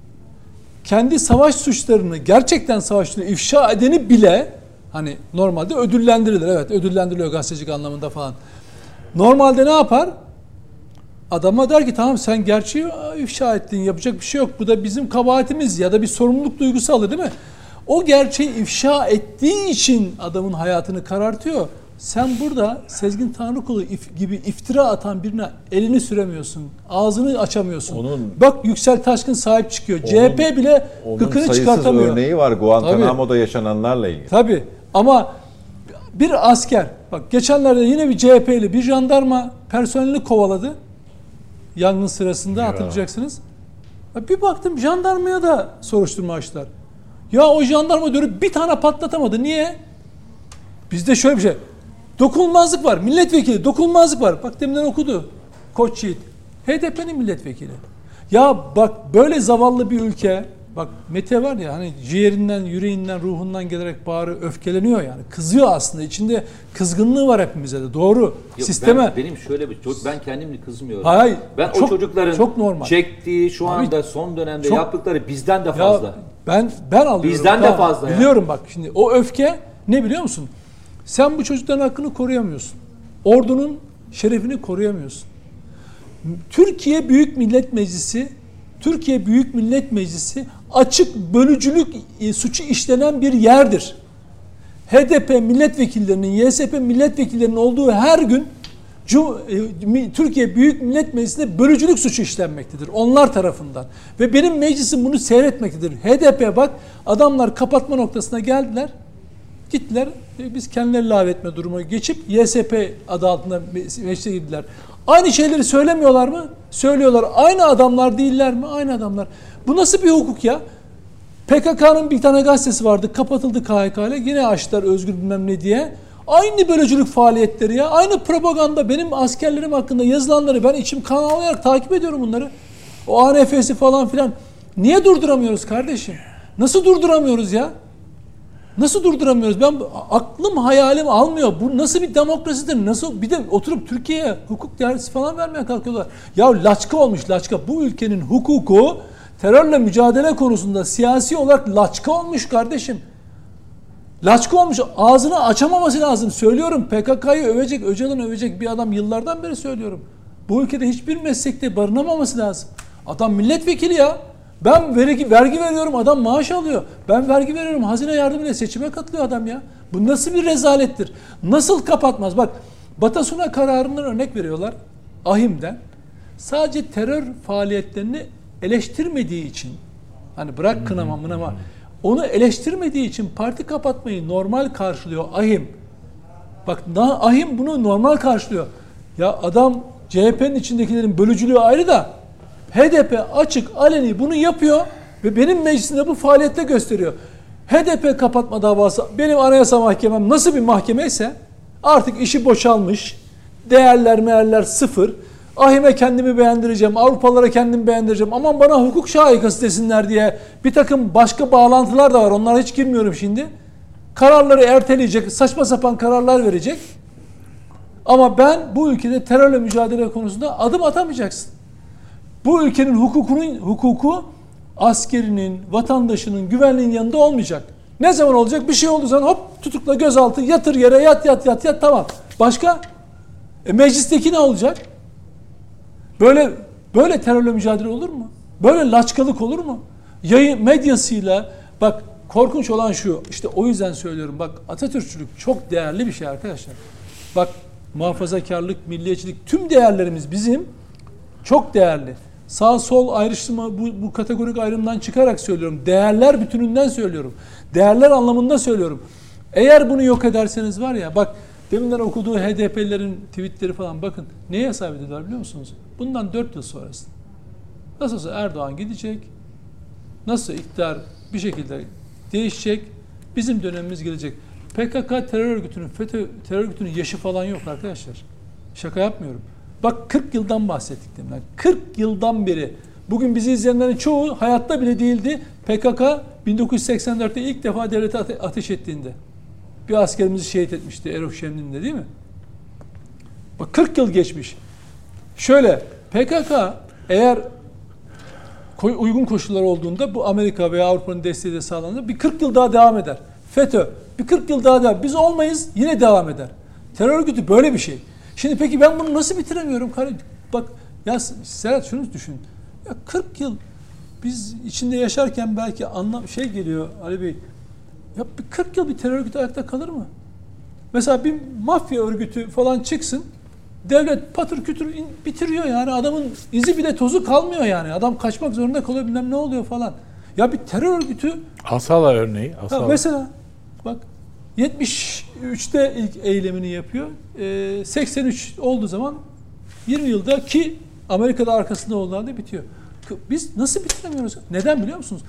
Kendi savaş suçlarını, gerçekten savaş suçlarını ifşa edeni bile hani normalde ödüllendirilir. Evet, ödüllendiriliyor gazetecilik anlamında falan. Normalde ne yapar? Adama der ki tamam sen gerçeği ifşa ettin, yapacak bir şey yok. Bu da bizim kabahatimiz ya da bir sorumluluk duygusu alır değil mi? O gerçeği ifşa ettiği için adamın hayatını karartıyor. Sen burada Sezgin Tanrıkulu if, gibi iftira atan birine elini süremiyorsun. Ağzını açamıyorsun. Onun, Bak Yüksel Taşkın sahip çıkıyor. Onun, C H P bile gıkını çıkartamıyor. Onun örneği var Guantanamo'da yaşananlarla ilgili. Tabii. Ama bir asker, bak geçenlerde yine bir C H P'li bir jandarma personelini kovaladı. Yangın sırasında ya. Hatırlayacaksınız. Bir baktım jandarmaya da soruşturma açtılar. Ya o jandarma dönüp bir tane patlatamadı. Niye? Bizde şöyle bir şey. Dokunulmazlık var. Milletvekili dokunulmazlık var. Bak deminden okudu. Koç Yiğit. H D P'nin milletvekili. Ya bak böyle zavallı bir ülke. Bak Mete var ya hani ciğerinden, yüreğinden, ruhundan gelerek bağırıyor, öfkeleniyor yani. Kızıyor aslında. İçinde kızgınlığı var hepimize de. Doğru. Yok, sisteme. Ben, benim şöyle bir ben kendimle kızmıyorum. Hayır. Ben çok, o çocukların çok normal. çektiği şu anda Abi, son dönemde çok, yaptıkları bizden de fazla. Ya ben ben alıyorum. Bizden tamam, de fazla. Biliyorum ya. Bak şimdi o öfke ne biliyor musun? Sen bu çocukların hakkını koruyamıyorsun. Ordunun şerefini koruyamıyorsun. Türkiye Büyük Millet Meclisi Türkiye Büyük Millet Meclisi açık bölücülük suçu işlenen bir yerdir. H D P milletvekillerinin, Y S P milletvekillerinin olduğu her gün Türkiye Büyük Millet Meclisi'nde bölücülük suçu işlenmektedir. Onlar tarafından. Ve benim meclisim bunu seyretmektedir. H D P bak adamlar kapatma noktasına geldiler. Gittiler. Biz kendileri lağvetme durumuna geçip Y S P adı altında meclise girdiler. Aynı şeyleri söylemiyorlar mı? Söylüyorlar. Aynı adamlar değiller mi? Aynı adamlar. Bu nasıl bir hukuk ya? P K K'nın bir tane gazetesi vardı. Kapatıldı K H K ile. Yine açtılar özgür bilmem ne diye. Aynı bölücülük faaliyetleri ya. Aynı propaganda. Benim askerlerim hakkında yazılanları ben içim kan ağlayarak takip ediyorum bunları. O A N F'si falan filan. Niye durduramıyoruz kardeşim? Nasıl durduramıyoruz ya? Nasıl durduramıyoruz? Ben aklım hayalim almıyor. Bu nasıl bir demokrasidir? Nasıl bir de oturup Türkiye'ye hukuk dersi falan vermeye kalkıyorlar. Ya laçka olmuş laçka. Bu ülkenin hukuku terörle mücadele konusunda siyasi olarak laçka olmuş kardeşim. Laçka olmuş. Ağzını açamaması lazım. Söylüyorum P K K'yı övecek, Öcalan'ı övecek bir adam yıllardan beri söylüyorum. Bu ülkede hiçbir meslekte barınamaması lazım. Adam milletvekili ya. Ben vergi, vergi veriyorum, adam maaş alıyor. Ben vergi veriyorum, hazine yardımıyla seçime katılıyor adam ya. Bu nasıl bir rezalettir? Nasıl kapatmaz? Bak, Batasuna kararından örnek veriyorlar. Ahim'den. Sadece terör faaliyetlerini eleştirmediği için, hani bırak kınama mınama, onu eleştirmediği için parti kapatmayı normal karşılıyor Ahim. Bak, Ahim bunu normal karşılıyor. Ya adam, C H P'nin içindekilerin bölücülüğü ayrı da H D P açık aleni bunu yapıyor ve benim meclisimde bu faaliyette gösteriyor. H D P kapatma davası benim Anayasa Mahkemem nasıl bir mahkemeyse artık işi boşalmış. Değerler meğerler sıfır. Ahime kendimi beğendireceğim, Avrupalılara kendimi beğendireceğim. Aman bana hukuk şahikası desinler diye bir takım başka bağlantılar da var. Onlara hiç girmiyorum şimdi. Kararları erteleyecek, saçma sapan kararlar verecek. Ama ben bu ülkede terörle mücadele konusunda adım atamayacaksın. Bu ülkenin hukukunun hukuku askerinin, vatandaşının, güvenliğin yanında olmayacak. Ne zaman olacak? Bir şey olduğu zaman hop tutukla, gözaltı, yatır yere, yat yat yat yat, tamam. Başka? E, meclisteki ne olacak? Böyle böyle terörle mücadele olur mu? Böyle laçkalık olur mu? Yayın medyasıyla, bak korkunç olan şu, işte o yüzden söylüyorum, bak Atatürkçülük çok değerli bir şey arkadaşlar. Bak, muhafazakarlık, milliyetçilik, tüm değerlerimiz bizim çok değerli. Sağ sol ayrıştırma, bu, bu kategorik ayrımdan çıkarak söylüyorum. Değerler bütününden söylüyorum. Değerler anlamında söylüyorum. Eğer bunu yok ederseniz var ya, bak deminden okuduğu H D P'lilerin tweetleri falan, bakın neye hesap ediyorlar biliyor musunuz? Bundan dört yıl sonrası. Nasıl olsa Erdoğan gidecek. Nasıl iktidar bir şekilde değişecek. Bizim dönemimiz gelecek. P K K terör örgütünün, FETÖ terör örgütünün yaşı falan yok arkadaşlar. Şaka yapmıyorum. Bak kırk yıldan bahsettik demden. kırk yıldan beri. Bugün bizi izleyenlerin çoğu hayatta bile değildi. P K K bin dokuz yüz seksen dörtte ilk defa devlete ate- ateş ettiğinde. Bir askerimizi şehit etmişti Erol Şemdin'de, değil mi? Bak kırk yıl geçmiş. Şöyle, P K K eğer uygun koşullar olduğunda bu Amerika veya Avrupa'nın desteği de sağlanır. Bir kırk yıl daha devam eder. FETÖ bir kırk yıl daha devam. Biz olmayız, yine devam eder. Terör örgütü böyle bir şey. Şimdi peki ben bunu nasıl bitiremiyorum? Bak ya Serhat, şunu düşün. Ya kırk yıl biz içinde yaşarken belki anlam şey geliyor Ali Bey. Ya bir kırk yıl bir terör örgütü ayakta kalır mı? Mesela bir mafya örgütü falan çıksın. Devlet patır kütür bitiriyor yani. Adamın izi bile tozu kalmıyor yani. Adam kaçmak zorunda kalıyor, bilmem ne oluyor falan. Ya bir terör örgütü... Asala örneği. Asala. Ha, mesela bak yetmiş üçte ilk eylemini yapıyor. Ee, seksen üç olduğu zaman yirmi yılda, ki Amerika'da arkasında olduğu halde bitiyor. Biz nasıl bitiremiyoruz? Neden biliyor musunuz?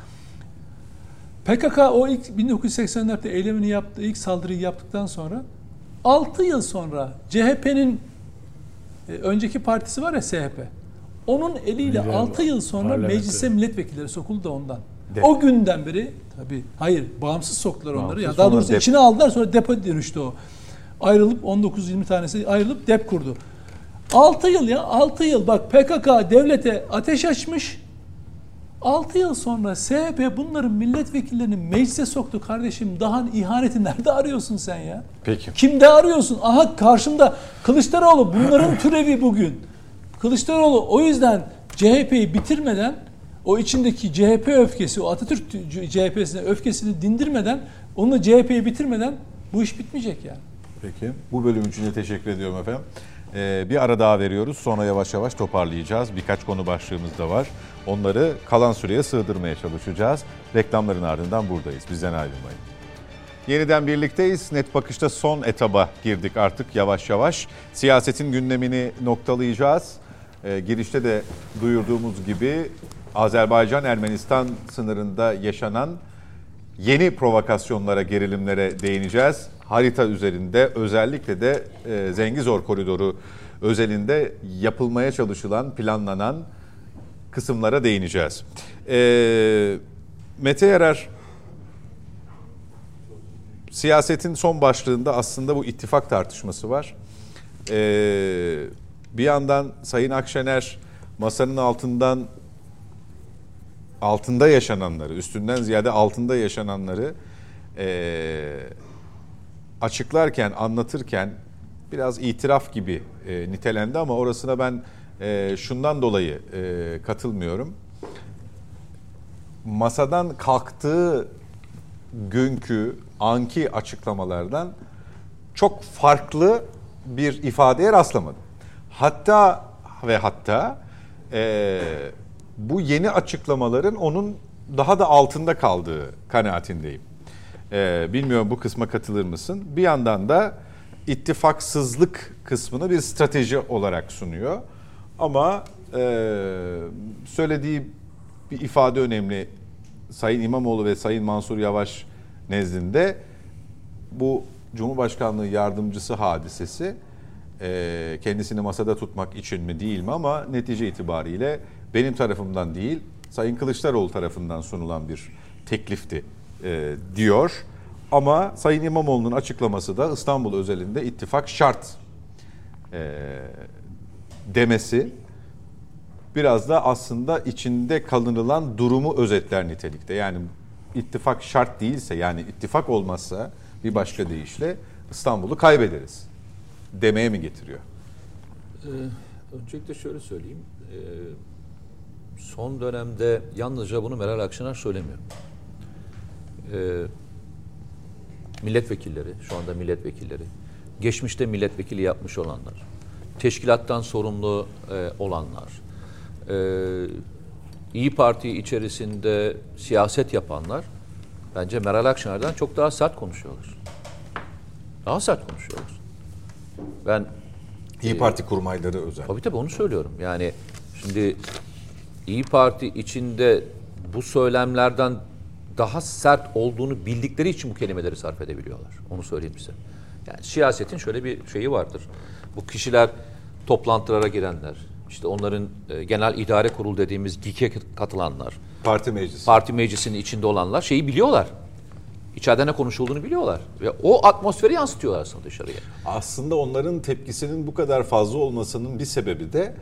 P K K o ilk bin dokuz yüz seksen dörtte eylemini yaptığı, ilk saldırıyı yaptıktan sonra altı yıl sonra C H P'nin e, önceki partisi var ya, S H P. Onun eliyle altı yıl sonra meclise milletvekilleri sokuldu da ondan. Dep. O günden beri tabii hayır bağımsız soktular onları. Bağımsız, ya daha doğrusu dep. içine aldılar, sonra depo dönüştü o. Ayrılıp on dokuz yirmi tanesi ayrılıp dep kurdu. altı yıl ya altı yıl bak, P K K devlete ateş açmış. altı yıl sonra S H P bunların milletvekillerini meclise soktu kardeşim. Daha ihaneti nerede arıyorsun sen ya? Peki. Kimde arıyorsun? Aha karşımda Kılıçdaroğlu, bunların türevi bugün. Kılıçdaroğlu o yüzden C H P'yi bitirmeden, o içindeki C H P öfkesi, o Atatürk C H P'sine öfkesini dindirmeden, onunla C H P'yi bitirmeden bu iş bitmeyecek yani. Peki. Bu bölüm için de teşekkür ediyorum efendim. Ee, bir ara daha veriyoruz. Sonra yavaş yavaş toparlayacağız. Birkaç konu başlığımız da var. Onları kalan süreye sığdırmaya çalışacağız. Reklamların ardından buradayız. Bizden ayrılmayın. Yeniden birlikteyiz. Net Bakış'ta son etaba girdik artık yavaş yavaş. Siyasetin gündemini noktalayacağız. Ee, girişte de duyurduğumuz gibi Azerbaycan-Ermenistan sınırında yaşanan yeni provokasyonlara, gerilimlere değineceğiz. Harita üzerinde, özellikle de e, Zengizor koridoru özelinde yapılmaya çalışılan, planlanan kısımlara değineceğiz. E, Mete Yarar, siyasetin son başlığında aslında bu ittifak tartışması var. E, bir yandan Sayın Akşener masanın altından altında yaşananları, üstünden ziyade altında yaşananları e, açıklarken, anlatırken biraz itiraf gibi e, nitelendi ama orasına ben e, şundan dolayı e, katılmıyorum. masadan kalktığı günkü anki açıklamalardan çok farklı bir ifadeye rastlamadım. Hatta ve hatta e, bu yeni açıklamaların onun daha da altında kaldığı kanaatindeyim. E, bilmiyorum bu kısma katılır mısın? Bir yandan da ittifaksızlık kısmını bir strateji olarak sunuyor. Ama e, söylediği bir ifade önemli. Sayın İmamoğlu ve Sayın Mansur Yavaş nezdinde bu Cumhurbaşkanlığı yardımcısı hadisesi e, kendisini masada tutmak için mi değil mi, ama netice itibariyle benim tarafımdan değil Sayın Kılıçdaroğlu tarafından sunulan bir teklifti e, diyor. Ama Sayın İmamoğlu'nun açıklaması da İstanbul özelinde ittifak şart e, demesi biraz da aslında içinde kalınılan durumu özetler nitelikte. Yani ittifak şart değilse, yani ittifak olmazsa bir başka deyişle İstanbul'u kaybederiz demeye mi getiriyor? Ee, öncelikle şöyle söyleyeyim. Ee, son dönemde yalnızca bunu Meral Akşener söylemiyor. Ee, milletvekilleri, şu anda milletvekilleri, geçmişte milletvekili yapmış olanlar, teşkilattan sorumlu e, olanlar, e, İyi Parti içerisinde siyaset yapanlar bence Meral Akşener'den çok daha sert konuşuyorlar. Daha sert konuşuyorlar. Ben İyi Parti kurmayları özel. Tabii tabii onu söylüyorum. Yani şimdi İyi Parti içinde bu söylemlerden daha sert olduğunu bildikleri için bu kelimeleri sarf edebiliyorlar. Onu söyleyeyim size. Yani siyasetin şöyle bir şeyi vardır. Bu kişiler toplantılara girenler, işte onların e, genel idare kurulu dediğimiz GİK'e katılanlar, Parti meclisi. Parti meclisinin içinde olanlar şeyi biliyorlar. İçeride ne konuşulduğunu biliyorlar. Ve o atmosferi yansıtıyorlar aslında dışarıya. Aslında onların tepkisinin bu kadar fazla olmasının bir sebebi de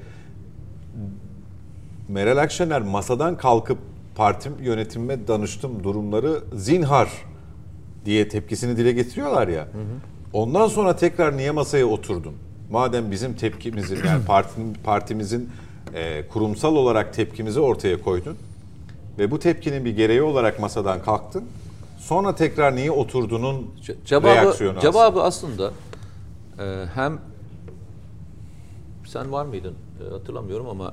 Meral Akşener masadan kalkıp parti yönetimime danıştım durumları zinhar diye tepkisini dile getiriyorlar ya. Hı hı. Ondan sonra tekrar niye masaya oturdun? Madem bizim tepkimizi, yani partinin, partimizin e, kurumsal olarak tepkimizi ortaya koydun ve bu tepkinin bir gereği olarak masadan kalktın. Sonra tekrar niye oturduğunun cevabı, reaksiyonu cevabı aslında, aslında e, hem sen var mıydın e, hatırlamıyorum ama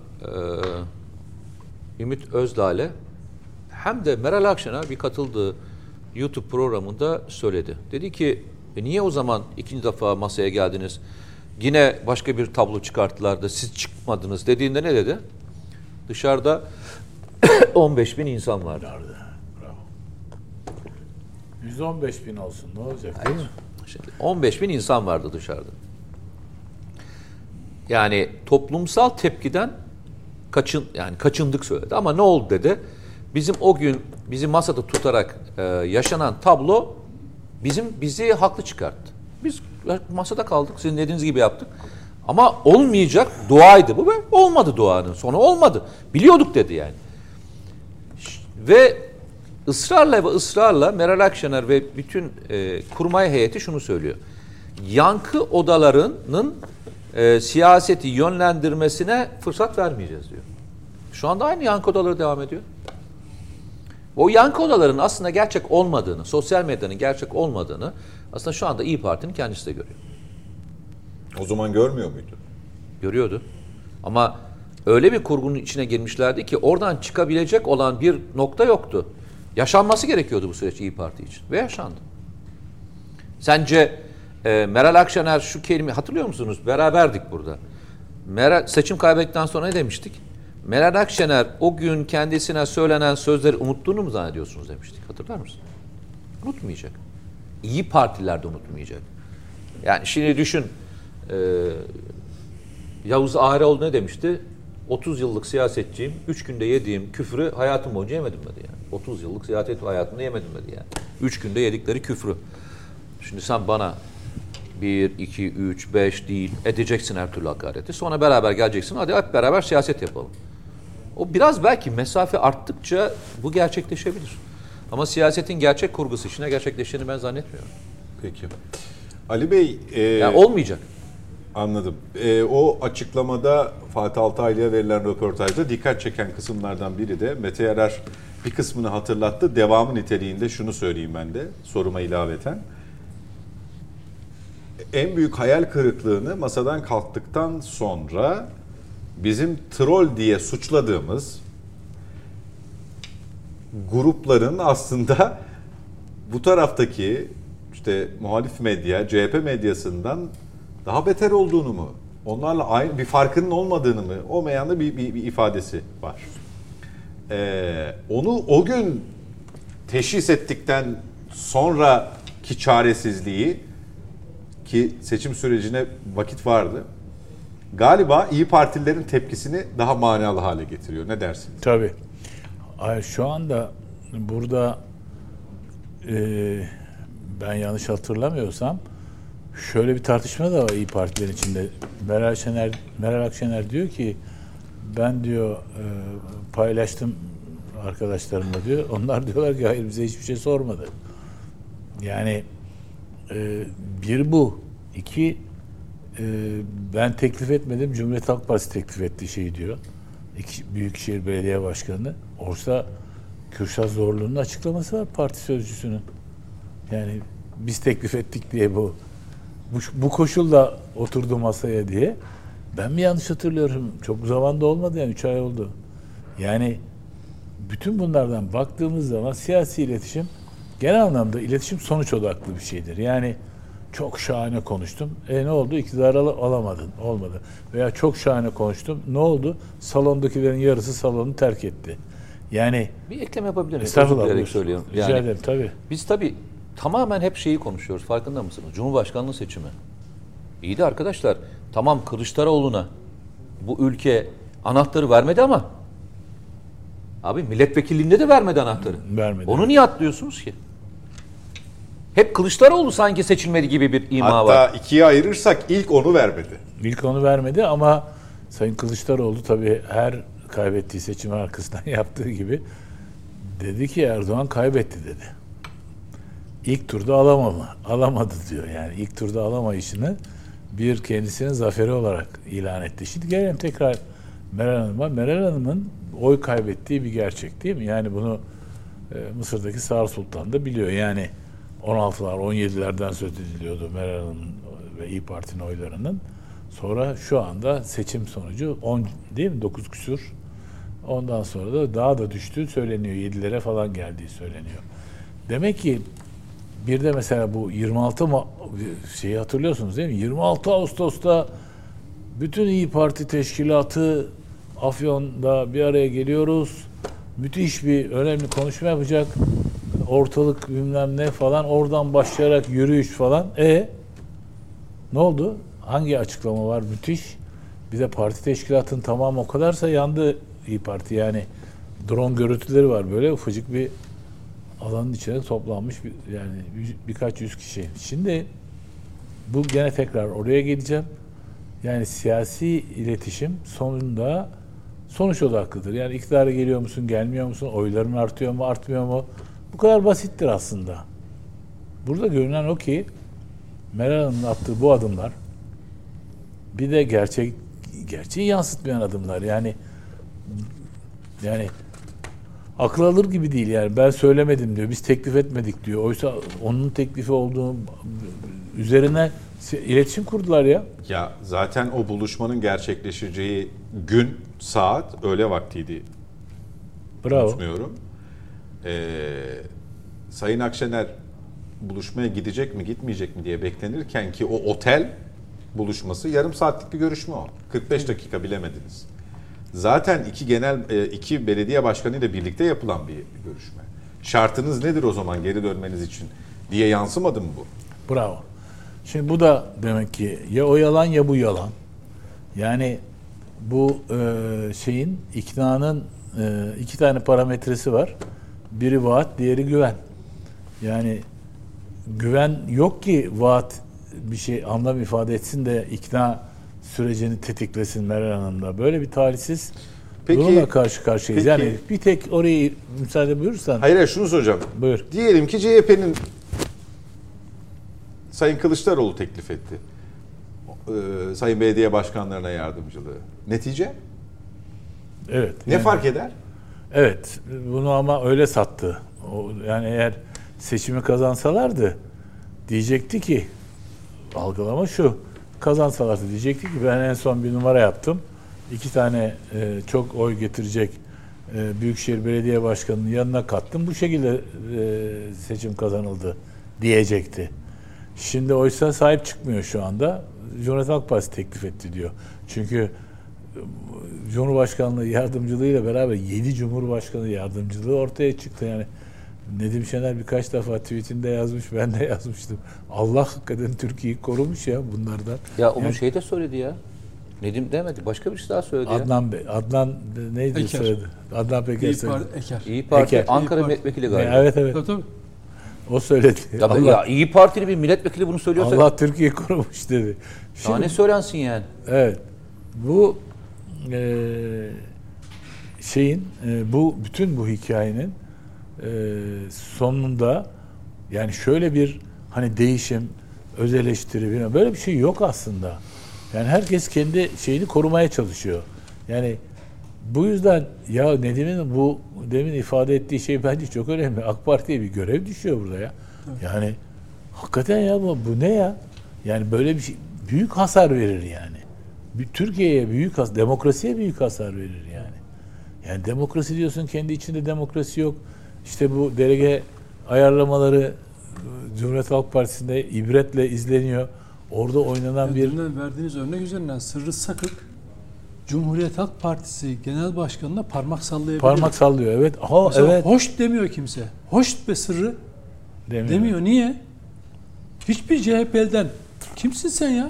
e, Ümit Özdağ'le hem de Meral Akşener bir katıldığı YouTube programında söyledi. Dedi ki e niye o zaman ikinci defa masaya geldiniz? Yine başka bir tablo çıkarttılar da siz çıkmadınız dediğinde ne dedi? Dışarıda on beş bin insan vardı. Bravo. yüz on beş bin olsun ne olacak değil mi? Şimdi on beş bin insan vardı dışarıda. Yani toplumsal tepkiden kaçın yani kaçındık söyledi. Ama ne oldu dedi? Bizim o gün bizi masada tutarak e, yaşanan tablo bizim bizi haklı çıkarttı. Biz masada kaldık. Sizin dediğiniz gibi yaptık. Ama olmayacak duaydı bu ve olmadı duanın. Sonu olmadı. Biliyorduk dedi yani. Ve ısrarla ve ısrarla Meral Akşener ve bütün e, kurmay heyeti şunu söylüyor. Yankı odalarının e, siyaseti yönlendirmesine fırsat vermeyeceğiz diyor. Şu anda aynı yankı odaları devam ediyor. O yankı odalarının aslında gerçek olmadığını, sosyal medyanın gerçek olmadığını aslında şu anda İyi Parti'nin kendisi de görüyor. O zaman görmüyor muydu? Görüyordu. Ama öyle bir kurgunun içine girmişlerdi ki oradan çıkabilecek olan bir nokta yoktu. Yaşanması gerekiyordu bu süreç İyi Parti için. Ve yaşandı. Sence e, Meral Akşener şu kelime hatırlıyor musunuz? Beraberdik burada. Meral, seçim kaybettikten sonra ne demiştik? Meral Akşener o gün kendisine söylenen sözleri unuttuğunu mu zannediyorsunuz demiştik. Hatırlar mısın? Unutmayacak. İyi Partiler de unutmayacak. Yani şimdi düşün e, Yavuz Ağaroğlu ne demişti? otuz yıllık siyasetçiyim. üç günde yediğim küfrü hayatım boyunca yemedim dedi yani. otuz yıllık siyaset hayatımda yemedim dedi yani. üç günde yedikleri küfrü. Şimdi sen bana bir, iki, üç, beş değil edeceksin her türlü hakareti. Sonra beraber geleceksin. Hadi hep beraber siyaset yapalım. O biraz belki mesafe arttıkça bu gerçekleşebilir. Ama siyasetin gerçek kurgusu içine gerçekleştiğini ben zannetmiyorum. Peki. Ali Bey... E, yani olmayacak. Anladım. E, o açıklamada Fatih Altaylı'ya verilen röportajda dikkat çeken kısımlardan biri de Mete Yarar bir kısmını hatırlattı. Devamı niteliğinde şunu söyleyeyim ben de soruma ilaveten. En büyük hayal kırıklığını masadan kalktıktan sonra bizim troll diye suçladığımız grupların aslında bu taraftaki işte muhalif medya, C H P medyasından daha beter olduğunu mu? Onlarla aynı bir farkının olmadığını mı? O meyanda bir, bir, bir ifadesi var. Ee, onu o gün teşhis ettikten sonraki çaresizliği, ki seçim sürecine vakit vardı, galiba İyi Partililerin tepkisini daha manalı hale getiriyor. Ne dersiniz? Tabii. Ay, şu anda burada e, ben yanlış hatırlamıyorsam şöyle bir tartışma da var İyi Partilerin içinde. Meral Şener, Meral Akşener diyor ki ben diyor e, paylaştım arkadaşlarımla diyor. Onlar diyorlar ki hayır bize hiçbir şey sormadı. Yani e, bir bu. İki e, ben teklif etmedim. Cumhuriyet Halk Partisi teklif ettiği şey diyor. İki, Büyükşehir Belediye Başkanı. Oysa Kürşat Zorlu'nun açıklaması var parti sözcüsünün. Yani biz teklif ettik diye bu. Bu, bu koşulla oturdu masaya diye. Ben mi yanlış hatırlıyorum? Çok zamanda olmadı yani üç ay oldu. Yani bütün bunlardan baktığımız zaman siyasi iletişim genel anlamda iletişim sonuç odaklı bir şeydir. Yani çok şahane konuştum. E ne oldu? İktidarı al- alamadın. Olmadı. Veya çok şahane konuştum. Ne oldu? Salondakilerin yarısı salonu terk etti. Yani Bir ekleme yapabilir miyim? Özür estağfurullah. dileyerek buyur. söylüyorum. Rica Yani ederim tabii. biz tabii tamamen hep şeyi konuşuyoruz. Farkında mısınız? Cumhurbaşkanlığı seçimi. İyi de arkadaşlar, tamam Kılıçdaroğlu'na bu ülke anahtarı vermedi ama abi milletvekilliğinde de vermedi anahtarı. Vermedi. Onu niye atlıyorsunuz ki? Hep Kılıçdaroğlu sanki seçilmedi gibi bir ima Hatta var. ikiye ayırırsak ilk onu vermedi. İlk onu vermedi ama Sayın Kılıçdaroğlu tabii her kaybettiği seçim arkasından yaptığı gibi dedi ki Erdoğan kaybetti dedi. İlk turda alamama, alamadı diyor. Yani ilk turda alamayışını bir kendisinin zaferi olarak ilan etti. Şimdi gelelim tekrar Meral Hanım'a. Meral Hanım'ın oy kaybettiği bir gerçek değil mi? Yani bunu e, Mısır'daki Sağır Sultan da biliyor. Yani on altılar, on yedilerden söz ediliyordu Meral Hanım'ın ve İYİ Parti'nin oylarının. Sonra şu anda seçim sonucu on değil mi? dokuz küsur. Ondan sonra da daha da düştüğü söyleniyor. yedilere falan geldiği söyleniyor. Demek ki bir de mesela bu yirmi altı Ma- şeyi hatırlıyorsunuz değil mi? yirmi altı Ağustos'ta bütün İYİ Parti teşkilatı Afyon'da bir araya geliyoruz. Müthiş bir önemli konuşma yapacak. Ortalık bilmem ne falan. Oradan başlayarak yürüyüş falan. E ne oldu? Hangi açıklama var? Müthiş. Bir de parti teşkilatının tamamı o kadarsa yandı İYİ Parti. Yani drone görüntüleri var böyle ufacık bir alanın içine toplanmış bir, yani yüz, birkaç yüz kişi. Şimdi bu gene tekrar oraya geleceğim. Yani siyasi iletişim sonunda sonuç odaklıdır. Yani iktidara geliyor musun, gelmiyor musun, oyların artıyor mu, artmıyor mu? Bu kadar basittir aslında. Burada görünen o ki Meral Hanım'ın attığı bu adımlar bir de gerçek gerçeği yansıtmayan adımlar. Yani yani akıl alır gibi değil yani. Ben söylemedim diyor. Biz teklif etmedik diyor. Oysa onun teklifi olduğu üzerine iletişim kurdular ya. Ya zaten o buluşmanın gerçekleşeceği gün, saat öğle vaktiydi. Bravo. Unutmuyorum. Ee, Sayın Akşener buluşmaya gidecek mi gitmeyecek mi diye beklenirken ki o otel buluşması yarım saatlik bir görüşme o. kırk beş dakika bilemediniz. Zaten iki genel iki belediye başkanı ile birlikte yapılan bir görüşme. Şartınız nedir o zaman geri dönmeniz için diye yansımadı mı bu? Bravo. Şimdi bu da demek ki ya o yalan ya bu yalan. Yani bu e, şeyin iknanın e, iki tane parametresi var. Biri vaat, diğeri güven. Yani güven yok ki vaat bir şey anlam ifade etsin de ikna sürecini tetiklesin Meral Hanım'da. Böyle bir talihsiz Peki, durumla karşı karşıyayız. peki, Yani bir tek orayı müsaade buyursan. Hayır, hayır şunu soracağım. Buyur. Diyelim ki C H P'nin Sayın Kılıçdaroğlu teklif etti. Ee, Sayın Belediye Başkanlarına yardımcılığı. Netice? Evet. Ne yani, fark eder? Evet, bunu ama öyle sattı. O, yani eğer seçimi kazansalardı diyecekti ki, algılama şu, kazansalardı diyecekti ki ben en son bir numara yaptım. İki tane e, çok oy getirecek e, Büyükşehir Belediye Başkanı'nın yanına kattım. Bu şekilde e, seçim kazanıldı diyecekti. Şimdi oysa sahip çıkmıyor şu anda. Cumhuriyet Halk Partisi teklif etti diyor. Çünkü Cumhurbaşkanlığı yardımcılığıyla beraber yedi Cumhurbaşkanı yardımcılığı ortaya çıktı. Yani Nedim Şener birkaç defa tweetinde yazmış, ben de yazmıştım. Allah hakikaten Türkiye'yi korumuş ya bunlardan. Ya onu yani, şey de söyledi ya. Nedim demedi. Başka bir şey daha söyledi Adnan ya. Bey, Adnan neydi Eker. söyledi? Adnan Peker İyi söyledi. Parti, Eker. İyi Parti, Eker. Ankara İyi Parti. milletvekili galiba. Evet evet. Tabii, tabii. O söyledi. Ya, Allah, ya İyi Partili bir milletvekili bunu söylüyorsa Allah Türkiye'yi korumuş dedi. daha ne söylensin yani? Evet. Bu e, şeyin e, bu bütün bu hikayenin e, sonunda yani şöyle bir hani değişim, öz eleştiri bilmem, böyle bir şey yok aslında. Yani herkes kendi şeyini korumaya çalışıyor. Yani bu yüzden ya Nedim'in bu demin ifade ettiği şey bence çok önemli. AK Parti'ye bir görev düşüyor burada ya. Yani hakikaten ya bu, bu ne ya? Yani böyle bir şey büyük hasar verir yani. Bir Türkiye'ye büyük has, demokrasiye büyük hasar verir yani. Yani demokrasi diyorsun, kendi içinde demokrasi yok. İşte bu delege ayarlamaları Cumhuriyet Halk Partisi'nde ibretle izleniyor. Orada oynanan bir... Dün verdiğiniz örnek üzerinden Sırrı Sakık Cumhuriyet Halk Partisi Genel Başkanı'na parmak sallayabilir. Parmak sallıyor, evet. Aha, Mesela evet. hoş demiyor kimse. Hoş be Sırrı Demiyor. demiyor. Niye? Hiçbir C H P'den kimsin sen ya?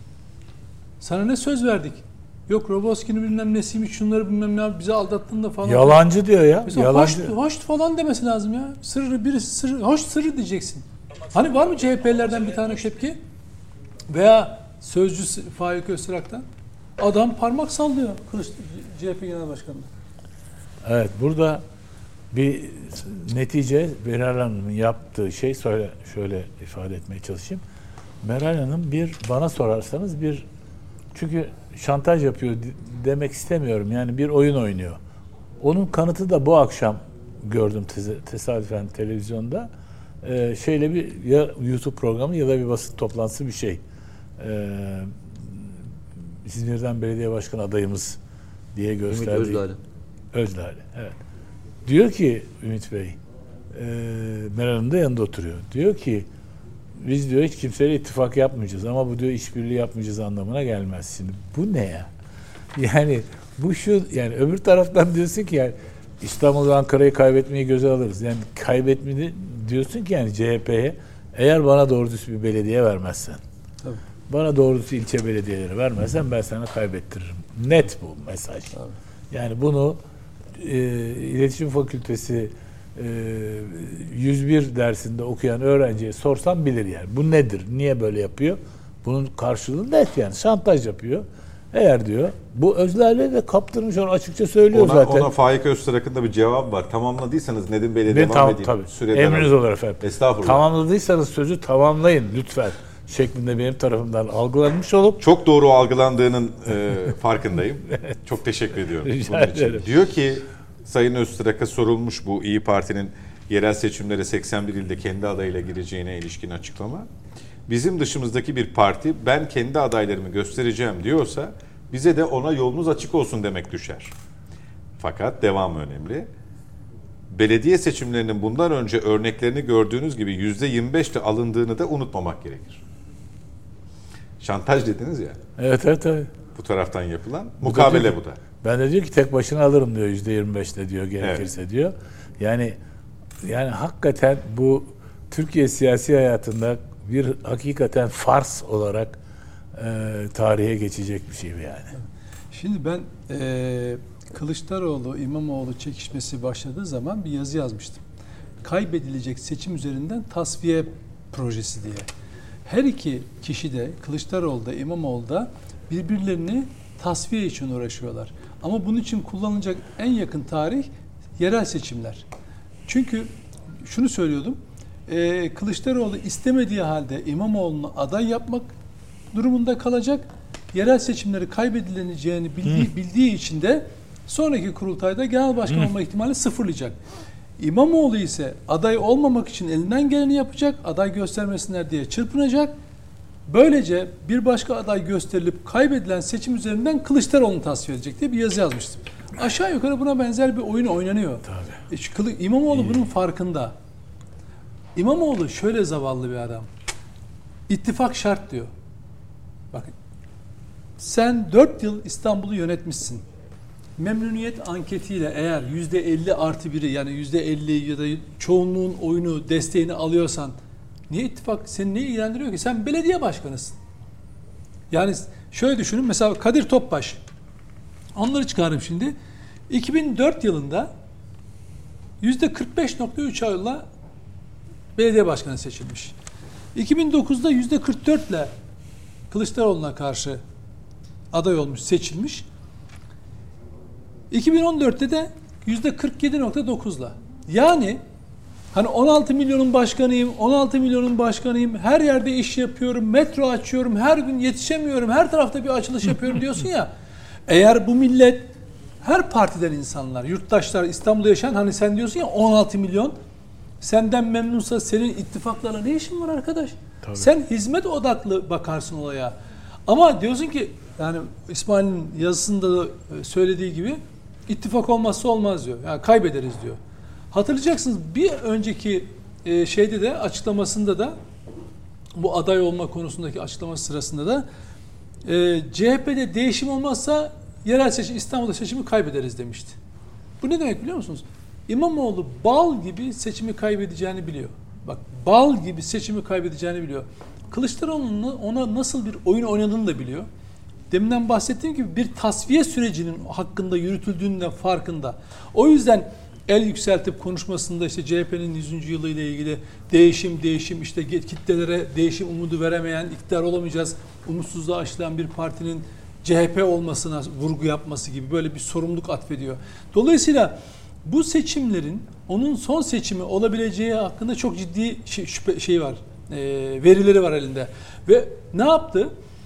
Sana ne söz verdik? Yok Roboski'nin bilmem nesiymiş, şunları bilmem ne bize aldattın da falan. Yalancı diyor ya. Mesela Yalancı. hoş, hoş falan demesi lazım ya. Sırrı birisi sırrı, hoş Sırrı diyeceksin. Hani var mı C H P'lerden bir tane tepki? Veya sözcü Faik Öztürk'ten adam parmak sallıyor Kılıç C H P Genel Başkanı'na. Evet, burada bir netice Meral Hanım'ın yaptığı şey söyle, şöyle ifade etmeye çalışayım. Meral Hanım bir, bana sorarsanız bir, çünkü şantaj yapıyor demek istemiyorum. Yani bir oyun oynuyor. Onun kanıtı da bu akşam gördüm tesadüfen televizyonda. Ee, şeyle bir ya YouTube programı ya da bir basın toplantısı bir şey. Ee, İzmir'den belediye başkanı adayımız diye gösterdi. Ümit Özdağ'ı. Özdağ'ı, evet. Diyor ki Ümit Bey, e, Meral Hanım da yanında oturuyor. Diyor ki biz diyor hiç kimseyle ittifak yapmayacağız ama bu diyor işbirliği yapmayacağız anlamına gelmez. Şimdi bu ne ya? Yani bu şu, yani öbür taraftan diyorsun ki yani İstanbul'da Ankara'yı kaybetmeyi göze alırız. Yani kaybetmeyi diyorsun ki yani C H P'ye eğer bana doğru düz bir belediye vermezsen, Tabii. bana doğru düz ilçe belediyeleri vermezsen ben sana kaybettiririm. Net bu mesaj. Tabii. Yani bunu e, İletişim Fakültesi e, yüz bir dersinde okuyan öğrenciye sorsam bilir yani. Bu nedir? Niye böyle yapıyor? Bunun karşılığı net yani. Şantaj yapıyor. Eğer diyor, bu Özler'le de kaptırmış, onu açıkça söylüyor ona, zaten. Ona Faik Öztürk'ün da bir cevap var. Tamamladıysanız Nedim Bey'le Ben devam tam, edeyim. tabii. Süreden Emriniz alın. olur efendim. Estağfurullah. Tamamladıysanız sözü tamamlayın lütfen şeklinde benim tarafımdan algılanmış olup Çok doğru algılandığının e, farkındayım. Çok teşekkür ediyorum. Rica bunun için. ederim. Diyor ki Sayın Öztürk'e sorulmuş bu İyi Parti'nin yerel seçimlere seksen bir ilde kendi adayıyla gireceğine ilişkin açıklama. Bizim dışımızdaki bir parti ben kendi adaylarımı göstereceğim diyorsa bize de ona yolunuz açık olsun demek düşer. Fakat devam önemli. Belediye seçimlerinin bundan önce örneklerini gördüğünüz gibi yüzde yirmi beşle alındığını da unutmamak gerekir. Şantaj dediniz ya. evet evet evet. Bu taraftan yapılan mukabele diyor bu ki- da. Ben de diyor ki tek başına alırım diyor yüzde yirmi beşle diyor gerekirse Evet. diyor. Yani yani hakikaten bu Türkiye siyasi hayatında bir hakikaten fars olarak e, tarihe geçecek bir şey yani. Şimdi ben e, Kılıçdaroğlu İmamoğlu çekişmesi başladığı zaman bir yazı yazmıştım. Kaybedilecek seçim üzerinden tasfiye projesi diye. Her iki kişi de Kılıçdaroğlu da İmamoğlu da birbirlerini tasfiye için uğraşıyorlar. Ama bunun için kullanılacak en yakın tarih yerel seçimler. Çünkü şunu söylüyordum. E, Kılıçdaroğlu istemediği halde İmamoğlu'nu aday yapmak durumunda kalacak. Yerel seçimleri kaybedileceğini bildiği, bildiği için de Sonraki kurultayda genel başkan olma ihtimali sıfırlayacak. İmamoğlu ise aday olmamak için elinden geleni yapacak, aday göstermesinler diye çırpınacak. Böylece bir başka aday gösterilip kaybedilen seçim üzerinden Kılıçdaroğlu'nu tasfiye edecek diye bir yazı yazmıştım. Aşağı yukarı buna benzer bir oyun oynanıyor. Tabii. E şu Kılı- İmamoğlu bunun farkında. İmamoğlu şöyle zavallı bir adam. İttifak şart diyor. Bakın. Sen dört yıl İstanbul'u yönetmişsin. Memnuniyet anketiyle eğer yüzde elli artı biri yani yüzde elli ya da çoğunluğun oyunu, desteğini alıyorsan niye ittifak seni ne ilgilendiriyor ki? Sen belediye başkanısın. Yani şöyle düşünün, mesela Kadir Topbaş. Onları çıkardım şimdi. iki bin dört yılında yüzde kırk beş nokta üç oyla belediye başkanı seçilmiş. iki bin dokuzda yüzde kırk dört ile Kılıçdaroğlu'na karşı aday olmuş, seçilmiş. iki bin on dörtte de yüzde kırk yedi nokta dokuzla. Yani hani on altı milyonun başkanıyım, on altı milyonun başkanıyım, her yerde iş yapıyorum, metro açıyorum, her gün yetişemiyorum, her tarafta bir açılış yapıyorum diyorsun ya. Eğer bu millet, her partiden insanlar, yurttaşlar, İstanbul'da yaşayan, hani sen diyorsun ya on altı milyon, senden memnunsa senin ittifaklarla ne işin var arkadaş? Tabii. Sen hizmet odaklı bakarsın olaya. Ama diyorsun ki, yani İsmail'in yazısında da söylediği gibi ittifak olmazsa olmaz diyor. Yani kaybederiz diyor. Hatırlayacaksınız bir önceki e, şeyde de açıklamasında da bu aday olma konusundaki açıklaması sırasında da e, C H P'de değişim olmazsa yerel seçim, İstanbul'da seçimi kaybederiz demişti. Bu ne demek biliyor musunuz? İmamoğlu bal gibi seçimi kaybedeceğini biliyor. Bak, bal gibi seçimi kaybedeceğini biliyor. Kılıçdaroğlu'nun ona nasıl bir oyun oynadığını da biliyor. Deminden bahsettiğim gibi bir tasfiye sürecinin hakkında yürütüldüğünün farkında. O yüzden el yükseltip konuşmasında işte C H P'nin yüzüncü yılı ile ilgili değişim değişim işte kitlelere değişim umudu veremeyen, iktidar olamayacağız, umutsuzluğa aşılan bir partinin C H P olmasına vurgu yapması gibi böyle bir sorumluluk atfediyor. Dolayısıyla bu seçimlerin onun son seçimi olabileceği hakkında çok ciddi şey, şüphe, şey var, e, verileri var elinde. Ve ne yaptı?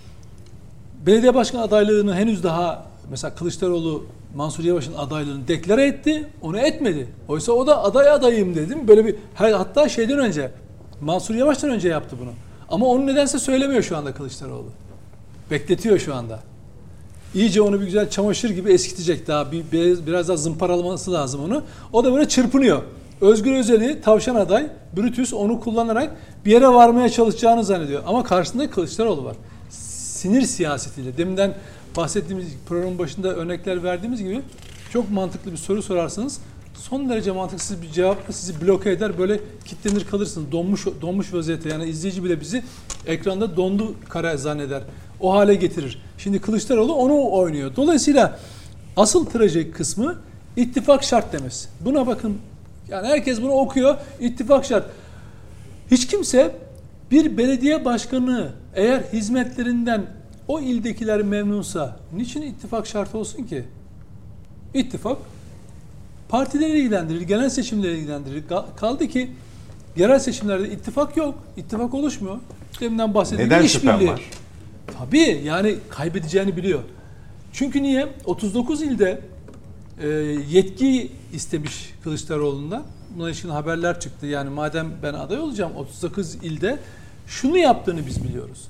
Belediye başkan adaylığını henüz daha mesela Kılıçdaroğlu Mansur Yavaş'ın adaylığını deklare etti. Onu etmedi. Oysa o da aday adayım dedim. Böyle bir hatta şeyden önce Mansur Yavaş'tan önce yaptı bunu. Ama onu nedense söylemiyor şu anda Kılıçdaroğlu. Bekletiyor şu anda. İyice onu bir güzel çamaşır gibi eskitecek daha. Bir, biraz daha zımparalaması lazım onu. O da böyle çırpınıyor. Özgür Özel'i tavşan aday, Brutus onu kullanarak bir yere varmaya çalışacağını zannediyor. Ama karşısında Kılıçdaroğlu var. Sinir siyasetiyle. Deminden bahsettiğimiz programın başında örnekler verdiğimiz gibi çok mantıklı bir soru sorarsanız son derece mantıksız bir cevapla sizi bloke eder, böyle kilitlenir kalırsınız. Donmuş donmuş vaziyette, yani izleyici bile bizi ekranda dondu kara zanneder. O hale getirir. Şimdi Kılıçdaroğlu onu oynuyor. Dolayısıyla asıl trajik kısmı ittifak şart demesi. Buna bakın, yani herkes bunu okuyor. İttifak şart. Hiç kimse bir belediye başkanı eğer hizmetlerinden o ildekiler memnunsa niçin ittifak şart olsun ki? İttifak partileri ilgilendirir, genel seçimleri ilgilendirir. Kaldı ki yerel seçimlerde ittifak yok. İttifak oluşmuyor. Deminden bahsettiğim neden işbirliği. şüphem var? Tabii, yani kaybedeceğini biliyor. Çünkü niye? otuz dokuz ilde e, yetki istemiş Kılıçdaroğlu'ndan. Buna ilişkin haberler çıktı. Yani madem ben aday olacağım, otuz dokuz ilde şunu yaptığını biz biliyoruz.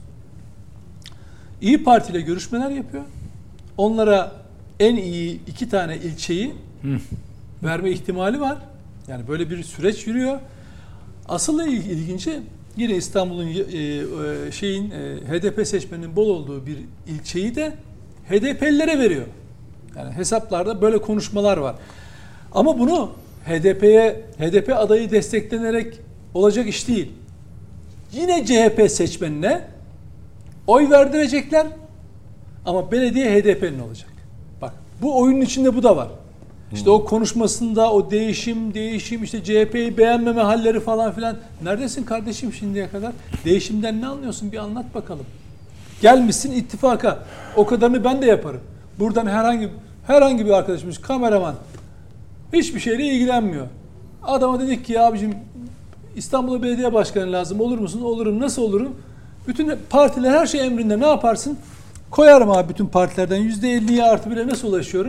İyi Parti ile görüşmeler yapıyor. Onlara en iyi iki tane ilçeyi Hı. verme ihtimali var. Yani böyle bir süreç yürüyor. Asıl ilginci yine İstanbul'un e, şeyin e, H D P seçmeninin bol olduğu bir ilçeyi de H D P'lilere veriyor. Yani hesaplarda böyle konuşmalar var. Ama bunu H D P'ye H D P adayı desteklenerek olacak iş değil. Yine C H P seçmenine oy verdirecekler ama belediye H D P'nin olacak. Bak, bu oyunun içinde bu da var. İşte hmm. o konuşmasında o değişim, değişim işte C H P'yi beğenmeme halleri falan filan. Neredesin kardeşim şimdiye kadar? Değişimden ne anlıyorsun? Bir anlat bakalım. Gelmişsin ittifaka. O kadarını ben de yaparım. Buradan herhangi herhangi bir arkadaşımız, kameraman hiçbir şeyle ilgilenmiyor. Adama dedik ki abicim İstanbul'a belediye başkanı lazım. Olur musun? Olurum. Nasıl olurum? Bütün partiler her şey emrinde. Ne yaparsın? Koyarım abi bütün partilerden. yüzde elliye artı bire nasıl ulaşıyorum?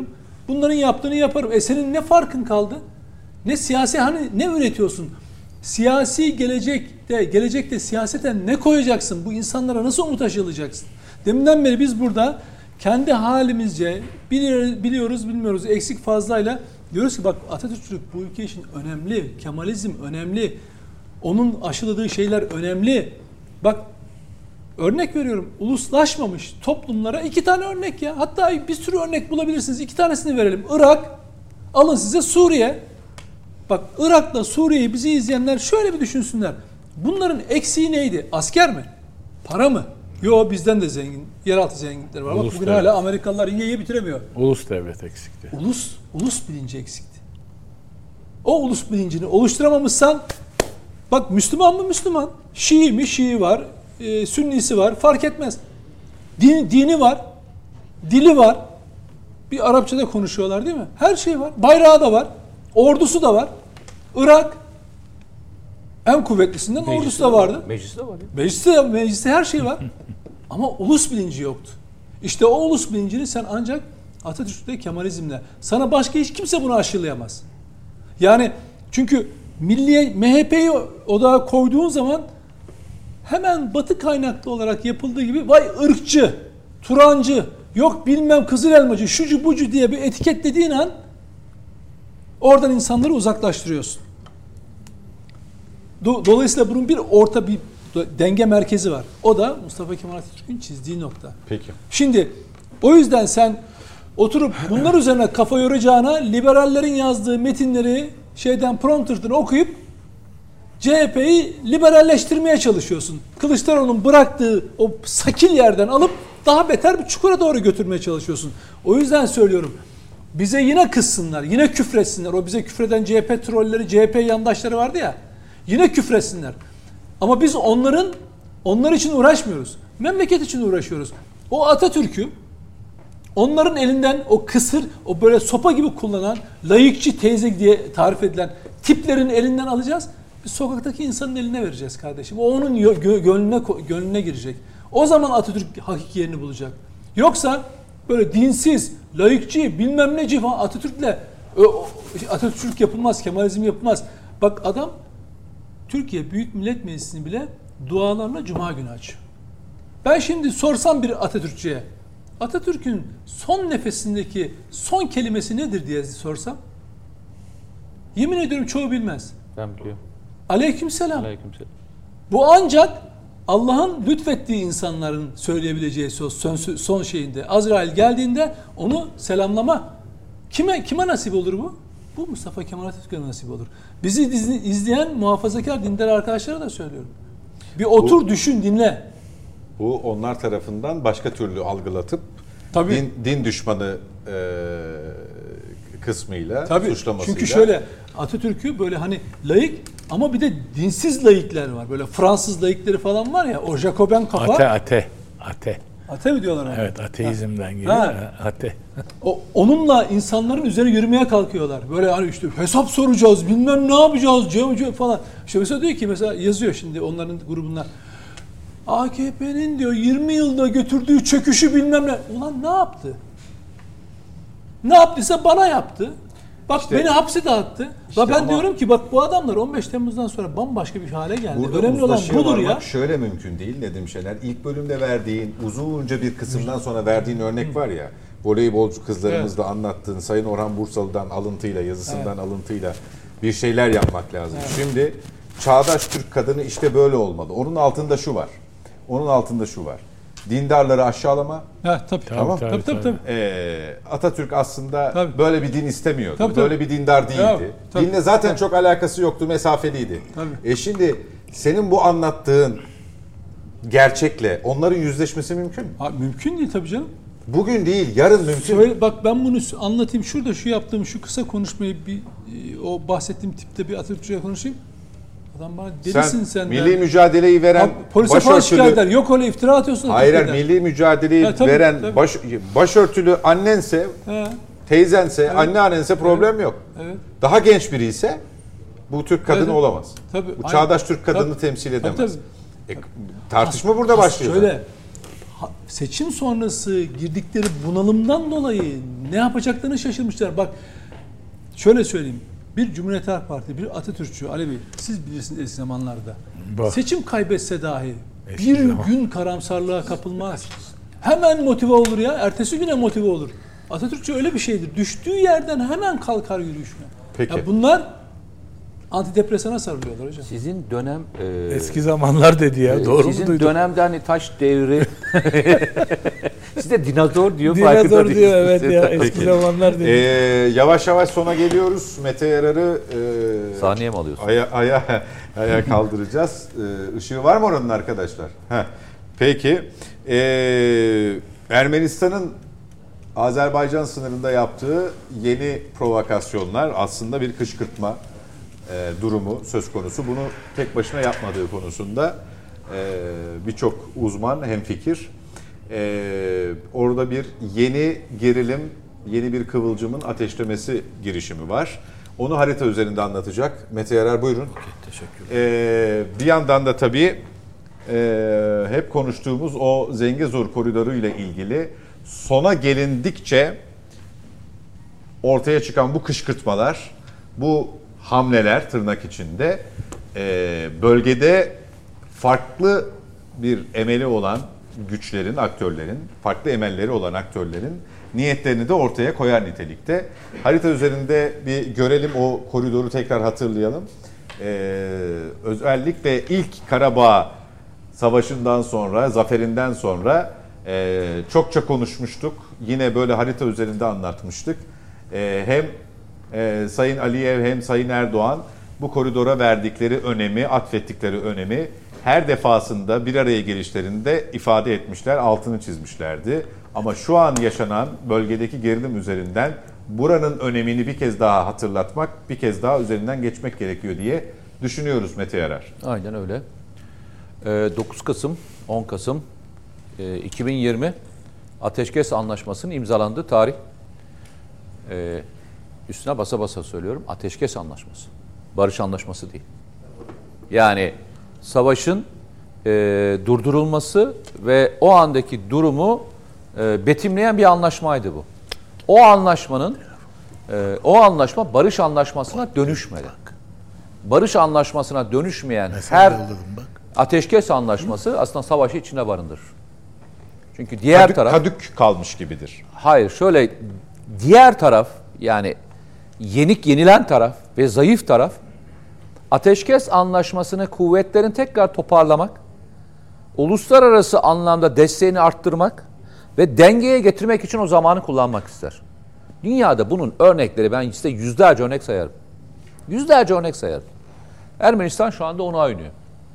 Bunların yaptığını yaparım. E senin ne farkın kaldı? Ne siyasi hani ne üretiyorsun? Siyasi gelecekte, gelecekte siyaseten ne koyacaksın? Bu insanlara nasıl umut aşılayacaksın? Deminden beri biz burada kendi halimizce biliyoruz, biliyoruz bilmiyoruz eksik fazlayla diyoruz ki bak Atatürkçülük bu ülke için önemli. Kemalizm önemli. Onun aşıladığı şeyler önemli. Bak örnek veriyorum. Uluslaşmamış toplumlara iki tane örnek ya. Hatta bir sürü örnek bulabilirsiniz. İki tanesini verelim. Irak, alın size Suriye. Bak Irak'la Suriye'yi bizi izleyenler şöyle bir düşünsünler. Bunların eksiği neydi? Asker mi? Para mı? Yo bizden de zengin, yeraltı zenginlikleri var. Ulus Bak bugün devlet. hala Amerikalılar yiye yiye bitiremiyor. Ulus devlet eksikti. Ulus, ulus bilinci eksikti. O ulus bilincini oluşturamamışsan bak Müslüman mı Müslüman? Şii mi? Şii var. E, Sünnisi var. Fark etmez. Din, dini var. Dili var. Bir Arapçada konuşuyorlar değil mi? Her şey var. Bayrağı da var. Ordusu da var. Irak en kuvvetlisinden Meclisi ordusu da vardı. Meclisi de var ya. Mecliste, mecliste her şey var. Ama ulus bilinci yoktu. İşte o ulus bilincini sen ancak Atatürk'te Kemalizmle. Sana başka hiç kimse bunu aşılayamaz. Yani çünkü Milliye M H P'yi odağa koyduğun zaman hemen Batı kaynaklı olarak yapıldığı gibi vay ırkçı, Turancı, yok bilmem Kızılelmacı, şucu bucu diye bir etiketlediğin an oradan insanları uzaklaştırıyorsun. Dolayısıyla bunun bir orta bir denge merkezi var. O da Mustafa Kemal Atatürk'ün çizdiği nokta. Peki. Şimdi o yüzden sen oturup bunlar üzerine kafa yoracağına liberallerin yazdığı metinleri şeyden prompter'dan okuyup C H P'yi liberalleştirmeye çalışıyorsun. Kılıçdaroğlu'nun bıraktığı o sakil yerden alıp daha beter bir çukura doğru götürmeye çalışıyorsun. O yüzden söylüyorum. Bize yine kızsınlar, yine küfretsinler. O bize küfreden C H P trolleri, C H P yandaşları vardı ya. Yine küfretsinler. Ama biz onların onlar için uğraşmıyoruz. Memleket için uğraşıyoruz. O Atatürk'ü onların elinden o kısır, o böyle sopa gibi kullanan, layıkçı teyze diye tarif edilen tiplerin elinden alacağız. Biz sokaktaki insanın eline vereceğiz kardeşim. O onun gö- gönlüne gönlüne girecek. O zaman Atatürk hakiki yerini bulacak. Yoksa böyle dinsiz, layıkçı, bilmem neci falan Atatürk'le Atatürk yapılmaz, Kemalizm yapılmaz. Bak adam Türkiye Büyük Millet Meclisi'ni bile dualarla Cuma günü açıyor. Ben şimdi sorsam bir Atatürkçüye, Atatürk'ün son nefesindeki son kelimesi nedir diye sorsam, yemin ediyorum çoğu bilmez. Ben biliyorum. Aleykümselam. Aleykümselam. Bu ancak Allah'ın lütfettiği insanların söyleyebileceği söz son, son şeyinde. Azrail geldiğinde onu selamlama. Kime kime nasip olur bu? Bu Mustafa Kemal Atatürk'e nasip olur. Bizi izleyen muhafazakar dindar arkadaşlara da söylüyorum. Bir otur, bu, düşün, dinle. Bu onlar tarafından başka türlü algılatıp Tabii. Din, din düşmanı e, kısmıyla, Tabii. suçlamasıyla. Çünkü şöyle Atatürk'ü böyle hani laik ama bir de dinsiz laikler var. Böyle Fransız laikleri falan var ya, o Jacoben kafa. Ate, ate, ate. Ate mi diyorlar ona? Evet, ateizmden geliyor. Ha. Ate. O, onunla insanların üzerine yürümeye kalkıyorlar. Böyle hani işte hesap soracağız, bilmem ne yapacağız, cevap falan. İşte mesela diyor ki, mesela yazıyor şimdi onların grubundan. A K P'nin diyor yirmi yılda götürdüğü çöküşü bilmem ne. Ulan ne yaptı? Ne yaptıysa bana yaptı. Bak İşte, beni hapse dağıttı. işte Ve ben ama, diyorum ki bak bu adamlar on beş Temmuz'dan sonra bambaşka bir hale geldi. Burada önemli olan budur ya. Şöyle mümkün değil Nedim Şener. İlk bölümde verdiğin uzunca bir kısımdan sonra verdiğin örnek var ya. Voleybolcu kızlarımızla evet. anlattığın Sayın Orhan Bursalı'dan alıntıyla, yazısından evet. alıntıyla bir şeyler yapmak lazım. Evet. Şimdi çağdaş Türk kadını işte böyle olmalı. Onun altında şu var. Onun altında şu var. Dindarları aşağılama. Evet, tabii. Tamam. Tabii, tabii, tabii. Ee, Atatürk aslında tabii. böyle bir din istemiyordu. Tabii, tabii. Böyle bir dindar değildi. Tabii, tabii. Dinle zaten tabii. çok alakası yoktu, mesafeliydi. Tabii. E şimdi senin bu anlattığın gerçekle onların yüzleşmesi mümkün mü? Ha, mümkün değil tabii canım. Bugün değil, yarın mümkün. Söyle, bak ben bunu anlatayım. Şurada şu yaptığım şu kısa konuşmayı bir o bahsettiğim tipte bir Atatürkçü'ye konuşayım. Adam bana delisin sen. sen milli der. mücadeleyi veren ha, polise falan şikayet eder. Yok öyle iftira atıyorsun. Hayır, milli mücadeleyi ha, tabii, veren tabii. Baş, başörtülü annense, He. teyzense, evet. anneannense problem evet. yok. Evet. Daha genç biri ise bu Türk kadını evet. olamaz. Tabii. Bu çağdaş Türk kadını tabii. temsil edemez. Tabii, tabii. E, tartışma has, burada has, başlıyor. Şöyle seçim sonrası girdikleri bunalımdan dolayı ne yapacaklarını şaşırmışlar. Bak şöyle söyleyeyim. Bir Cumhuriyet Halk Partisi, bir Atatürkçü, Ali Bey, siz bilirsiniz eski zamanlarda. Bak. Seçim kaybetse dahi Eski bir zaman. gün karamsarlığa kapılmaz. Hemen motive olur ya, ertesi güne motive olur. Atatürkçü öyle bir şeydir. Düştüğü yerden hemen kalkar yürüyüşüne. Peki. Ya bunlar antidepresana sarılıyorlar hocam. Sizin dönem e, Eski zamanlar dedi ya. e, Doğru mu sizin duydum? dönemde hani taş devri size dinozor diyor Dinozor farkında diyor değilsiniz. evet ya. Eski zamanlar dedi. Ee, yavaş yavaş sona geliyoruz. Mete Yarar'ı e, Sahneye mi alıyorsun? aya, aya, aya kaldıracağız. Ee, ışığı var mı oranın arkadaşlar? Heh. Peki. Ee, Ermenistan'ın Azerbaycan sınırında yaptığı yeni provokasyonlar aslında bir kışkırtma e, durumu söz konusu. Bunu tek başına yapmadığı konusunda e, birçok uzman hemfikir. E, orada bir yeni gerilim, yeni bir kıvılcımın ateşlemesi girişimi var. Onu harita üzerinde anlatacak. Mete Yarar buyurun. Teşekkür E, bir yandan da tabii e, hep konuştuğumuz o Zengezur koridoru ile ilgili sona gelindikçe ortaya çıkan bu kışkırtmalar, bu hamleler tırnak içinde e, bölgede farklı bir emeli olan güçlerin, aktörlerin, farklı emelleri olan aktörlerin niyetlerini de ortaya koyar nitelikte. Harita üzerinde bir görelim, o koridoru tekrar hatırlayalım. E, özellikle ilk Karabağ Savaşı'ndan sonra, zaferinden sonra e, çokça konuşmuştuk. Yine böyle harita üzerinde anlatmıştık. E, hem e, Sayın Aliyev hem Sayın Erdoğan bu koridora verdikleri önemi, atfettikleri önemi her defasında bir araya gelişlerinde ifade etmişler, altını çizmişlerdi. Ama şu an yaşanan bölgedeki gerilim üzerinden buranın önemini bir kez daha hatırlatmak, bir kez daha üzerinden geçmek gerekiyor diye düşünüyoruz Mete Yarar. Aynen öyle. dokuz Kasım, on Kasım iki bin yirmi Ateşkes Anlaşması'nın imzalandığı tarih. Üstüne basa basa söylüyorum. Ateşkes Anlaşması. Barış Anlaşması değil. Yani savaşın e, durdurulması ve o andaki durumu e, betimleyen bir anlaşmaydı bu. O anlaşmanın e, o anlaşma barış anlaşmasına dönüşmedi. Barış anlaşmasına dönüşmeyen her ateşkes anlaşması aslında savaşı içine barındırır. Çünkü diğer Kadük, taraf kadük kalmış gibidir. hayır şöyle diğer taraf yani yenik yenilen taraf ve zayıf taraf ateşkes anlaşmasını kuvvetlerin tekrar toparlamak, uluslararası anlamda desteğini arttırmak ve dengeye getirmek için o zamanı kullanmak ister. Dünyada bunun örnekleri ben size yüzlerce örnek sayarım. Yüzlerce örnek sayarım. Ermenistan şu anda onu oynuyor.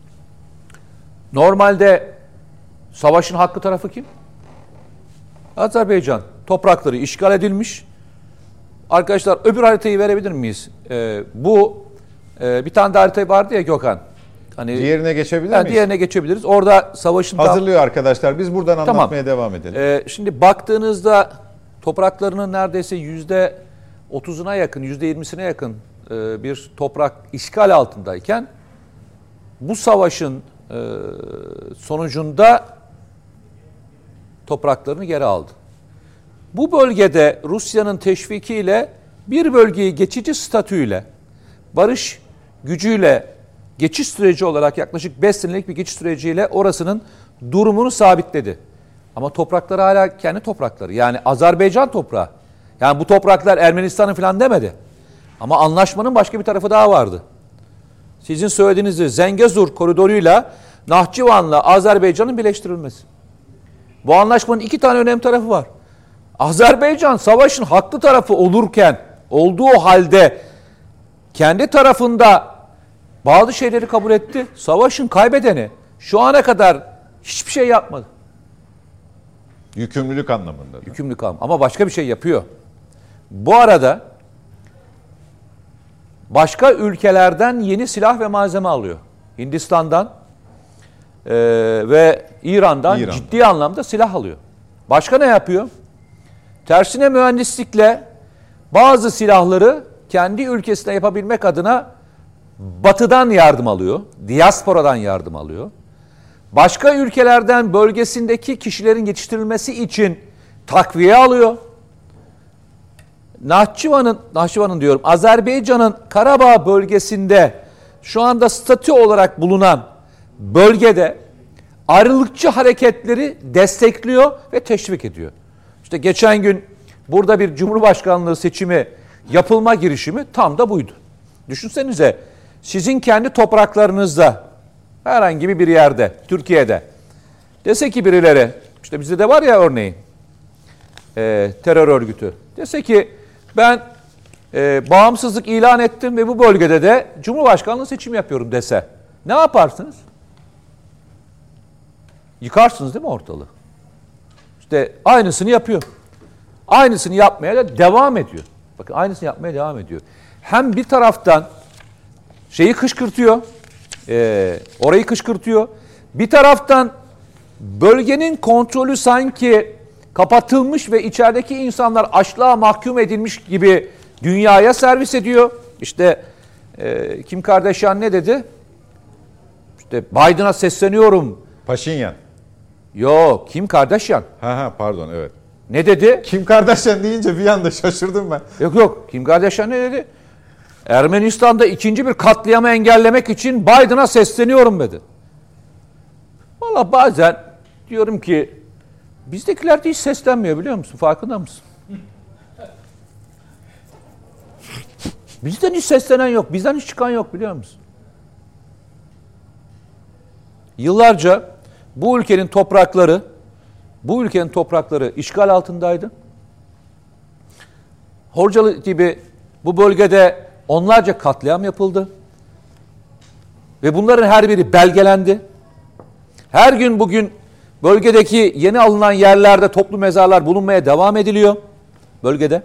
Normalde savaşın haklı tarafı kim? Azerbaycan. Toprakları işgal edilmiş. Arkadaşlar öbür haritayı verebilir miyiz? Ee, bu e, bir tane de harita vardı ya Gökhan. Hani, Diğerine geçebilir yani miyiz? diğerine geçebiliriz. Orada savaşın... Hazırlıyor arkadaşlar. Biz buradan Tamam. anlatmaya devam edelim. Ee, şimdi baktığınızda topraklarının neredeyse yüzde otuzuna yakın, yüzde yirmisine yakın e, bir toprak işgal altındayken bu savaşın e, sonucunda topraklarını geri aldı. Bu bölgede Rusya'nın teşvikiyle bir bölgeyi geçici statüyle, barış gücüyle geçiş süreci olarak yaklaşık beş senelik bir geçiş süreciyle orasının durumunu sabitledi. Ama toprakları hala kendi toprakları. Yani Azerbaycan toprağı. Yani bu topraklar Ermenistan'ın falan demedi. Ama anlaşmanın başka bir tarafı daha vardı. Sizin söylediğiniz Zengezur koridoruyla Nahçıvan'la Azerbaycan'ın birleştirilmesi. Bu anlaşmanın iki tane önemli tarafı var. Azerbaycan savaşın haklı tarafı olurken, olduğu halde kendi tarafında bazı şeyleri kabul etti. Savaşın kaybedeni şu ana kadar hiçbir şey yapmadı. Yükümlülük anlamında. da. Yükümlülük alma. Ama başka bir şey yapıyor. Bu arada başka ülkelerden yeni silah ve malzeme alıyor. Hindistan'dan e, ve İran'dan, İran'dan ciddi anlamda silah alıyor. Başka ne yapıyor? Tersine mühendislikle bazı silahları kendi ülkesine yapabilmek adına Batı'dan yardım alıyor. Diasporadan yardım alıyor. başka ülkelerden bölgesindeki kişilerin yetiştirilmesi için takviye alıyor. Nahçıvan'ın, Nahçıvan'ın diyorum, Azerbaycan'ın Karabağ bölgesinde şu anda statü olarak bulunan bölgede ayrılıkçı hareketleri destekliyor ve teşvik ediyor. İşte geçen gün burada bir Cumhurbaşkanlığı seçimi yapılma girişimi tam da buydu. Düşünsenize, sizin kendi topraklarınızda herhangi bir yerde, Türkiye'de dese ki birileri, işte bizde de var ya örneğin e, terör örgütü, dese ki ben e, bağımsızlık ilan ettim ve bu bölgede de Cumhurbaşkanlığı seçimi yapıyorum dese, ne yaparsınız? Yıkarsınız değil mi ortalığı? İşte aynısını yapıyor. Aynısını yapmaya da devam ediyor. Bakın aynısını yapmaya devam ediyor. Hem bir taraftan şeyi kışkırtıyor, e, orayı kışkırtıyor. Bir taraftan bölgenin kontrolü sanki kapatılmış ve içerideki insanlar açlığa mahkum edilmiş gibi dünyaya servis ediyor. İşte e, Kim Kardashian ne dedi? İşte Biden'a sesleniyorum. Paşinyan. Yok, Kim Kardashian. Ha ha pardon evet. Ne dedi? Kim Kardashian deyince bir anda şaşırdım ben. Yok yok, Kim Kardashian ne dedi? Ermenistan'da ikinci bir katliamı engellemek için Biden'a sesleniyorum dedi. Valla bazen diyorum ki bizdekiler de hiç seslenmiyor, biliyor musun? Farkında mısın? Bizden hiç seslenen yok, bizden hiç çıkan yok, biliyor musun? Yıllarca bu ülkenin toprakları, bu ülkenin toprakları işgal altındaydı. Horcalı gibi bu bölgede onlarca katliam yapıldı. Ve bunların her biri belgelendi. Her gün bugün bölgedeki yeni alınan yerlerde toplu mezarlar bulunmaya devam ediliyor. Bölgede.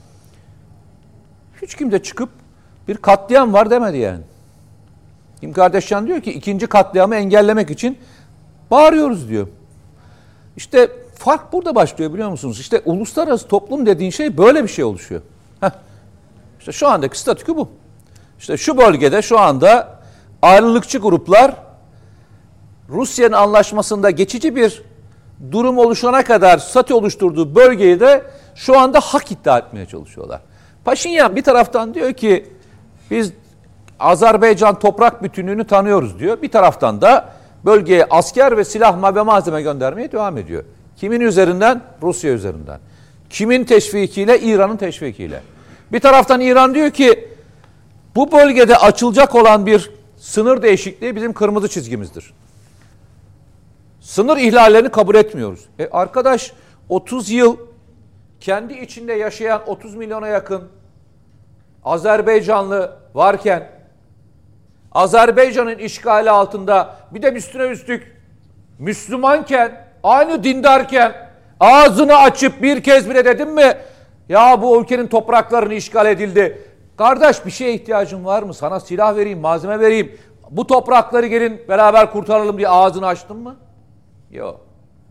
Hiç kimse çıkıp bir katliam var demedi yani. Kim Kardashian diyor ki ikinci katliamı engellemek için bağırıyoruz diyor. İşte fark burada başlıyor, biliyor musunuz? İşte uluslararası toplum dediğin şey böyle bir şey oluşuyor. Heh. İşte şu andaki statükü bu. İşte şu bölgede şu anda ayrılıkçı gruplar Rusya'nın anlaşmasında geçici bir durum oluşana kadar statü oluşturduğu bölgeyi de şu anda hak iddia etmeye çalışıyorlar. Paşinyan bir taraftan diyor ki biz Azerbaycan toprak bütünlüğünü tanıyoruz diyor. Bir taraftan da bölgeye asker ve silah ve malzeme göndermeye devam ediyor. Kimin üzerinden? Rusya üzerinden. Kimin teşvikiyle? İran'ın teşvikiyle. Bir taraftan İran diyor ki bu bölgede açılacak olan bir sınır değişikliği bizim kırmızı çizgimizdir. Sınır ihlallerini kabul etmiyoruz. E arkadaş, otuz yıl kendi içinde yaşayan otuz milyona yakın Azerbaycanlı varken, Azerbaycan'ın işgali altında bir de üstüne üstlük Müslümanken, aynı dindarken ağzını açıp bir kez bile dedim mi ya bu ülkenin topraklarını işgal edildi. Kardeş, bir şeye ihtiyacın var mı? Sana silah vereyim, malzeme vereyim. Bu toprakları gelin beraber kurtaralım diye ağzını açtın mı? Yok.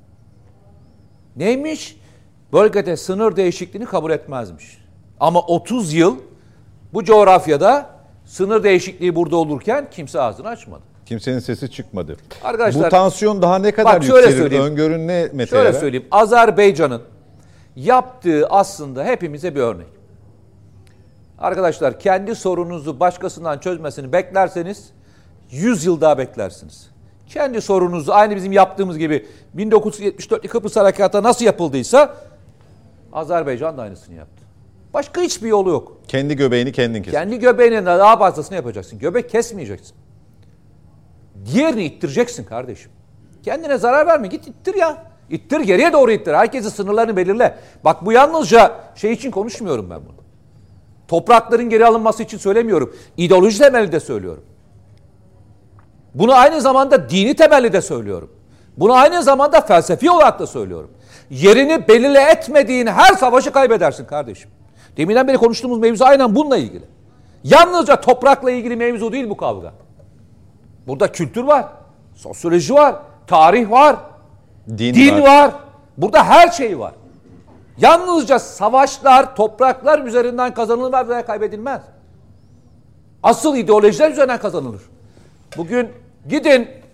Neymiş? Bölgede sınır değişikliğini kabul etmezmiş. Ama otuz yıl bu coğrafyada sınır değişikliği burada olurken kimse ağzını açmadı. Kimsenin sesi çıkmadı. Arkadaşlar, bu tansiyon daha ne kadar bak şöyle yükselir? söyleyeyim. Öngörün ne Mete? Şöyle söyleyeyim. Azerbaycan'ın yaptığı aslında hepimize bir örnek. Arkadaşlar, kendi sorununuzu başkasından çözmesini beklerseniz yüz yıl daha beklersiniz. Kendi sorununuzu aynı bizim yaptığımız gibi bin dokuz yüz yetmiş dört Kıbrıs Harekatı'na nasıl yapıldıysa Azerbaycan da aynısını yaptı. Başka hiçbir yolu yok. Kendi göbeğini kendin kes. Kendi göbeğinin daha fazlasını yapacaksın. Göbek kesmeyeceksin. Diğerini ittireceksin kardeşim. Kendine zarar verme. Git ittir ya. İttir, geriye doğru ittir. Herkesin sınırlarını belirle. Bak, bu yalnızca şey için konuşmuyorum ben bunu. Toprakların geri alınması için söylemiyorum. İdeoloji temelli de söylüyorum. Bunu aynı zamanda dini temelli de söylüyorum. Bunu aynı zamanda felsefi olarak da söylüyorum. Yerini belirle etmediğin her savaşı kaybedersin kardeşim. Deminden beri konuştuğumuz mevzu aynen bununla ilgili. Yalnızca toprakla ilgili mevzu değil bu kavga. Burada kültür var, sosyoloji var, tarih var, din, din var. var. Burada her şey var. Yalnızca savaşlar, topraklar üzerinden kazanılmaz veya kaybedilmez. Asıl ideolojiler üzerinden kazanılır. Bugün gidin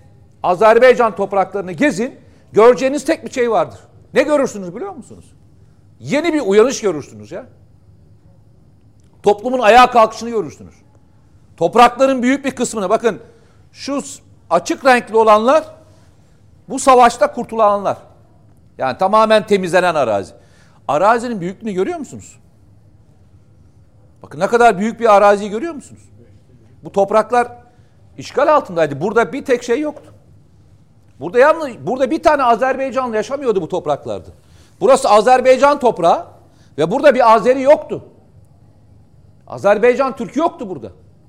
Azerbaycan topraklarını gezin. Göreceğiniz tek bir şey vardır. Ne görürsünüz biliyor musunuz? Yeni bir uyanış görürsünüz ya. Toplumun ayağa kalkışını görürsünüz. Toprakların büyük bir kısmını, bakın şu açık renkli olanlar bu savaşta kurtulanlar. Yani tamamen temizlenen arazi. Arazinin büyüklüğünü görüyor musunuz? Bakın ne kadar büyük bir araziyi görüyor musunuz? Bu topraklar işgal altındaydı. Burada bir tek şey yoktu. Burada yalnız burada bir tane Azerbaycanlı yaşamıyordu bu topraklarda. Burası Azerbaycan toprağı ve burada bir Azeri yoktu. Azerbaycan Türk yoktu burada.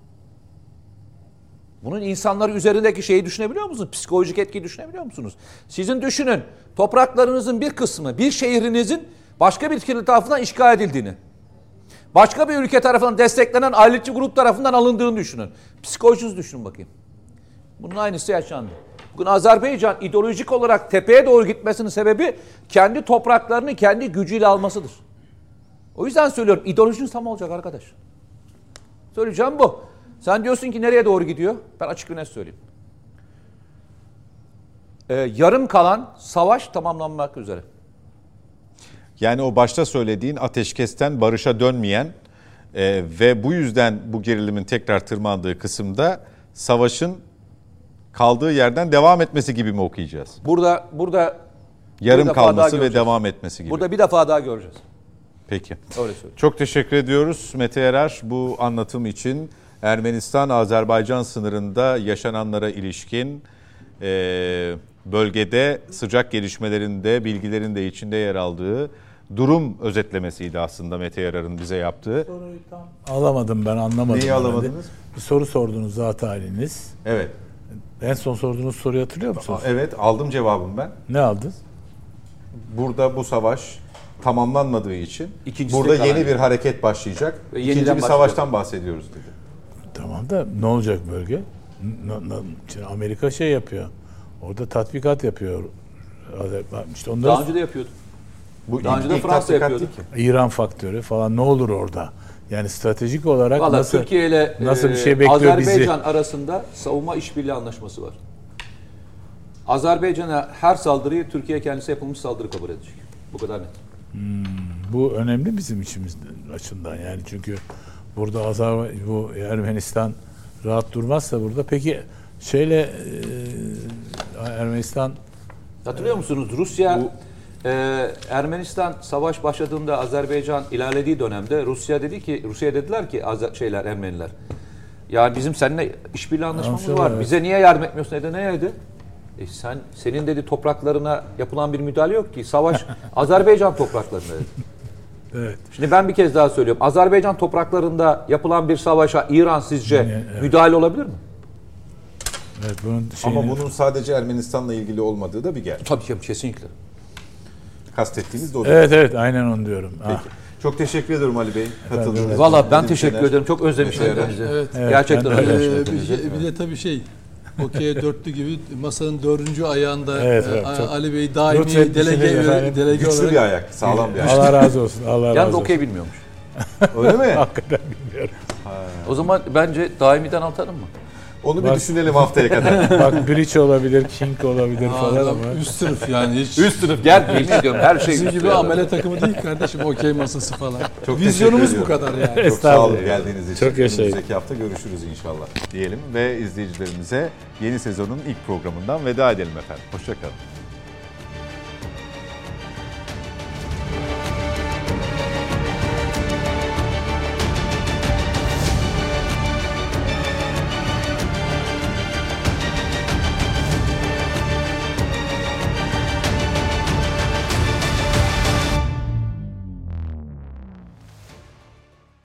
Bunun insanları üzerindeki şeyi düşünebiliyor musunuz? Psikolojik etkiyi düşünebiliyor musunuz? Sizin düşünün, topraklarınızın bir kısmı, bir şehrinizin başka bir ülkenin tarafından işgal edildiğini, başka bir ülke tarafından desteklenen ayrılıkçı grup tarafından alındığını düşünün. Psikolojinizi düşünün bakayım. Bunun aynısı yaşandı. Bugün Azerbaycan ideolojik olarak tepeye doğru gitmesinin sebebi kendi topraklarını kendi gücüyle almasıdır. O yüzden söylüyorum, ideolojiniz tam olacak arkadaş. Söyleyeceğim bu. Sen diyorsun ki nereye doğru gidiyor? Ben açık ve net söyleyeyim. Ee, yarım kalan savaş tamamlanmak üzere. Yani o başta söylediğin ateşkesten barışa dönmeyen e, ve bu yüzden bu gerilimin tekrar tırmandığı kısımda savaşın kaldığı yerden devam etmesi gibi mi okuyacağız? Burada burada Yarım kalması ve devam etmesi gibi. Burada bir defa daha göreceğiz. Peki. Öyle söyleyeyim. Çok teşekkür ediyoruz Mete Erer bu anlatım için. Ermenistan-Azerbaycan sınırında yaşananlara ilişkin e, bölgede sıcak gelişmelerinde, bilgilerin de içinde yer aldığı durum özetlemesiydi aslında Mete Erer'in bize yaptığı. Soruyu tam alamadım ben, anlamadım. Neyi alamadınız? Bir soru sordunuz zat haliniz. Evet. En son sorduğunuz soruyu hatırlıyor musunuz? Evet, aldım cevabım ben. Ne aldın? Burada bu savaş tamamlanmadığı için İkincisi burada kalan yeni yani. bir hareket başlayacak. Ve İkinci yeniden bir başlayacak. savaştan bahsediyoruz dedi. Tamam da ne olacak bölge? N- n- şimdi Amerika şey yapıyor. Orada tatbikat yapıyor. İşte onları Daha önce de yapıyordu. Bu Daha ilk- önce de ilk Fransa tatbikat yapıyordu. değil ki. İran faktörü falan ne olur orada? Yani stratejik olarak Valla nasıl Türkiye ile nasıl bir e, şey bekliyor bizi? Azerbaycan arasında savunma işbirliği anlaşması var. Azerbaycan'a her saldırıyı Türkiye kendisi yapılmış saldırı kabul edecek. Bu kadar net. Bu önemli bizim içimiz açısından yani çünkü burada Azerbaycan, bu Ermenistan rahat durmazsa burada. Peki şeyle e, Ermenistan Hatırlıyor musunuz? Rusya e, Ermenistan savaş başladığında Azerbaycan ilerlediği dönemde Rusya dedi ki Rusya dediler ki Azer, şeyler Ermeniler. Ya bizim seninle işbirliği anlaşmamız Anlaşılıyor, var. evet. Bize niye yardım etmiyorsun dedi. Ne dedi? E sen senin dedi topraklarına yapılan bir müdahale yok ki. Savaş Azerbaycan topraklarında dedi. evet. Şimdi ben bir kez daha söylüyorum. Azerbaycan topraklarında yapılan bir savaşa İran sizce Yani, evet. müdahale olabilir mi? Evet, bunun şeyini, Ama bunun sadece Ermenistan'la ilgili olmadığı da bir gerçek. Tabii ki kesinlikle. Kastettiğiniz de o. değil. Evet evet aynen onu diyorum. Ah. Peki. Çok teşekkür ediyorum Ali Bey. Katıldığınız için. Valla ben İyi teşekkür günler. ederim. Çok özlemişim Mesela. hepinizi. Evet. Evet, Gerçekten ben de öyle. özlemişim. Ee, bir, hepinizi. şey- bir de tabii şey, okey dörtlü gibi masanın dördüncü ayağında Evet, e, evet, çok- Ali Bey daimi Lütfetmişsiniz delege, efendim. delege Güçlü olarak bir ayak, sağlam bir ayak. Allah razı olsun. Allah razı Yalnız olsun. okey bilmiyormuş. Öyle mi? Hakikaten bilmiyorum. O zaman bence daimiden atalım mı? Onu bir Bak. düşünelim haftaya kadar. Bak bridge olabilir, king olabilir Aa, falan adam ama. üst sınıf yani hiç Üst sınıf gel yemin ediyorum her şey bizim üst gibi sınıf. amele takımı değil kardeşim, okey masası falan. Çok Vizyonumuz teşekkür bu kadar yani. Çok sağ olun Estağfurullah. geldiğiniz için. Çok yaşayın. Önümüzdeki hafta görüşürüz inşallah diyelim ve izleyicilerimize yeni sezonun ilk programından veda edelim efendim. Hoşça kalın.